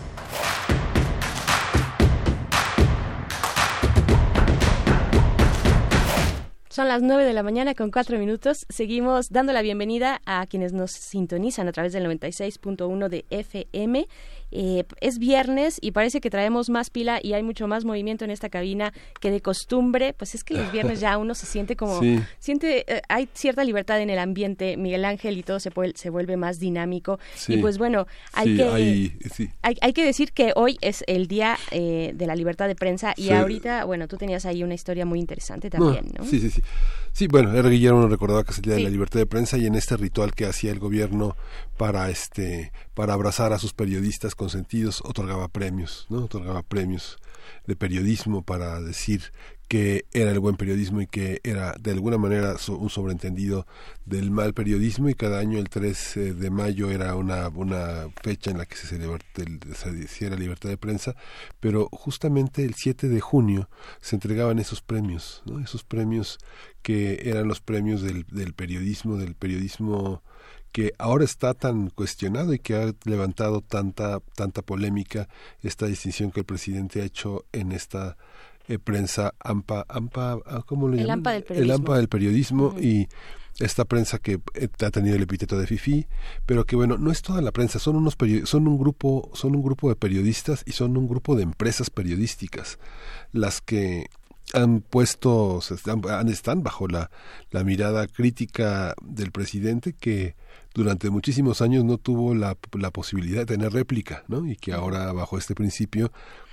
Son las nueve de la mañana con cuatro minutos. Seguimos dando la bienvenida a quienes nos sintonizan a través del noventa y seis punto uno de F M. Eh, es viernes y parece que traemos más pila y hay mucho más movimiento en esta cabina que de costumbre. Pues es que los viernes ya uno se siente como... Sí. siente eh, hay cierta libertad en el ambiente, Miguel Ángel, y todo se, puede, se vuelve más dinámico. Sí. Y pues bueno, hay, sí, que, hay, sí. hay, hay que decir que hoy es el Día eh, de la Libertad de Prensa y sí. ahorita, bueno, tú tenías ahí una historia muy interesante también, ¿no? ¿no? Sí, sí, sí. Sí, bueno, R. Guillermo nos recordaba que es el Día sí. de la Libertad de Prensa y en este ritual que hacía el gobierno para este para abrazar a sus periodistas consentidos otorgaba premios, ¿no? Otorgaba premios de periodismo para decir que era el buen periodismo y que era de alguna manera un sobreentendido del mal periodismo, y cada año el tres de mayo era una una fecha en la que se celebra se hiciera libertad de prensa, pero justamente el siete de junio se entregaban esos premios, ¿no? Esos premios que eran los premios del, del periodismo, del periodismo que ahora está tan cuestionado y que ha levantado tanta tanta polémica, esta distinción que el presidente ha hecho en esta eh, prensa AMPA, AMPA, ¿cómo le llaman? El AMPA del periodismo. El AMPA del periodismo uh-huh. Y esta prensa que ha tenido el epíteto de fifí, pero que bueno, no es toda la prensa, son unos peri- son un grupo, son un grupo de periodistas y son un grupo de empresas periodísticas las que han puesto, están, están bajo la, la mirada crítica del presidente, que durante muchísimos años no tuvo la, la posibilidad de tener réplica, ¿no? Y que ahora bajo este principio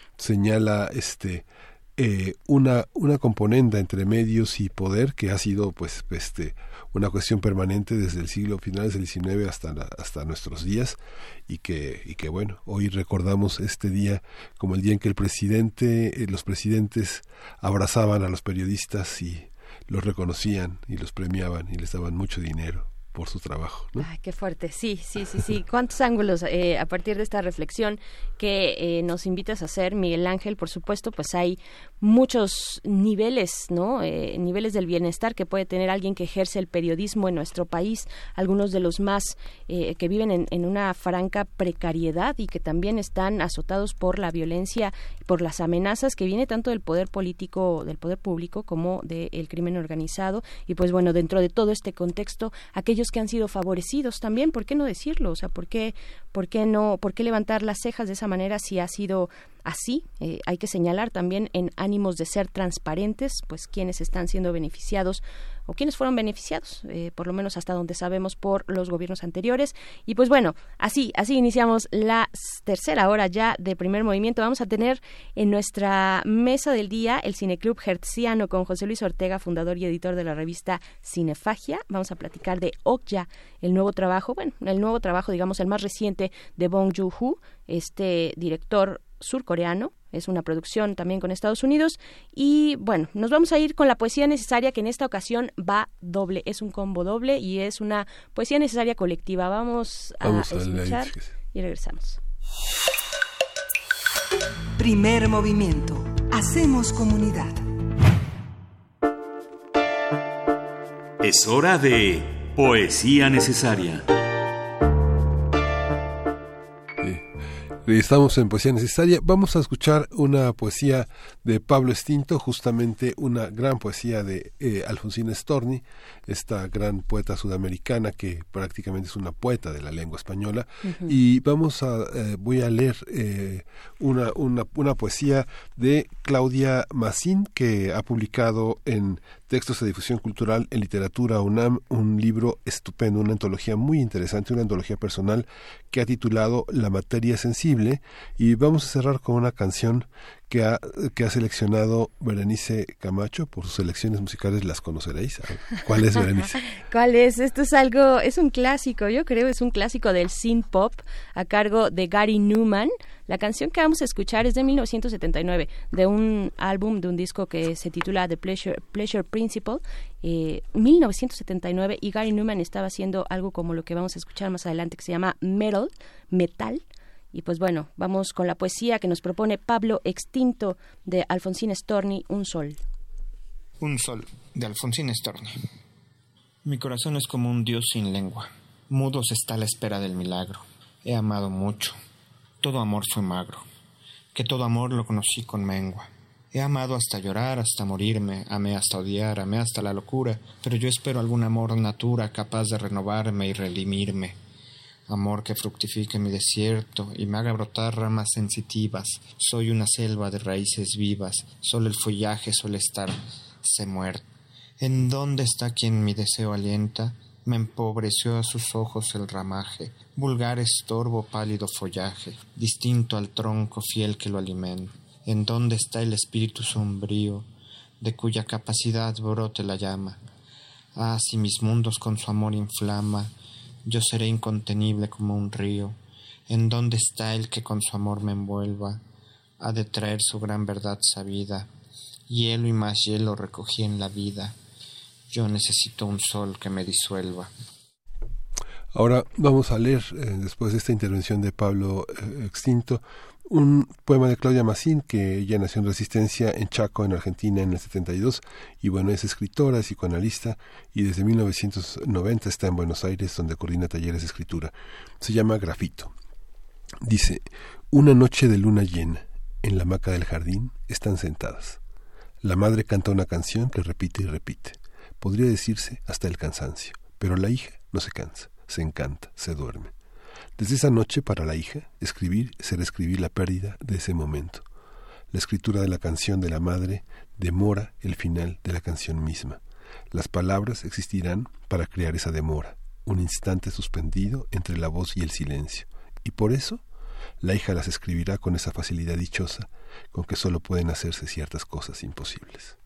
señala este eh, una una componenda entre medios y poder que ha sido pues este una cuestión permanente desde el siglo finales del diecinueve hasta la, hasta nuestros días, y que y que bueno, hoy recordamos este día como el día en que el presidente eh, los presidentes abrazaban a los periodistas y los reconocían y los premiaban y les daban mucho dinero por su trabajo, ¿no? Ay, qué fuerte, sí, sí, sí, sí. ¿Cuántos ángulos eh, a partir de esta reflexión que eh, nos invitas a hacer, Miguel Ángel? Por supuesto, pues hay muchos niveles, ¿no? Eh, niveles del bienestar que puede tener alguien que ejerce el periodismo en nuestro país, algunos de los más eh, que viven en, en una franca precariedad y que también están azotados por la violencia, por las amenazas que viene tanto del poder político, del poder público, como del crimen organizado. Y pues bueno, dentro de todo este contexto, aquellos que han sido favorecidos también, ¿por qué no decirlo? O sea, ¿por qué, por qué no, por qué levantar las cejas de esa manera si ha sido así? Eh, hay que señalar también, en ánimos de ser transparentes, pues quienes están siendo beneficiados o quienes fueron beneficiados, eh, por lo menos hasta donde sabemos, por los gobiernos anteriores. Y pues bueno, así, así iniciamos la tercera hora ya de Primer Movimiento. Vamos a tener en nuestra mesa del día el Cineclub Hertziano con José Luis Ortega, fundador y editor de la revista Cinefagia. Vamos a platicar de Okja, el nuevo trabajo, bueno, el nuevo trabajo, digamos, el más reciente de Bong Joon-ho, este director surcoreano. Es una producción también con Estados Unidos. Y bueno, nos vamos a ir con la poesía necesaria, que en esta ocasión va doble, es un combo doble y es una poesía necesaria colectiva. Vamos a, vamos a escuchar y regresamos. Primer movimiento. Hacemos comunidad. Es hora de poesía necesaria. Estamos en Poesía Necesaria. Vamos a escuchar una poesía de Pablo Estinto, justamente una gran poesía de eh, Alfonsina Storni, esta gran poeta sudamericana que prácticamente es una poeta de la lengua española. Uh-huh. Y vamos a eh, voy a leer eh, una, una, una poesía de Claudia Massín, que ha publicado en Textos de Difusión Cultural en Literatura UNAM un libro estupendo, una antología muy interesante, una antología personal que ha titulado La materia sensible. Y vamos a cerrar con una canción que ha, que ha seleccionado Berenice Camacho. Por sus selecciones musicales las conoceréis. ¿Cuál es, Berenice? ¿Cuál es? Esto es algo, es un clásico, yo creo, es un clásico del synth pop a cargo de Gary Numan. La canción que vamos a escuchar es de mil novecientos setenta y nueve, de un álbum, de un disco que se titula The Pleasure, Pleasure Principle, eh, mil novecientos setenta y nueve, y Gary Numan estaba haciendo algo como lo que vamos a escuchar más adelante, que se llama Metal, Metal. Y pues bueno, vamos con la poesía que nos propone Pablo Extinto de Alfonsín Storni, Un Sol. Un sol, de Alfonsín Storni. Mi corazón es como un dios sin lengua. Mudo se está a la espera del milagro. He amado mucho. Todo amor fue magro. Que todo amor lo conocí con mengua. He amado hasta llorar, hasta morirme. Amé hasta odiar, amé hasta la locura. Pero yo espero algún amor natura capaz de renovarme y redimirme. Amor que fructifique mi desierto y me haga brotar ramas sensitivas. Soy una selva de raíces vivas. Solo el follaje suele estar se muerto. ¿En dónde está quien mi deseo alienta? Me empobreció a sus ojos el ramaje, vulgar estorbo, pálido follaje, distinto al tronco fiel que lo alimenta. ¿En dónde está el espíritu sombrío, de cuya capacidad brote la llama? Ah, si mis mundos con su amor inflama, yo seré incontenible como un río. ¿En dónde está el que con su amor me envuelva? Ha de traer su gran verdad sabida. Hielo y más hielo recogí en la vida. Yo necesito un sol que me disuelva. Ahora vamos a leer, eh, después de esta intervención de Pablo eh, Extinto, un poema de Claudia Massín, que ella nació en Resistencia, en Chaco, en Argentina, en el setenta y dos, y bueno, es escritora, psicoanalista, y desde mil novecientos noventa está en Buenos Aires, donde coordina talleres de escritura. Se llama Grafito. Dice: una noche de luna llena, en la hamaca del jardín, están sentadas. La madre canta una canción que repite y repite. Podría decirse hasta el cansancio, pero la hija no se cansa, se encanta, se duerme. Desde esa noche, para la hija, escribir será escribir la pérdida de ese momento. La escritura de la canción de la madre demora el final de la canción misma. Las palabras existirán para crear esa demora, un instante suspendido entre la voz y el silencio. Y por eso, la hija las escribirá con esa facilidad dichosa con que solo pueden hacerse ciertas cosas imposibles.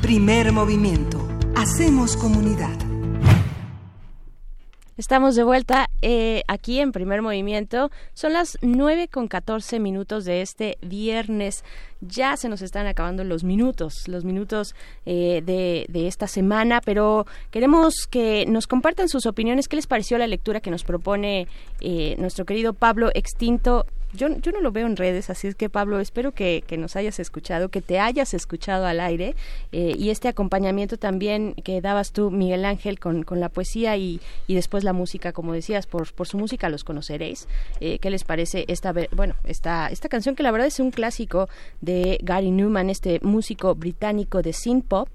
Primer movimiento. Hacemos comunidad. Estamos de vuelta eh, aquí en Primer Movimiento. Son las nueve con catorce minutos de este viernes. Ya se nos están acabando los minutos, los minutos eh, de, de esta semana, pero queremos que nos compartan sus opiniones. ¿Qué les pareció la lectura que nos propone eh, nuestro querido Pablo Extinto? Yo, yo no lo veo en redes, así es que, Pablo, espero que, que nos hayas escuchado, que te hayas escuchado al aire, eh, y este acompañamiento también que dabas tú, Miguel Ángel, con, con la poesía y, y después la música, como decías, por, por su música los conoceréis. Eh, ¿Qué les parece esta, bueno, esta, esta canción que la verdad es un clásico de Gary Numan, este músico británico de synth pop?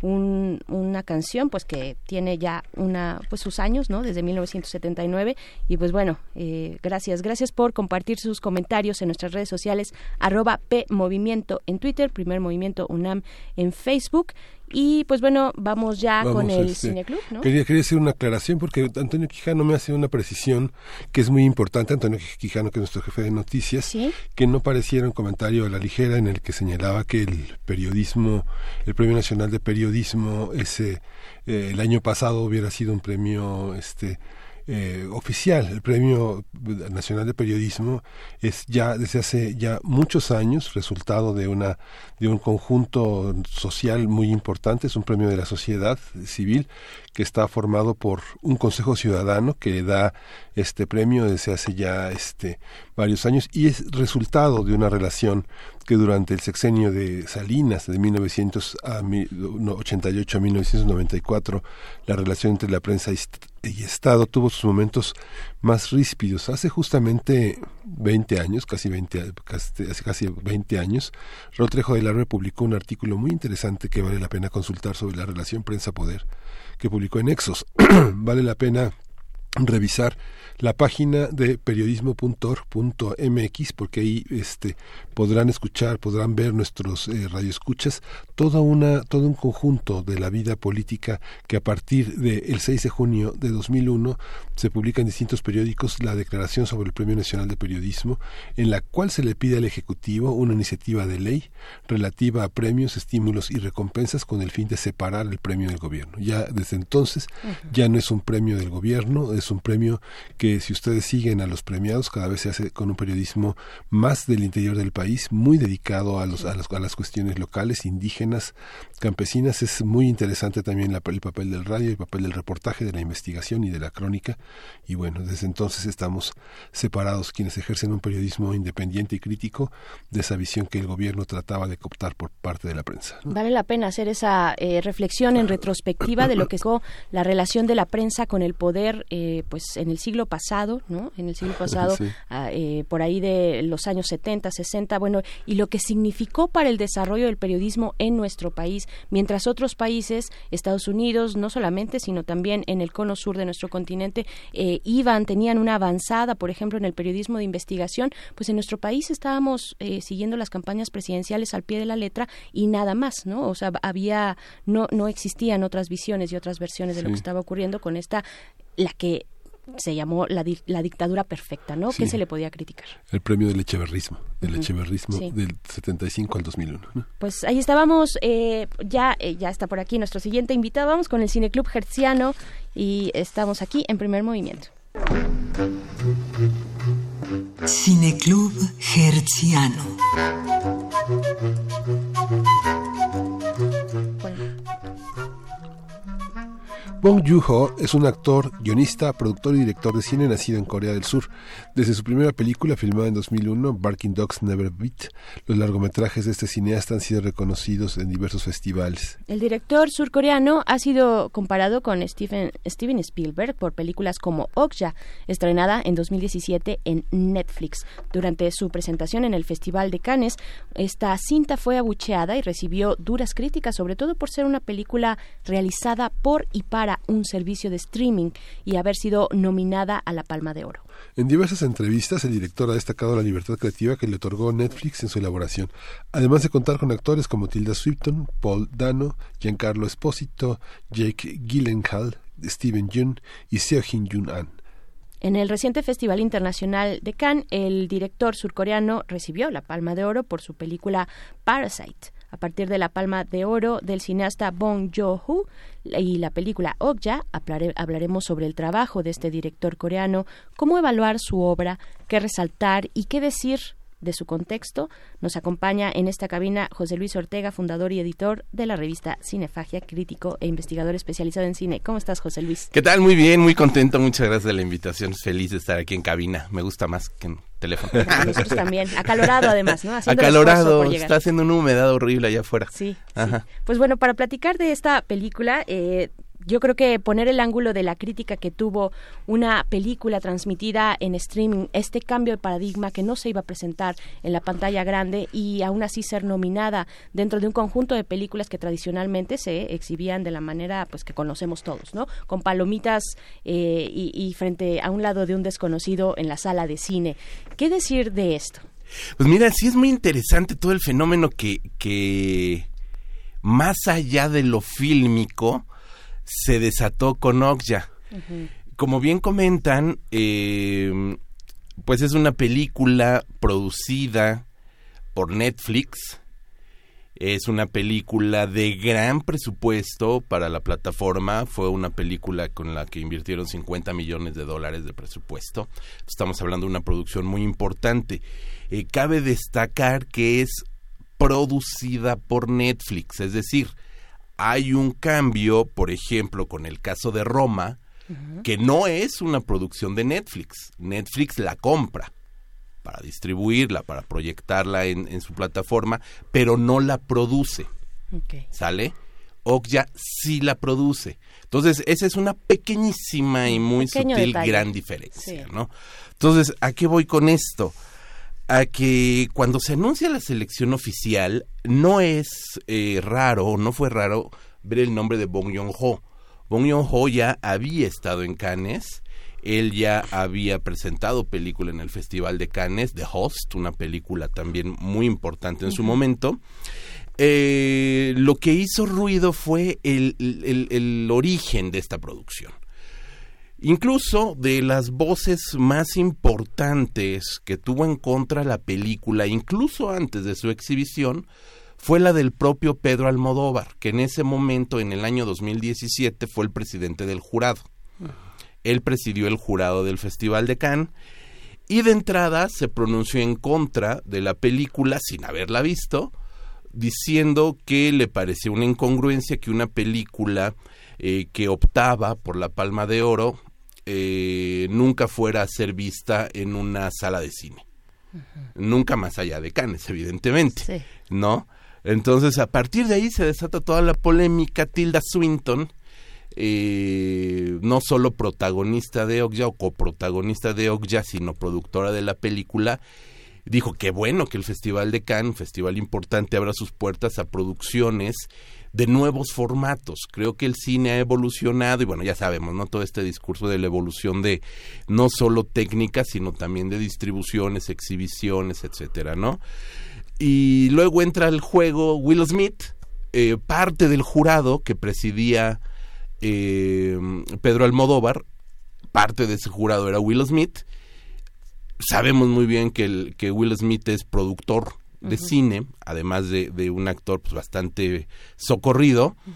Un, una canción pues que tiene ya una pues sus años, ¿no? Desde mil novecientos setenta y nueve, y pues bueno, eh, gracias, gracias por compartir sus comentarios en nuestras redes sociales, arroba P Movimiento en Twitter, Primer Movimiento UNAM en Facebook. Y pues bueno, vamos ya vamos, con el este, Cineclub, ¿no? Quería, quería hacer una aclaración porque Antonio Quijano me hace una precisión que es muy importante. Antonio Quijano, que es nuestro jefe de noticias, ¿sí? Que no pareciera un comentario a la ligera en el que señalaba que el periodismo, el Premio Nacional de Periodismo, ese eh, el año pasado hubiera sido un premio este Eh, oficial. El Premio Nacional de Periodismo es ya desde hace ya muchos años resultado de una de un conjunto social muy importante. Es un premio de la sociedad civil que está formado por un consejo ciudadano que da este premio desde hace ya este varios años, y es resultado de una relación que durante el sexenio de Salinas, de mil novecientos ochenta y ocho a mil novecientos noventa y cuatro, la relación entre la prensa y, y Estado tuvo sus momentos más ríspidos. Hace justamente veinte años, casi veinte, casi, hace casi veinte años, Raúl Trejo de la Larre publicó un artículo muy interesante que vale la pena consultar sobre la relación prensa-poder, que publicó en Exos. Vale la pena revisar la página de periodismo punto org punto m x, porque ahí este podrán escuchar, podrán ver nuestros eh, radioescuchas toda una todo un conjunto de la vida política que a partir del seis de junio de dos mil uno se publica en distintos periódicos la Declaración sobre el Premio Nacional de Periodismo, en la cual se le pide al Ejecutivo una iniciativa de ley relativa a premios, estímulos y recompensas con el fin de separar el premio del gobierno. Ya desde entonces uh-huh. ya no es un premio del gobierno, es un premio que, si ustedes siguen a los premiados, cada vez se hace con un periodismo más del interior del país, muy dedicado a los a las, a las cuestiones locales, indígenas, campesinas. Es muy interesante también la, el papel del radio, el papel del reportaje, de la investigación y de la crónica. Y bueno, desde entonces estamos separados quienes ejercen un periodismo independiente y crítico de esa visión que el gobierno trataba de cooptar por parte de la prensa, ¿no? Vale la pena hacer esa eh, reflexión en retrospectiva de lo que es la relación de la prensa con el poder, eh, pues en el siglo pasado, ¿no? En el siglo pasado, sí. ah, eh, por ahí de los años setenta, sesenta, bueno, y lo que significó para el desarrollo del periodismo en nuestro país, mientras otros países, Estados Unidos, no solamente, sino también en el cono sur de nuestro continente, eh, iban, tenían una avanzada, por ejemplo, en el periodismo de investigación, pues en nuestro país estábamos eh, siguiendo las campañas presidenciales al pie de la letra y nada más, ¿no? O sea, había, no, no existían otras visiones y otras versiones de sí. lo que estaba ocurriendo con esta, la que se llamó la, di- la dictadura perfecta, ¿no? Sí. ¿Qué se le podía criticar? El premio del echeverrismo, del uh-huh. echeverrismo sí. del setenta y cinco al dos mil uno, ¿no? Pues ahí estábamos, eh, ya, eh, ya está por aquí nuestro siguiente invitado. Vamos con el Cineclub Hertziano y estamos aquí en Primer Movimiento. Cineclub Hertziano. Bong Joon-ho es un actor, guionista, productor y director de cine nacido en Corea del Sur. Desde su primera película, filmada en dos mil uno, Barking Dogs Never Beat, los largometrajes de este cineasta han sido reconocidos en diversos festivales. El director surcoreano ha sido comparado con Steven, Steven Spielberg por películas como Okja, estrenada en dos mil diecisiete en Netflix. Durante su presentación en el Festival de Cannes, esta cinta fue abucheada y recibió duras críticas, sobre todo por ser una película realizada por y para un servicio de streaming y haber sido nominada a la Palma de Oro. En diversas entrevistas, el director ha destacado la libertad creativa que le otorgó Netflix en su elaboración, además de contar con actores como Tilda Swinton, Paul Dano, Giancarlo Esposito, Jake Gyllenhaal, Steven Yeun y Seo Hyun-an. En el reciente Festival Internacional de Cannes, el director surcoreano recibió la Palma de Oro por su película Parasite. a partir de la Palma de Oro del cineasta Bong Joon-ho y la película Okja. Hablare, hablaremos sobre el trabajo de este director coreano, cómo evaluar su obra, qué resaltar y qué decir de su contexto. Nos acompaña en esta cabina José Luis Ortega, fundador y editor de la revista Cinefagia, crítico e investigador especializado en cine. ¿Cómo estás, José Luis? ¿Qué tal? Muy bien, muy contento, muchas gracias de la invitación, feliz de estar aquí en cabina, me gusta más que en teléfono. Nosotros también, acalorado además, ¿no? Haciendo acalorado, está haciendo una humedad horrible allá afuera. Sí, Ajá. sí. Pues bueno, para platicar de esta película, eh, yo creo que poner el ángulo de la crítica que tuvo una película transmitida en streaming, este cambio de paradigma que no se iba a presentar en la pantalla grande y aún así ser nominada dentro de un conjunto de películas que tradicionalmente se exhibían de la manera pues que conocemos todos, ¿no? Con palomitas eh, y, y frente a un lado de un desconocido en la sala de cine. ¿Qué decir de esto? Pues mira, sí es muy interesante todo el fenómeno que, que más allá de lo fílmico se desató con Okja. Uh-huh. Como bien comentan, eh, pues es una película producida por Netflix, es una película de gran presupuesto para la plataforma, fue una película con la que invirtieron cincuenta millones de dólares de presupuesto, estamos hablando de una producción muy importante. Eh, cabe destacar que es producida por Netflix, es decir, hay un cambio, por ejemplo, con el caso de Roma, uh-huh. que no es una producción de Netflix. Netflix la compra para distribuirla, para proyectarla en, en su plataforma, pero no la produce. Okay. ¿Sale? Okja sí la produce. Entonces, esa es una pequeñísima y muy Pequeño sutil detalle. gran diferencia, sí. ¿no? Entonces, ¿a qué voy con esto? A que cuando se anuncia la selección oficial, no es eh, raro, no fue raro ver el nombre de Bong Joon-ho. Bong Joon-ho ya había estado en Cannes, él ya había presentado película en el Festival de Cannes, The Host, una película también muy importante en uh-huh. su momento. Eh, lo que hizo ruido fue el, el, el origen de esta producción. Incluso de las voces más importantes que tuvo en contra la película, incluso antes de su exhibición, fue la del propio Pedro Almodóvar, que en ese momento, en el año dos mil diecisiete, fue el presidente del jurado. Él presidió el jurado del Festival de Cannes y de entrada se pronunció en contra de la película sin haberla visto, diciendo que le parecía una incongruencia que una película eh, que optaba por la Palma de Oro Eh, nunca fuera a ser vista en una sala de cine. Uh-huh. Nunca más allá de Cannes, evidentemente, sí. ¿no? Entonces, a partir de ahí se desata toda la polémica. Tilda Swinton, eh, no solo protagonista de Okja o coprotagonista de Okja, sino productora de la película, dijo que bueno que el Festival de Cannes, un festival importante, abra sus puertas a producciones de nuevos formatos. Creo que el cine ha evolucionado y bueno, ya sabemos, ¿no? Todo este discurso de la evolución de no solo técnicas, sino también de distribuciones, exhibiciones, etcétera, ¿no? Y luego entra al juego Will Smith, eh, parte del jurado que presidía eh, Pedro Almodóvar, parte de ese jurado era Will Smith. Sabemos muy bien que, el, que Will Smith es productor de uh-huh. cine, además de, de un actor pues bastante socorrido, uh-huh.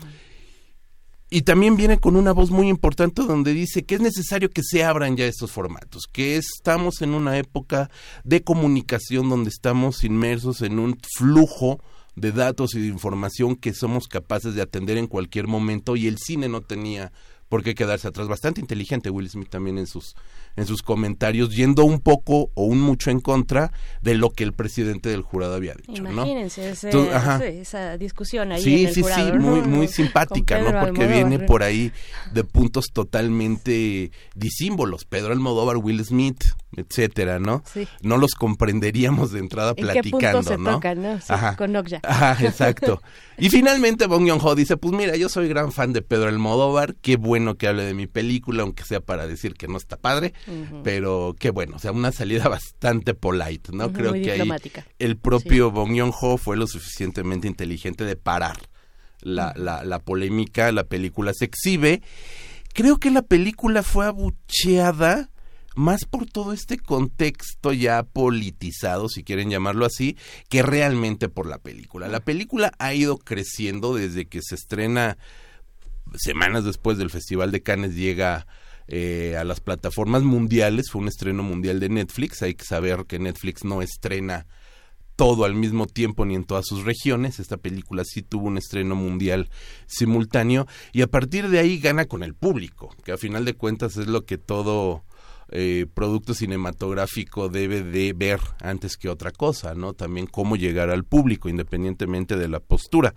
y también viene con una voz muy importante donde dice que es necesario que se abran ya estos formatos, que estamos en una época de comunicación donde estamos inmersos en un flujo de datos y de información que somos capaces de atender en cualquier momento, y el cine no tenía por qué quedarse atrás. Bastante inteligente Will Smith también en sus en sus comentarios, yendo un poco o un mucho en contra de lo que el presidente del jurado había dicho. Imagínense ¿no? ese, Entonces, ese, esa discusión ahí sí, en el sí, jurado. Sí, ¿no? muy, muy simpática, ¿no? Porque Almodóvar. Viene por ahí de puntos totalmente disímbolos. Pedro Almodóvar, Will Smith, etcétera, ¿no? Sí. No los comprenderíamos de entrada platicando, ¿en qué punto se ¿no? tocan, ¿no? Sí, Ajá. Con Okja. Ajá, exacto. Y finalmente Bong Joon-ho dice, pues mira, yo soy gran fan de Pedro Almodóvar, qué bueno que hable de mi película, aunque sea para decir que no está padre, uh-huh. pero qué bueno, o sea, una salida bastante polite, ¿no? Uh-huh, Creo que ahí el propio sí. Bong Joon-ho fue lo suficientemente inteligente de parar la, uh-huh. la, la polémica. La película se exhibe. Creo que la película fue abucheada más por todo este contexto ya politizado, si quieren llamarlo así, que realmente por la película. La película ha ido creciendo desde que se estrena, semanas después del Festival de Cannes llega eh, a las plataformas mundiales, fue un estreno mundial de Netflix. Hay que saber que Netflix no estrena todo al mismo tiempo ni en todas sus regiones. Esta película sí tuvo un estreno mundial simultáneo y a partir de ahí gana con el público, que a final de cuentas es lo que todo eh, producto cinematográfico debe de ver antes que otra cosa, ¿no? También cómo llegar al público independientemente de la postura.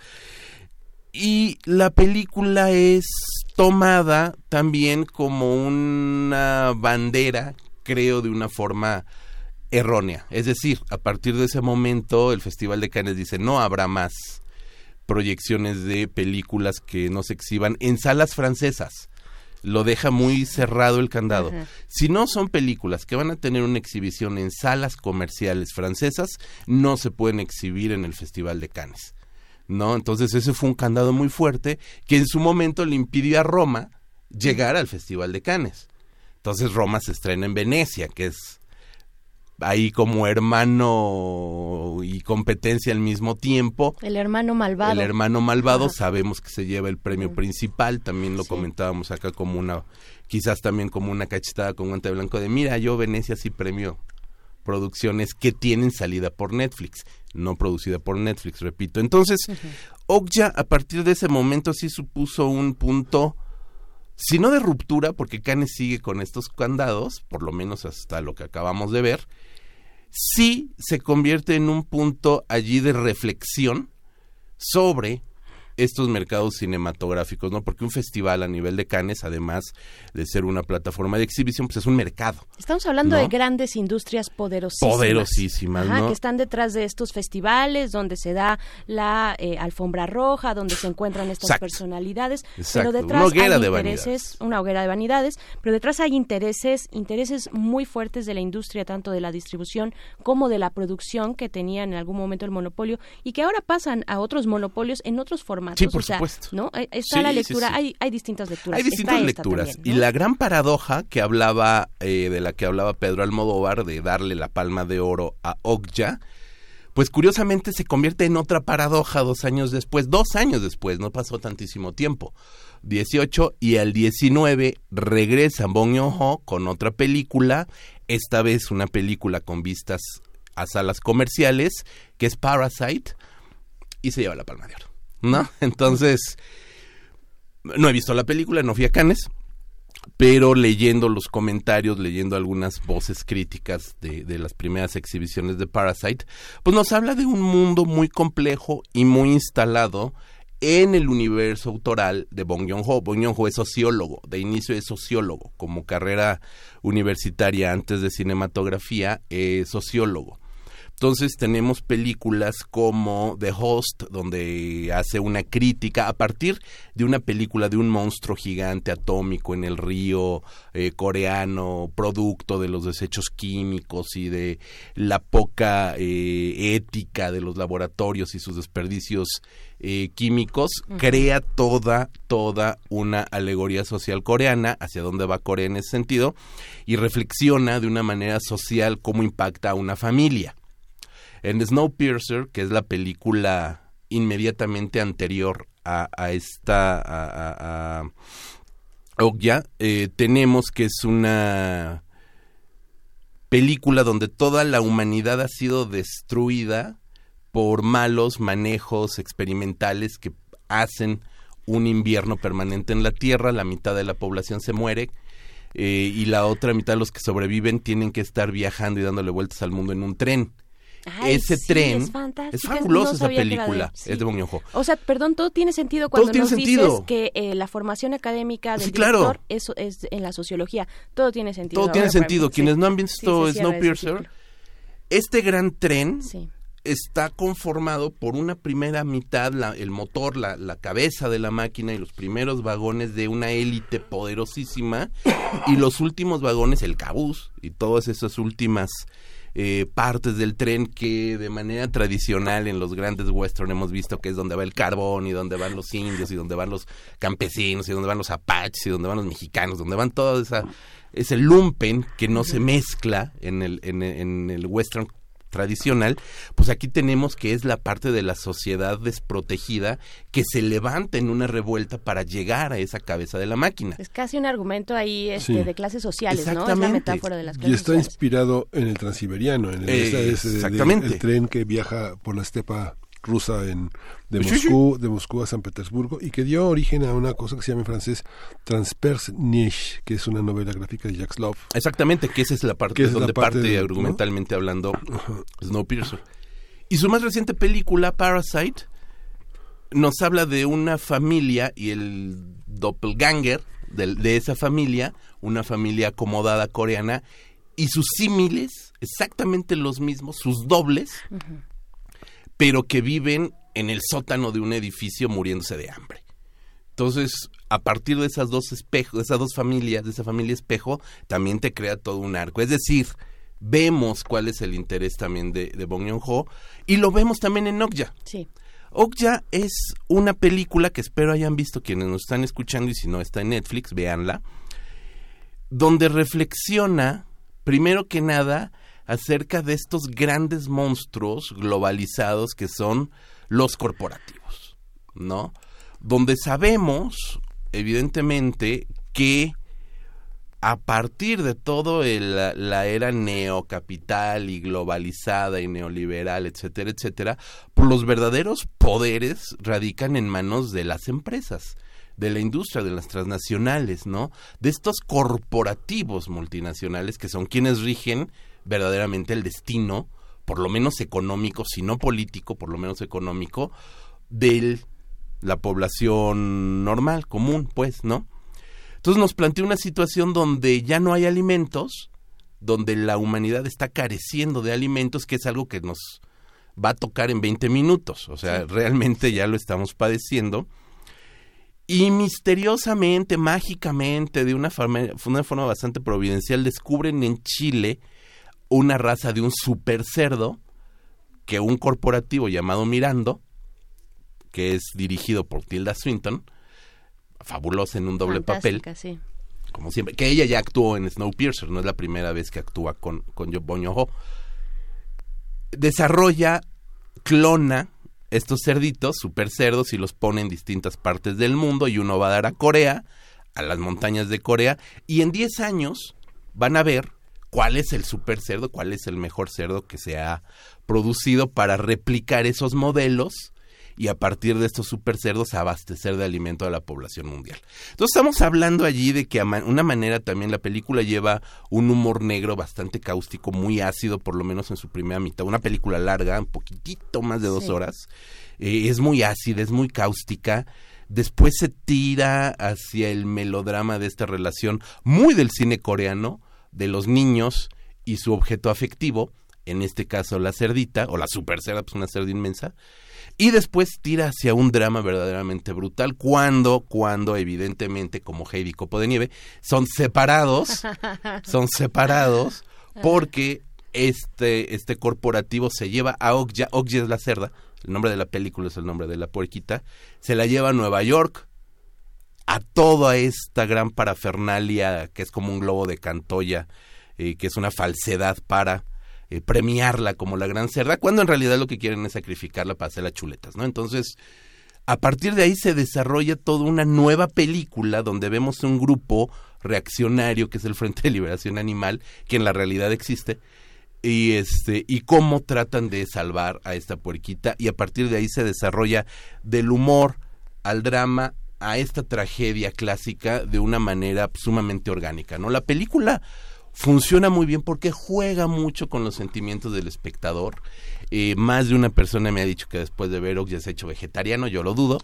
Y la película es tomada también como una bandera, creo, de una forma errónea. Es decir, a partir de ese momento el Festival de Cannes dice no habrá más proyecciones de películas que no se exhiban en salas francesas. Lo deja muy cerrado el candado. Uh-huh. Si no son películas que van a tener una exhibición en salas comerciales francesas, no se pueden exhibir en el Festival de Cannes, ¿no? Entonces ese fue un candado muy fuerte que en su momento le impidió a Roma llegar al Festival de Cannes. Entonces Roma se estrena en Venecia, que es ahí como hermano y competencia al mismo tiempo. El hermano malvado. El hermano malvado, ajá, sabemos que se lleva el premio uh-huh. principal, también lo sí. comentábamos acá como una, quizás también como una cachetada con guante blanco de mira, yo Venecia sí premio producciones que tienen salida por Netflix, no producida por Netflix, repito. Entonces, uh-huh. Okja a partir de ese momento sí supuso un punto, si no de ruptura, porque Cannes sigue con estos candados, por lo menos hasta lo que acabamos de ver, sí se convierte en un punto allí de reflexión sobre estos mercados cinematográficos, ¿no? Porque un festival a nivel de Cannes, además de ser una plataforma de exhibición, pues es un mercado. Estamos hablando, ¿no?, de grandes industrias poderosísimas. Poderosísimas, Ajá, ¿no? Que están detrás de estos festivales, donde se da la eh, alfombra roja, donde se encuentran estas Exacto. personalidades. Exacto. Pero detrás Una hoguera hay de intereses, vanidades. una hoguera de vanidades, pero detrás hay intereses, intereses muy fuertes de la industria, tanto de la distribución como de la producción, que tenían en algún momento el monopolio, y que ahora pasan a otros monopolios en otros formatos. Sí, por o sea, supuesto. ¿no? Está Sí, la lectura, sí, sí. Hay, hay distintas lecturas. Hay distintas lecturas. También, ¿no? Y la gran paradoja que hablaba, eh, de la que hablaba Pedro Almodóvar, de darle la palma de oro a Okja, pues curiosamente se convierte en otra paradoja dos años después, dos años después, no pasó tantísimo tiempo, dieciocho, y al diecinueve regresa Bong Joon-ho con otra película, esta vez una película con vistas a salas comerciales, que es Parasite, y se lleva la palma de oro, ¿no? Entonces, no he visto la película, no fui a Cannes, pero leyendo los comentarios, leyendo algunas voces críticas de, de las primeras exhibiciones de Parasite, pues nos habla de un mundo muy complejo y muy instalado en el universo autoral de Bong Joon-ho. Bong Joon-ho es sociólogo, de inicio es sociólogo, como carrera universitaria antes de cinematografía, es sociólogo. Entonces tenemos películas como The Host, donde hace una crítica a partir de una película de un monstruo gigante atómico en el río eh, coreano, producto de los desechos químicos y de la poca eh, ética de los laboratorios y sus desperdicios eh, químicos, uh-huh. crea toda, toda una alegoría social coreana, hacia dónde va Corea en ese sentido, y reflexiona de una manera social cómo impacta a una familia. En Snowpiercer, que es la película inmediatamente anterior a, a esta a, a, a Okja, eh, tenemos que es una película donde toda la humanidad ha sido destruida por malos manejos experimentales que hacen un invierno permanente en la Tierra. La mitad de la población se muere eh, y la otra mitad de los que sobreviven tienen que estar viajando y dándole vueltas al mundo en un tren. Ay, ese sí, tren es, es fabulosa, no esa película, de, sí. es de Bong Joon-ho. O sea, perdón, todo tiene sentido cuando tiene nos sentido. dices que eh, la formación académica del sí, claro. director es, es en la sociología. Todo tiene sentido. Todo tiene sentido. Sí. Quienes no han visto sí, Snowpiercer, este gran tren sí. está conformado por una primera mitad, la, el motor, la, la cabeza de la máquina y los primeros vagones de una élite poderosísima, y los últimos vagones, el cabús y todas esas últimas eh, partes del tren que de manera tradicional en los grandes western hemos visto que es donde va el carbón y donde van los indios y donde van los campesinos y donde van los apaches y donde van los mexicanos, donde van todo esa, ese lumpen que no se mezcla en el, en, en el western tradicional. Pues aquí tenemos que es la parte de la sociedad desprotegida que se levanta en una revuelta para llegar a esa cabeza de la máquina. Es casi un argumento ahí este, Sí. de clases sociales, ¿no? Es la Exactamente. metáfora de las clases Y está sociales. inspirado en el Transiberiano, en el, Eh, esa- ese- de- exactamente. el tren que viaja por la estepa rusa en, de Sí, Moscú, de Moscú a San Petersburgo, y que dio origen a una cosa que se llama en francés Transperce, que es una novela gráfica de Jacques Love. Exactamente, que esa es la parte Que esa es la donde parte parte de- argumentalmente hablando Snowpiercer. Y su más reciente película, Parasite, nos habla de una familia y el doppelganger de, de esa familia, una familia acomodada coreana, y sus símiles, exactamente los mismos, sus dobles, pero que viven en el sótano de un edificio muriéndose de hambre. Entonces, a partir de esas dos espejos, de esas dos familias, de esa familia espejo, también te crea todo un arco. Es decir, vemos cuál es el interés también de, de Bong Joon-ho, y lo vemos también en Okja. Sí. Okja es una película que espero hayan visto quienes nos están escuchando, y si no está en Netflix, véanla, donde reflexiona, primero que nada, acerca de estos grandes monstruos globalizados que son los corporativos, ¿no? Donde sabemos, evidentemente, que a partir de todo el, la, la era neocapital y globalizada y neoliberal, etcétera, etcétera, pues los verdaderos poderes radican en manos de las empresas, de la industria, de las transnacionales, ¿no? De estos corporativos multinacionales que son quienes rigen verdaderamente el destino, por lo menos económico, si no político, por lo menos económico, de la población normal, común, pues, ¿no? Entonces nos plantea una situación donde ya no hay alimentos, donde la humanidad está careciendo de alimentos, que es algo que nos va a tocar en veinte minutos, o sea, realmente ya lo estamos padeciendo. Y misteriosamente, mágicamente, de una forma, una forma bastante providencial, descubren en Chile una raza de un super cerdo que un corporativo llamado Mirando, que es dirigido por Tilda Swinton, fabulosa en un doble papel, sí. como siempre, que ella ya actuó en Snowpiercer, no es la primera vez que actúa con, con Bong Joon-ho. Desarrolla, clona estos cerditos, super cerdos, y los pone en distintas partes del mundo, y uno va a dar a Corea, a las montañas de Corea, y en diez años van a ver cuál es el super cerdo, cuál es el mejor cerdo que se ha producido para replicar esos modelos y a partir de estos super cerdos abastecer de alimento a la población mundial. Entonces estamos hablando allí de que a man- una manera también la película lleva un humor negro bastante cáustico, muy ácido, por lo menos en su primera mitad. Una película larga, un poquitito más de dos Sí. horas. Eh, es muy ácida, es muy cáustica. Después se tira hacia el melodrama de esta relación muy del cine coreano, de los niños y su objeto afectivo, en este caso la cerdita, o la super cerda, pues una cerda inmensa. Y después tira hacia un drama verdaderamente brutal cuando, cuando evidentemente, como Heidi Copo de Nieve, son separados, son separados porque este, este corporativo se lleva a Okja, Okja es la cerda, el nombre de la película es el nombre de la puerquita, se la lleva a Nueva York, a toda esta gran parafernalia que es como un globo de Cantoya, eh, que es una falsedad para Eh, premiarla como la gran cerda, cuando en realidad lo que quieren es sacrificarla para hacer las chuletas, ¿no? Entonces, a partir de ahí se desarrolla toda una nueva película donde vemos un grupo reaccionario que es el Frente de Liberación Animal, que en la realidad existe, y este y cómo tratan de salvar a esta puerquita, y a partir de ahí se desarrolla del humor al drama a esta tragedia clásica de una manera sumamente orgánica, ¿no? La película funciona muy bien porque juega mucho con los sentimientos del espectador. Eh, más de una persona me ha dicho que después de ver Okja se ha hecho vegetariano, yo lo dudo.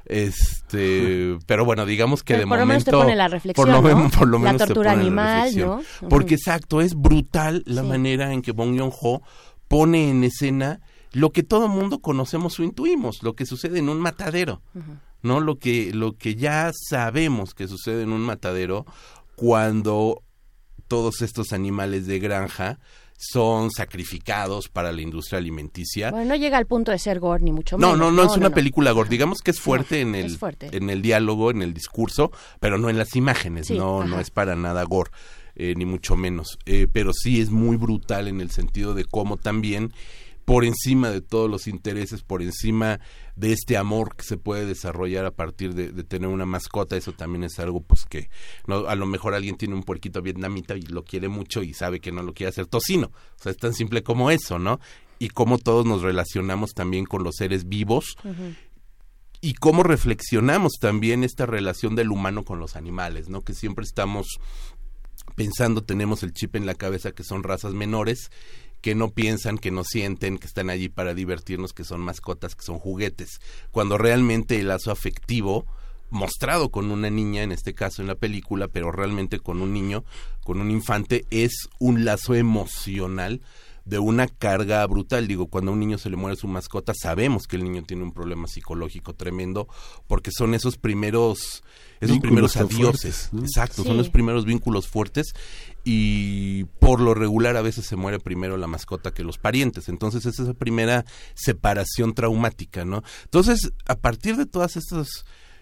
Este, pero bueno, digamos que Pero de por lo menos momento te pone la reflexión, por lo, ¿no? men- por lo La menos te tortura pone animal, la reflexión. ¿no? Ujú. Porque exacto, es brutal la Sí. manera en que Bong Joon-ho pone en escena lo que todo mundo conocemos o intuimos, lo que sucede en un matadero. Ujú. ¿No? Lo que lo que ya sabemos que sucede en un matadero cuando todos estos animales de granja son sacrificados para la industria alimenticia. Bueno, no llega al punto de ser gore, ni mucho no, menos. No, no, no es una no, película no. gore. Digamos que es fuerte, no, en el es fuerte. en el diálogo, en el discurso, pero no en las imágenes. Sí, no, ajá. no es para nada gore, eh, ni mucho menos. Eh, pero sí es muy brutal en el sentido de cómo también, por encima de todos los intereses, por encima de este amor que se puede desarrollar a partir de, de tener una mascota, eso también es algo pues que no, a lo mejor alguien tiene un puerquito vietnamita y lo quiere mucho y sabe que no lo quiere hacer tocino, o sea, es tan simple como eso, ¿no? Y cómo todos nos relacionamos también con los seres vivos, uh-huh. y cómo reflexionamos también esta relación del humano con los animales, ¿no? Que siempre estamos pensando, tenemos el chip en la cabeza que son razas menores, que no piensan, que no sienten, que están allí para divertirnos, que son mascotas, que son juguetes, cuando realmente el lazo afectivo, mostrado con una niña, en este caso en la película, pero realmente con un niño, con un infante, es un lazo emocional de una carga brutal. Digo, cuando a un niño se le muere su mascota, sabemos que el niño tiene un problema psicológico tremendo, porque son esos primeros esos vínculos primeros adioses, fuertes, ¿no? Exacto, Sí. son los primeros vínculos fuertes, y por lo regular a veces se muere primero la mascota que los parientes, entonces es esa primera separación traumática, ¿no? Entonces, a partir de todas estas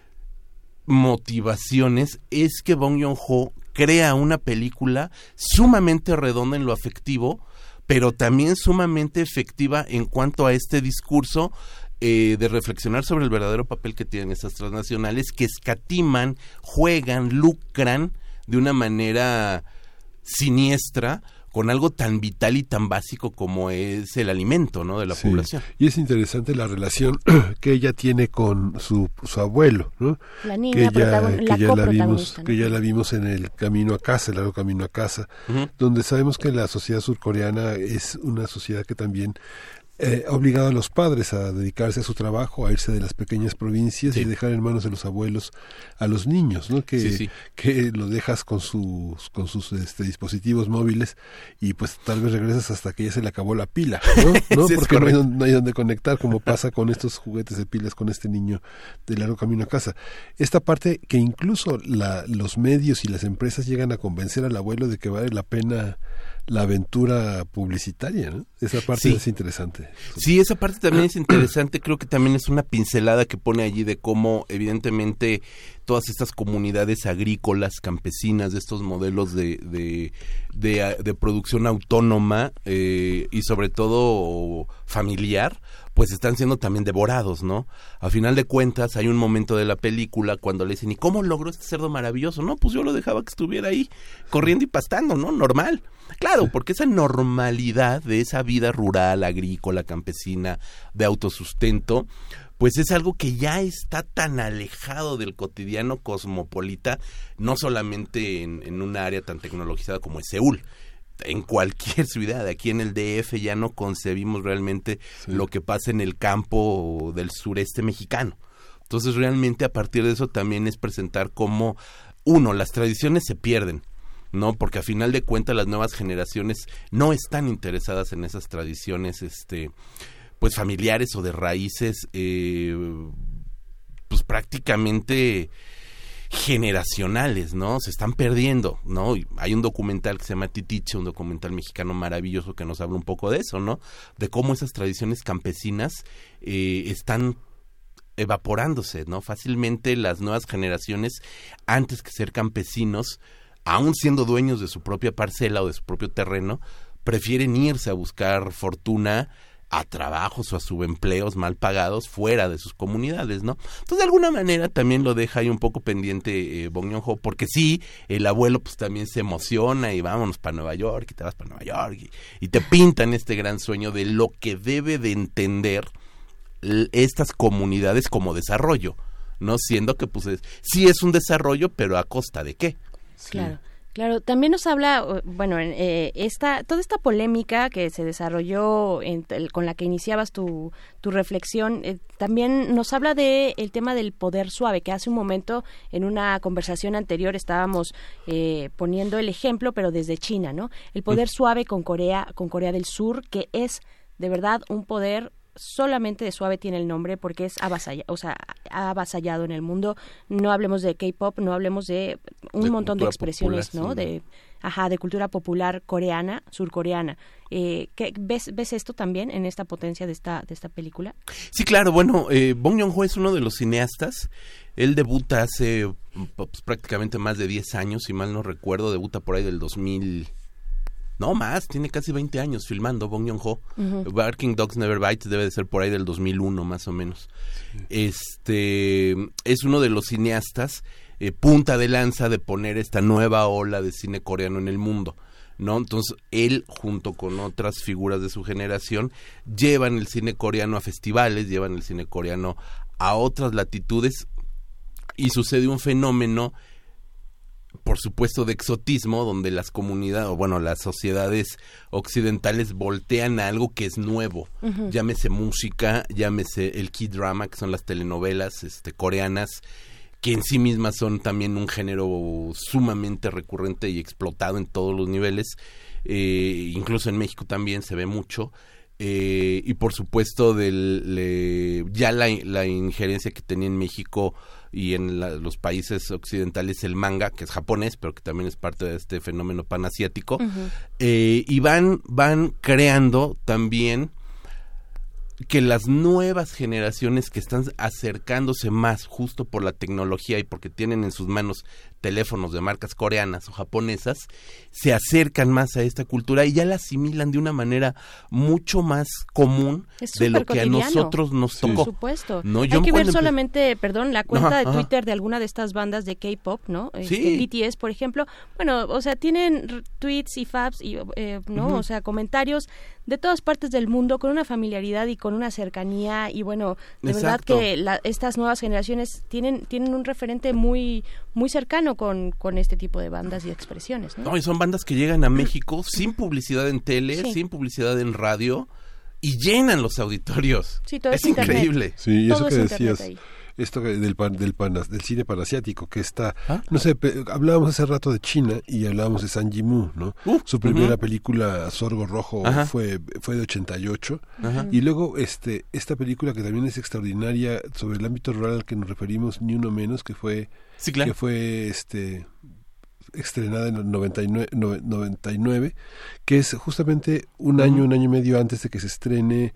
motivaciones, es que Bong Joon-ho crea una película sumamente redonda en lo afectivo, pero también sumamente efectiva en cuanto a este discurso eh, de reflexionar sobre el verdadero papel que tienen estas transnacionales, que escatiman, juegan, lucran de una manera siniestra con algo tan vital y tan básico como es el alimento, ¿no?, de la sí. población. Y es interesante la relación que ella tiene con su, su abuelo, ¿no? La niña, que ya, protagon- que la ya la vimos, coprotagonista, ¿no? que ya la vimos en el camino a casa, el largo camino a casa, Uh-huh. donde sabemos que la sociedad surcoreana es una sociedad que también Eh, ha obligado a los padres a dedicarse a su trabajo, a irse de las pequeñas provincias sí. y dejar en manos de los abuelos a los niños, ¿no? Que, sí, sí. que lo dejas con sus con sus este, dispositivos móviles y pues tal vez regresas hasta que ya se le acabó la pila, ¿no? ¿No? Sí, Porque no hay, donde, no hay donde conectar, como pasa con estos juguetes de pilas con este niño de largo camino a casa. Esta parte que incluso la, los medios y las empresas llegan a convencer al abuelo de que vale la pena la aventura publicitaria, ¿no? Esa parte Sí. es interesante. Sí, esa parte también es interesante, creo que también es una pincelada que pone allí de cómo evidentemente todas estas comunidades agrícolas, campesinas, de estos modelos de, de, de, de producción autónoma eh, y sobre todo familiar, pues están siendo también devorados, ¿no? A final de cuentas hay un momento de la película cuando le dicen, ¿y cómo logró este cerdo maravilloso? No, pues yo lo dejaba que estuviera ahí corriendo y pastando, ¿no? Normal. Claro, porque esa normalidad de esa vida rural, agrícola, campesina, de autosustento, pues es algo que ya está tan alejado del cotidiano cosmopolita, no solamente en, en una área tan tecnologizada como es Seúl. En cualquier ciudad, aquí en el D F ya no concebimos realmente sí. lo que pasa en el campo del sureste mexicano. Entonces realmente a partir de eso también es presentar cómo, uno, las tradiciones se pierden, ¿no? Porque a final de cuentas las nuevas generaciones no están interesadas en esas tradiciones, este, pues familiares o de raíces, eh, pues prácticamente generacionales, ¿no? Se están perdiendo, ¿no? Y hay un documental que se llama Titiche, un documental mexicano maravilloso que nos habla un poco de eso, ¿no? De cómo esas tradiciones campesinas eh, están evaporándose, ¿no? Fácilmente las nuevas generaciones, antes que ser campesinos, aún siendo dueños de su propia parcela o de su propio terreno, prefieren irse a buscar fortuna a trabajos o a subempleos mal pagados fuera de sus comunidades, ¿no? Entonces, de alguna manera también lo deja ahí un poco pendiente eh, Bong Joon-ho, porque sí, el abuelo pues también se emociona y vámonos para Nueva York, y te vas para Nueva York, y, y te pintan este gran sueño de lo que debe de entender l- estas comunidades como desarrollo, ¿no? Siendo que pues es, sí es un desarrollo, pero ¿a costa de qué? Sí. Claro. Claro, también nos habla, bueno, eh, esta, toda esta polémica que se desarrolló en, con la que iniciabas tu, tu reflexión, eh, también nos habla de el tema del poder suave, que hace un momento en una conversación anterior estábamos eh, poniendo el ejemplo, pero desde China, ¿no? El poder suave con Corea, con Corea del Sur, que es de verdad un poder solamente de Suave tiene el nombre porque es avasallado, o sea, ha avasallado en el mundo. No hablemos de K-pop, no hablemos de un De montón de cultura expresiones, popular, ¿no? sí. De ajá, de cultura popular coreana, surcoreana. Eh, ¿qué, ves ves esto también en esta potencia de esta de esta película? Sí, claro, bueno, eh, Bong Joon-ho es uno de los cineastas. Él debuta hace pues, prácticamente más de diez años, si mal no recuerdo, debuta por ahí del dos mil. No más, tiene casi veinte años filmando Bong Joon-ho. Ujú. Barking Dogs Never Bite debe de ser por ahí del dos mil uno más o menos. Este es uno de los cineastas eh, punta de lanza de poner esta nueva ola de cine coreano en el mundo, ¿no? Entonces él junto con otras figuras de su generación llevan el cine coreano a festivales, llevan el cine coreano a otras latitudes y sucede un fenómeno, por supuesto, de exotismo, donde las comunidades, o bueno, las sociedades occidentales voltean a algo que es nuevo. Ujú. Llámese música, llámese el K-drama, que son las telenovelas este, coreanas, que en sí mismas son también un género sumamente recurrente y explotado en todos los niveles. Eh, incluso en México también se ve mucho. Eh, y por supuesto del, le, ya la, la injerencia que tenía en México y en la, los países occidentales el manga, que es japonés, pero que también es parte de este fenómeno panasiático. Ujú. eh, y van, van creando también que las nuevas generaciones que están acercándose más justo por la tecnología y porque tienen en sus manos teléfonos de marcas coreanas o japonesas, se acercan más a esta cultura y ya la asimilan de una manera mucho más común Es de lo que a supercotidiano. nosotros nos tocó. Por supuesto. No, Hay yo que ver cuando empe- solamente, perdón, la cuenta Ajá, de ajá. Twitter de alguna de estas bandas de K-pop, ¿no? Este, Sí. B T S, por ejemplo. Bueno, o sea, tienen r- tweets y faps y, eh, ¿no? Ujú. O sea, comentarios de todas partes del mundo con una familiaridad y con una cercanía y bueno, de verdad Exacto. que la, estas nuevas generaciones tienen tienen un referente muy muy cercano con, con este tipo de bandas y expresiones, ¿no? No, y son bandas que llegan a México sin publicidad en tele, Sí. sin publicidad en radio y llenan los auditorios. Sí, todo es es internet. increíble. Sí, y eso Todo que es internet decías, ahí. esto que del pan, del panas, del cine panasiático que está, ¿Ah? no sé, pe- hablábamos hace rato de China y hablábamos de Zhang Yimou, ¿no? Su primera ujú. película Sorgo Rojo Ajá. fue fue de ochenta y ocho Ajá. y luego este esta película que también es extraordinaria sobre el ámbito rural al que nos referimos ni uno menos que fue Sí, claro. que fue este estrenada en el noventa y nueve, nove- noventa y nueve, que es justamente un año, un año y medio antes de que se estrene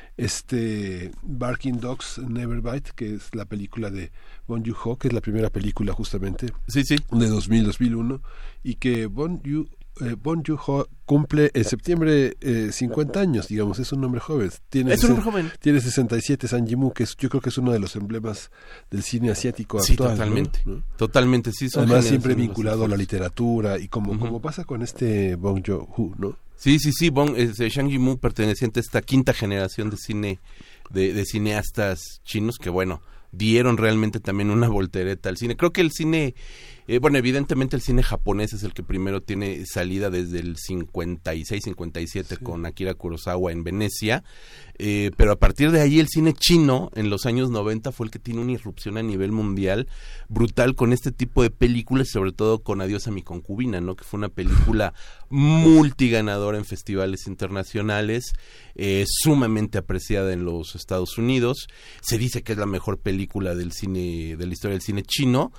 este Barking Dogs Never Bite, que es la película de Bong Joon-ho, que es la primera película justamente sí, sí. de dos mil, dos mil uno, y que Bong Joon eh, Bong Joon-ho cumple en septiembre eh, cincuenta años, digamos, es un hombre joven. Tiene Es un sesen- hombre joven. Tiene sesenta y siete, Zhang Yimou, que es, yo creo que es uno de los emblemas del cine asiático Sí, actual. ¿no? totalmente. ¿no? Totalmente, sí. Son Además geniales siempre en los vinculado a la esfuerzos. literatura y como, como pasa con este Bong Joon-ho, ¿no? Sí, sí, sí, Bong, este, Zhang Yimou perteneciente a esta quinta generación de cine, de, de cineastas chinos que, bueno, dieron realmente también una voltereta al cine. Creo que el cine, eh, bueno, evidentemente el cine japonés es el que primero tiene salida desde el cincuenta y seis, cincuenta y siete con Akira Kurosawa en Venecia, eh, pero a partir de ahí el cine chino en los años noventa fue el que tiene una irrupción a nivel mundial brutal con este tipo de películas, sobre todo con Adiós a mi concubina, ¿no? Que fue una película multiganadora en festivales internacionales, eh, sumamente apreciada en los Estados Unidos. Se dice que es la mejor película del cine, de la historia del cine chino.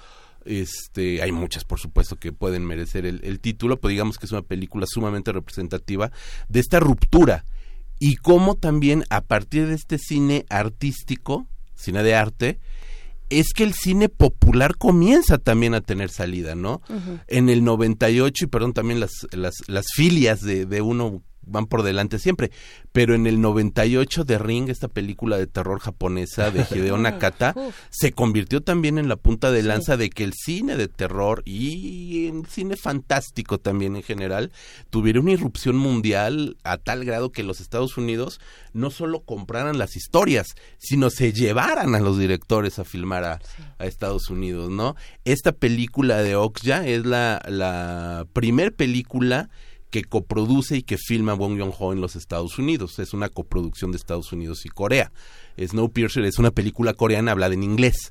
Este, hay muchas, por supuesto, que pueden merecer el, el título, pero digamos que es una película sumamente representativa de esta ruptura y cómo también a partir de este cine artístico, cine de arte, es que el cine popular comienza también a tener salida, ¿no? Ujú. En el noventa y ocho, y perdón, también las, las, las filias de, de uno van por delante siempre, pero en el noventa y ocho The Ring, esta película de terror japonesa de Hideo Nakata, Uf. se convirtió también en la punta de lanza de que el cine de terror y el cine fantástico también en general tuviera una irrupción mundial a tal grado que los Estados Unidos no solo compraran las historias, sino se llevaran a los directores a filmar a, a Estados Unidos, ¿no? Esta película de Okja es la, la primer película que coproduce y que filma Bong Joon-ho en los Estados Unidos. Es una coproducción de Estados Unidos y Corea. Snowpiercer es una película coreana hablada en inglés,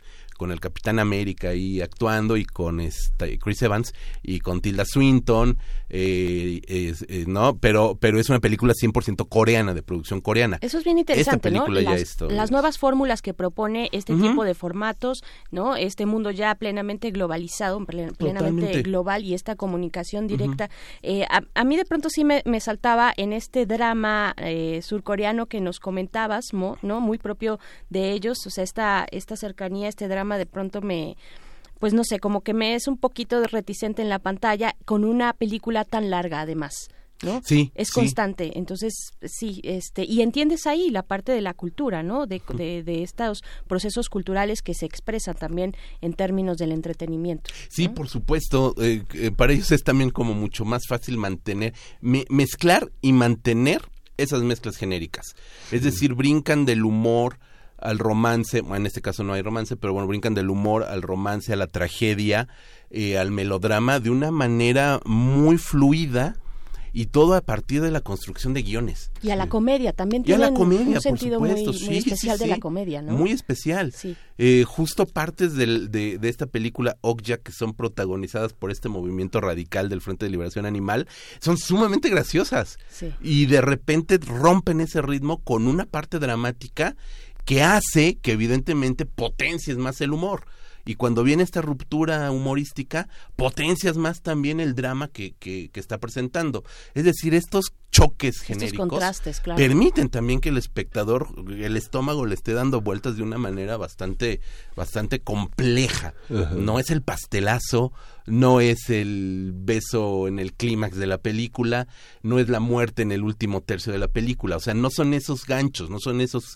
con el Capitán América ahí actuando y con este Chris Evans y con Tilda Swinton, eh, es, eh, no, pero pero es una película cien por ciento coreana, de producción coreana. Eso es bien interesante, ¿no? Las, esto, las es... nuevas fórmulas que propone este uh-huh. tipo de formatos, ¿no? Este mundo ya plenamente globalizado, plen, plenamente Totalmente. global, y esta comunicación directa. Uh-huh. eh, a, a mí de pronto sí me, me saltaba en este drama eh, surcoreano que nos comentabas, Mo, ¿no? Muy propio de ellos, o sea, esta esta cercanía, este drama de pronto me, pues no sé, como que me es un poquito reticente en la pantalla con una película tan larga además, ¿no? Sí, es sí. constante, entonces sí, este, y entiendes ahí la parte de la cultura, ¿no? De, de, de estos procesos culturales que se expresan también en términos del entretenimiento, ¿no? Sí, por supuesto, eh, eh, para ellos es también como mucho más fácil mantener, me, mezclar y mantener esas mezclas genéricas, es decir, brincan del humor al romance, bueno, en este caso no hay romance, pero bueno, brincan del humor al romance, a la tragedia, eh, al melodrama, de una manera muy fluida, y todo a partir de la construcción de guiones. Y a la comedia, también y tienen comedia, un sentido muy, muy sí, especial sí, de sí. la comedia, ¿no? Muy especial. Sí. Eh, justo partes del, de, de esta película Okja, que son protagonizadas por este movimiento radical del Frente de Liberación Animal, son sumamente graciosas. Sí. Y de repente rompen ese ritmo con una parte dramática que hace que evidentemente potencies más el humor. Y cuando viene esta ruptura humorística, potencias más también el drama que, que, que está presentando. Es decir, estos choques estos genéricos contrastes, claro, permiten también que el espectador, el estómago le esté dando vueltas de una manera bastante, bastante compleja. Uh-huh. No es el pastelazo, no es el beso en el clímax de la película, no es la muerte en el último tercio de la película. O sea, no son esos ganchos, no son esos...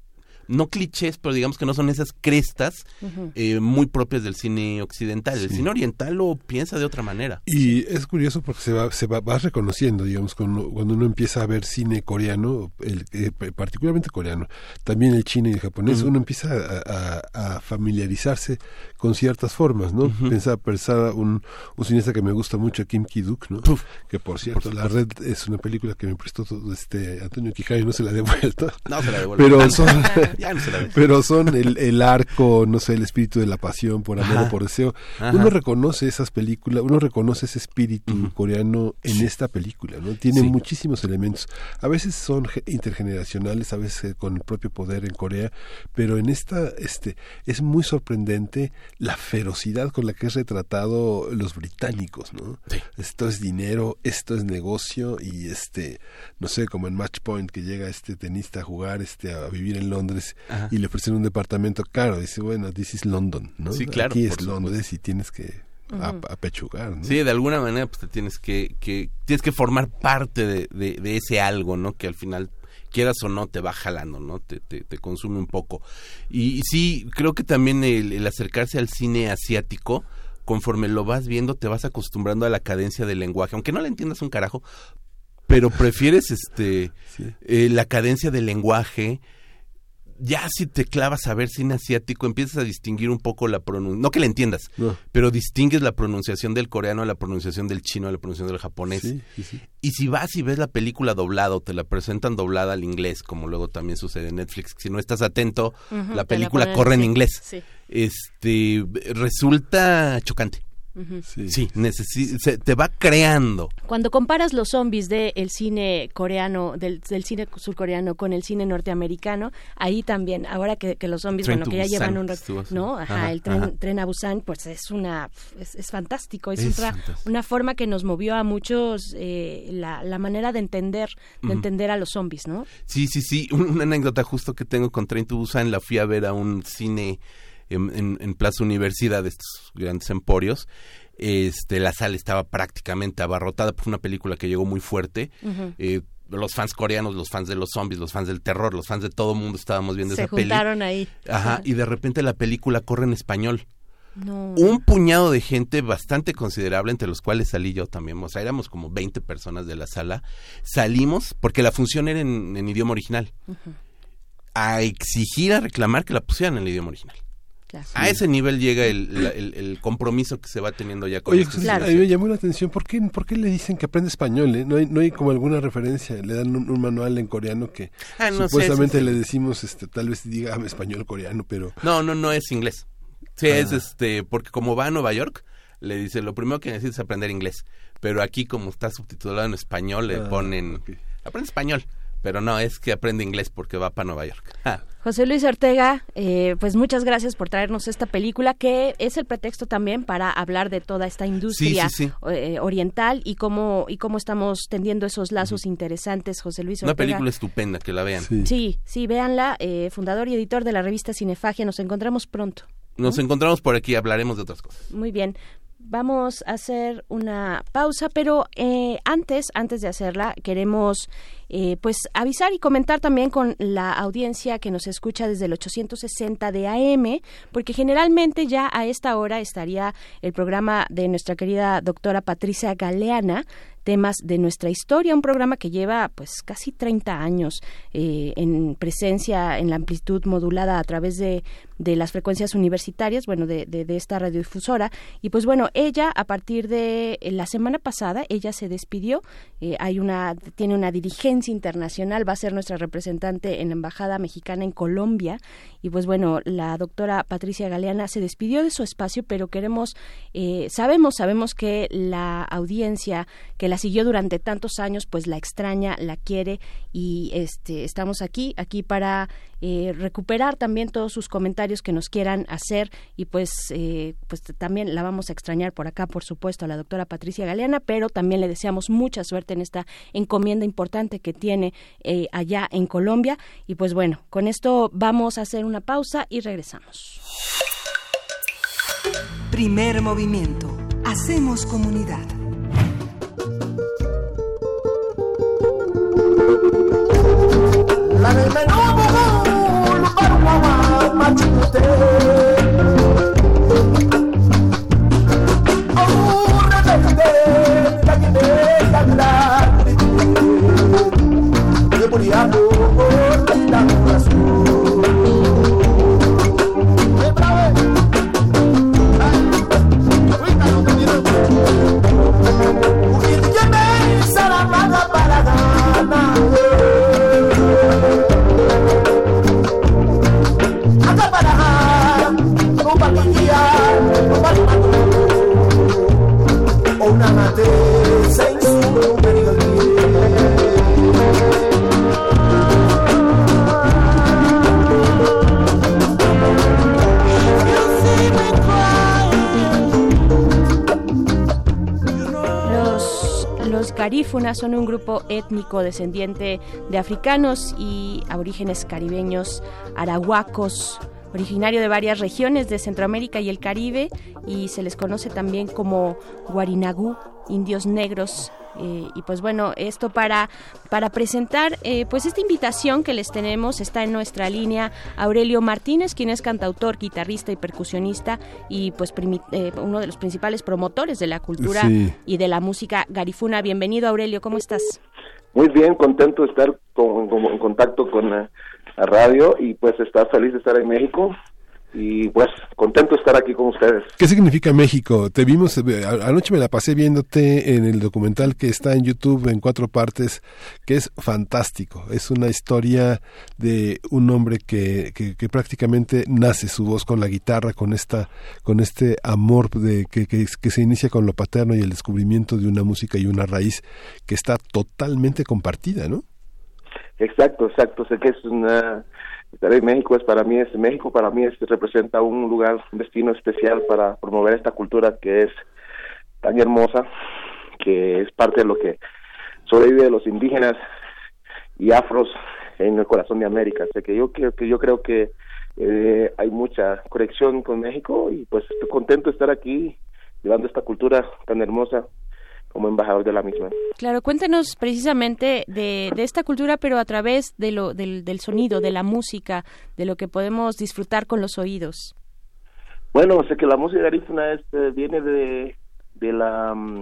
no clichés, pero digamos que no son esas crestas uh-huh. eh, muy propias del cine occidental. Sí. El cine oriental lo piensa de otra manera. Y es curioso porque se va se va vas reconociendo, digamos, cuando, cuando uno empieza a ver cine coreano, el, eh, particularmente coreano, también el chino y el japonés, uh-huh. uno empieza a, a, a familiarizarse con ciertas formas, ¿no? Uh-huh. Pensaba, pensaba un, un cineasta que me gusta mucho, Kim Ki-duk, ¿no? Uf, que por cierto, por La Red es una película que me prestó todo este Antonio Quijano y no se la he devuelto. No se la devuelvo. Pero son... Ya no se la ve. Pero son el, el arco, no sé, el espíritu de la pasión por amor Ajá. o por deseo. Ajá. Uno reconoce esas películas, uno reconoce ese espíritu uh-huh. coreano en sí. esta película, ¿no? Tiene sí. muchísimos elementos. A veces son intergeneracionales, a veces con el propio poder en Corea, pero en esta este es muy sorprendente la ferocidad con la que es retratado los británicos, ¿no? Sí. Esto es dinero, esto es negocio y este, no sé, como en Match Point que llega este tenista a jugar, este a vivir en Londres Ajá. y le ofrecen un departamento caro, dice, bueno, this is London, ¿no? Sí, claro. Aquí es Londres y tienes que a, apechugar, ¿no? Sí, de alguna manera pues te tienes que, que tienes que formar parte de, de, de ese algo, ¿no? Que al final quieras o no te va jalando, ¿no? Te, te, te consume un poco. Y, y sí, creo que también el, el acercarse al cine asiático, conforme lo vas viendo, te vas acostumbrando a la cadencia del lenguaje, aunque no le entiendas un carajo, pero prefieres este sí. eh, la cadencia del lenguaje. Ya si te clavas a ver cine asiático, empiezas a distinguir un poco la pronunciación, no que la entiendas, no. pero distingues la pronunciación del coreano a la pronunciación del chino, a la pronunciación del japonés. Sí, sí, sí. Y si vas y ves la película doblada o te la presentan doblada al inglés, como luego también sucede en Netflix, si no estás atento, uh-huh, la película la corre en inglés. Sí. Este, resulta chocante. Uh-huh. Sí, sí necesi- se, te va creando. Cuando comparas los zombies del cine coreano, del, del cine surcoreano con el cine norteamericano, ahí también, ahora que, que los zombies, Tren bueno, que ya Busan, llevan un... ¿no? Ajá, ajá el tren, ajá. tren a Busan, pues es una... es, es fantástico, es, es otra, fantástico. Una forma que nos movió a muchos eh, la, la manera de entender, de uh-huh. entender a los zombies, ¿no? Sí, sí, sí, una anécdota justo que tengo con Tren to Busan, la fui a ver a un cine... En, en, en Plaza Universidad, de estos grandes emporios, este, la sala estaba prácticamente abarrotada por una película que llegó muy fuerte. Uh-huh. Eh, los fans coreanos, los fans de los zombies, los fans del terror, los fans de todo mundo estábamos viendo Se esa peli. Se juntaron ahí. Ajá, y de repente la película corre en español. No. Un puñado de gente bastante considerable, entre los cuales salí yo también, o sea, éramos como veinte personas de la sala. Salimos, porque la función era en, en idioma original, uh-huh. a exigir, a reclamar que la pusieran en el idioma original. Claro. A ese nivel llega el, la, el, el compromiso que se va teniendo ya con Oye, estos claro. A mí me llamó la atención, ¿por qué, por qué le dicen que aprende español? Eh? ¿No hay, no hay como alguna referencia? Le dan un, un manual en coreano que ah, no supuestamente sé, sí, sí. le decimos, este, tal vez diga español coreano, pero... No, no, no es inglés. Sí, ah. es este, porque como va a Nueva York, le dice, lo primero que necesitas es aprender inglés. Pero aquí, como está subtitulado en español, le ah, ponen, okay. aprende español. Pero no, es que aprende inglés porque va para Nueva York. Ah. José Luis Ortega, eh, pues muchas gracias por traernos esta película, que es el pretexto también para hablar de toda esta industria sí, sí, sí. Eh, oriental y cómo y cómo estamos tendiendo esos lazos uh-huh. interesantes, José Luis Ortega. Una película estupenda, que la vean. Sí, sí, sí véanla, eh, fundador y editor de la revista Cinefagia. Nos encontramos pronto. Nos ¿no? encontramos por aquí, hablaremos de otras cosas. Muy bien. Vamos a hacer una pausa, pero eh, antes, antes de hacerla, queremos eh, pues avisar y comentar también con la audiencia que nos escucha desde el ochocientos sesenta de A M, porque generalmente ya a esta hora estaría el programa de nuestra querida doctora Patricia Galeana, Temas de nuestra historia, un programa que lleva pues casi treinta años eh, en presencia en la amplitud modulada a través de, de las frecuencias universitarias, bueno, de, de, de esta radiodifusora. Y pues bueno, ella a partir de la semana pasada, ella se despidió, eh, hay una, tiene una dirigencia internacional, va a ser nuestra representante en la Embajada Mexicana en Colombia. Y pues bueno, la doctora Patricia Galeana se despidió de su espacio, pero queremos, eh, sabemos, sabemos que la audiencia, que la siguió durante tantos años, pues la extraña, la quiere, y este estamos aquí, aquí para eh, recuperar también todos sus comentarios que nos quieran hacer, y pues, eh, pues también la vamos a extrañar por acá, por supuesto, a la doctora Patricia Galeana, pero también le deseamos mucha suerte en esta encomienda importante que tiene eh, allá en Colombia. Y pues bueno, con esto vamos a hacer una pausa y regresamos. Primer movimiento. Hacemos comunidad. La de menor, para mamá, machute. Oh, rebelde, cañete, candela, de buriano, la corazón. ¡Eh, bravo! ¡Cuéntalo, tenido! ¡Uy, que me salamada para ganar! Una mate sem Los, los garífunas son un grupo étnico descendiente de africanos y aborígenes caribeños arahuacos, originario de varias regiones de Centroamérica y el Caribe, y se les conoce también como guarinagú, indios negros. Eh, y pues bueno, esto para para presentar eh, pues esta invitación que les tenemos. Está en nuestra línea Aurelio Martínez, quien es cantautor, guitarrista y percusionista, y pues primi- eh, uno de los principales promotores de la cultura sí. y de la música garifuna. Bienvenido, Aurelio, ¿cómo estás? Muy bien, contento de estar con, con, en contacto con la radio, y pues estar feliz de estar en México, y pues contento de estar aquí con ustedes. ¿Qué significa México? Te vimos, anoche me la pasé viéndote en el documental que está en YouTube en cuatro partes, que es fantástico. Es una historia de un hombre que, que, que prácticamente nace su voz con la guitarra, con esta, con este amor de que, que, que se inicia con lo paterno y el descubrimiento de una música y una raíz que está totalmente compartida, ¿no? Exacto, exacto. Sé que es una... Estar en México es para mí, es México para mí es, representa un lugar, un destino especial para promover esta cultura que es tan hermosa, que es parte de lo que sobrevive de los indígenas y afros en el corazón de América. Sé que yo, que, que yo creo que eh, hay mucha conexión con México, y pues estoy contento de estar aquí llevando esta cultura tan hermosa como embajador de la misma. Claro, cuéntenos precisamente de, de esta cultura, pero a través de lo del, del sonido, de la música, de lo que podemos disfrutar con los oídos. Bueno, sé que la música garífuna este, viene de de la um,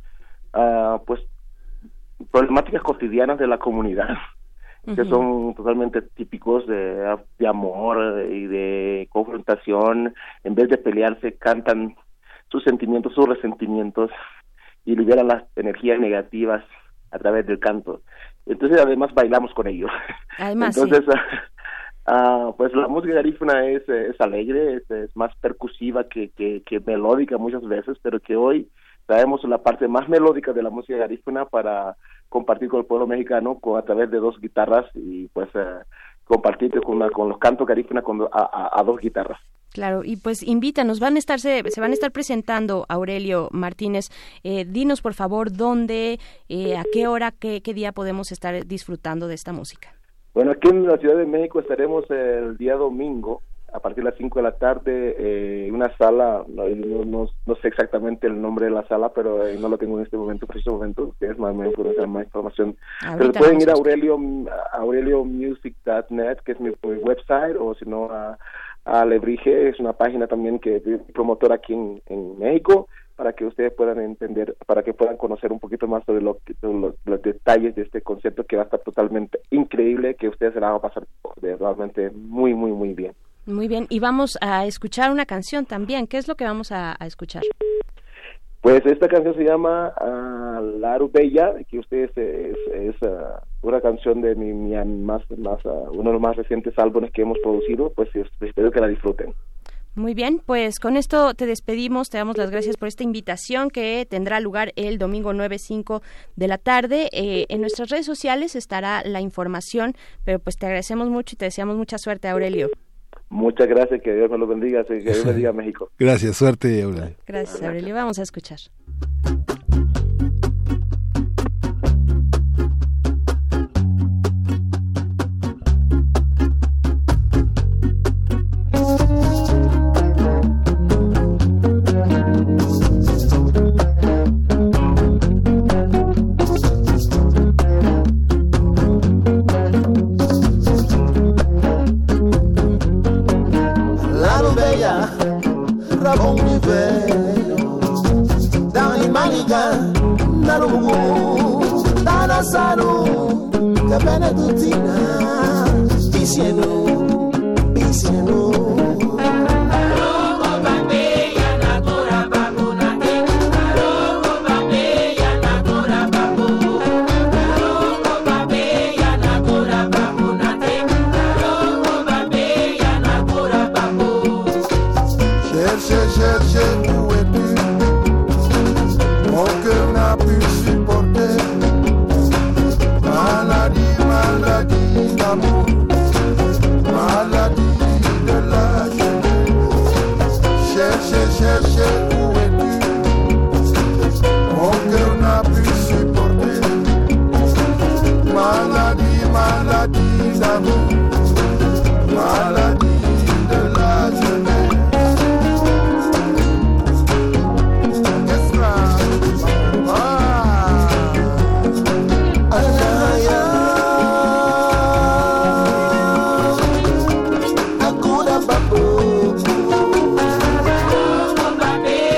uh, pues problemáticas cotidianas de la comunidad, uh-huh. que son totalmente típicos de, de amor y de confrontación. En vez de pelearse, cantan sus sentimientos, sus resentimientos, y liberan las energías negativas a través del canto. Entonces, además, bailamos con ellos. Además, Entonces, sí. Uh, pues la música garífuna es, es alegre, es, es más percusiva que, que, que melódica muchas veces, pero que hoy traemos la parte más melódica de la música garífuna para compartir con el pueblo mexicano con, a través de dos guitarras y pues uh, compartir con, la, con los cantos garífuna con, a, a, a dos guitarras. Claro, y pues invítanos, van a estarse, se van a estar presentando, Aurelio Martínez. Eh, dinos por favor dónde, eh, a qué hora, qué, qué día podemos estar disfrutando de esta música. Bueno, aquí en la Ciudad de México estaremos el día domingo a partir de las cinco de la tarde en eh, una sala, no, no, no sé exactamente el nombre de la sala, pero eh, no lo tengo en este momento, preciso momento, ustedes más, más, más información. Ahorita pero pueden ir a Aurelio, aurelio music punto net, que es mi, mi website, o si no a, a Alebrije, es una página también que es promotora aquí en, en México, para que ustedes puedan entender, para que puedan conocer un poquito más sobre lo, los, los detalles de este concierto, que va a estar totalmente increíble, que ustedes se la van a pasar de, realmente muy, muy, muy bien. Muy bien, y vamos a escuchar una canción también. ¿Qué es lo que vamos a, a escuchar? Pues esta canción se llama uh, La Bella, que ustedes es, es uh, una canción de mi, mi más, más uh, uno de los más recientes álbumes que hemos producido, pues espero que la disfruten. Muy bien, pues con esto te despedimos, te damos las gracias por esta invitación que tendrá lugar el domingo nueve cinco de la tarde. Eh, en nuestras redes sociales estará la información, pero pues te agradecemos mucho y te deseamos mucha suerte, Aurelio. Muchas gracias, que Dios me lo bendiga, que Dios bendiga a México. Gracias, suerte, Aurelio. Gracias, Aurelio. Vamos a escuchar. Rabon mi velho, da imaniga, da rugu, da nasaru, da benedutina, bisienu, bisienu. Babu,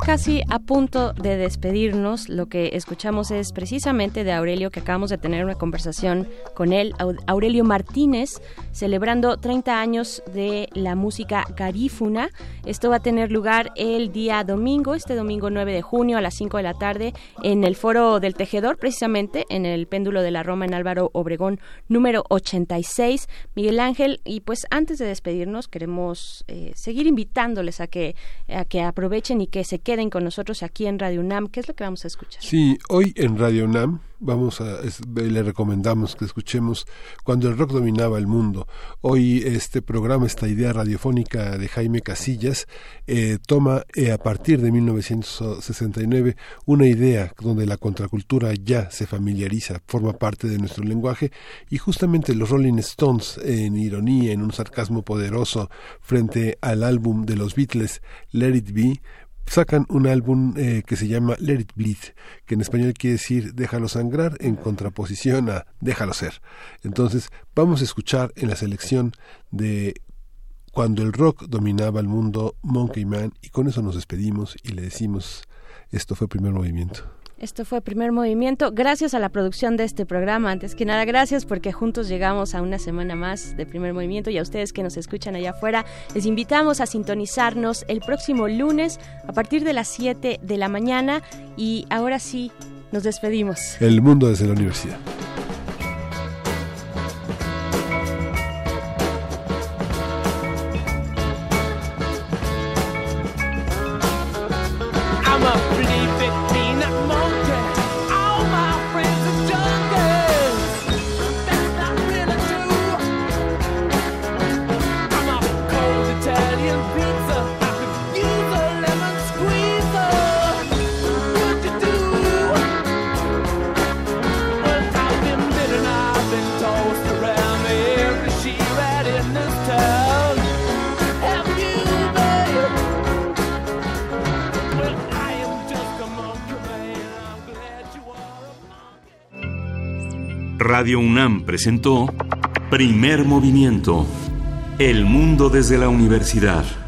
casi a punto de despedirnos. Lo que escuchamos es precisamente de Aurelio, que acabamos de tener una conversación con él, Aurelio Martínez, celebrando treinta años de la música garífuna. Esto va a tener lugar el día domingo, este domingo nueve de junio a las cinco de la tarde, en el Foro del Tejedor, precisamente en el Péndulo de la Roma, en Álvaro Obregón, número ochenta y seis. Miguel Ángel, y pues antes de despedirnos queremos eh, seguir invitándoles a que, a que aprovechen y que se queden con nosotros aquí en Radio UNAM. ¿Qué es lo que vamos a escuchar? Sí, hoy en Radio UNAM vamos a es, le recomendamos que escuchemos Cuando el rock dominaba el mundo. Hoy este programa, esta idea radiofónica de Jaime Casillas, eh, toma eh, a partir de mil novecientos sesenta y nueve una idea donde la contracultura ya se familiariza, forma parte de nuestro lenguaje, y justamente los Rolling Stones, en ironía, en un sarcasmo poderoso frente al álbum de los Beatles, Let It Be, sacan un álbum eh, que se llama Let It Bleed, que en español quiere decir déjalo sangrar, en contraposición a déjalo ser. Entonces vamos a escuchar en la selección de Cuando el rock dominaba el mundo, Monkey Man, y con eso nos despedimos y le decimos, esto fue Primer Movimiento. Esto fue Primer Movimiento. Gracias a la producción de este programa. Antes que nada, gracias porque juntos llegamos a una semana más de Primer Movimiento, y a ustedes que nos escuchan allá afuera, les invitamos a sintonizarnos el próximo lunes a partir de las siete de la mañana. Y ahora sí, nos despedimos. El mundo desde la universidad. Radio UNAM presentó Primer Movimiento, El mundo desde la universidad.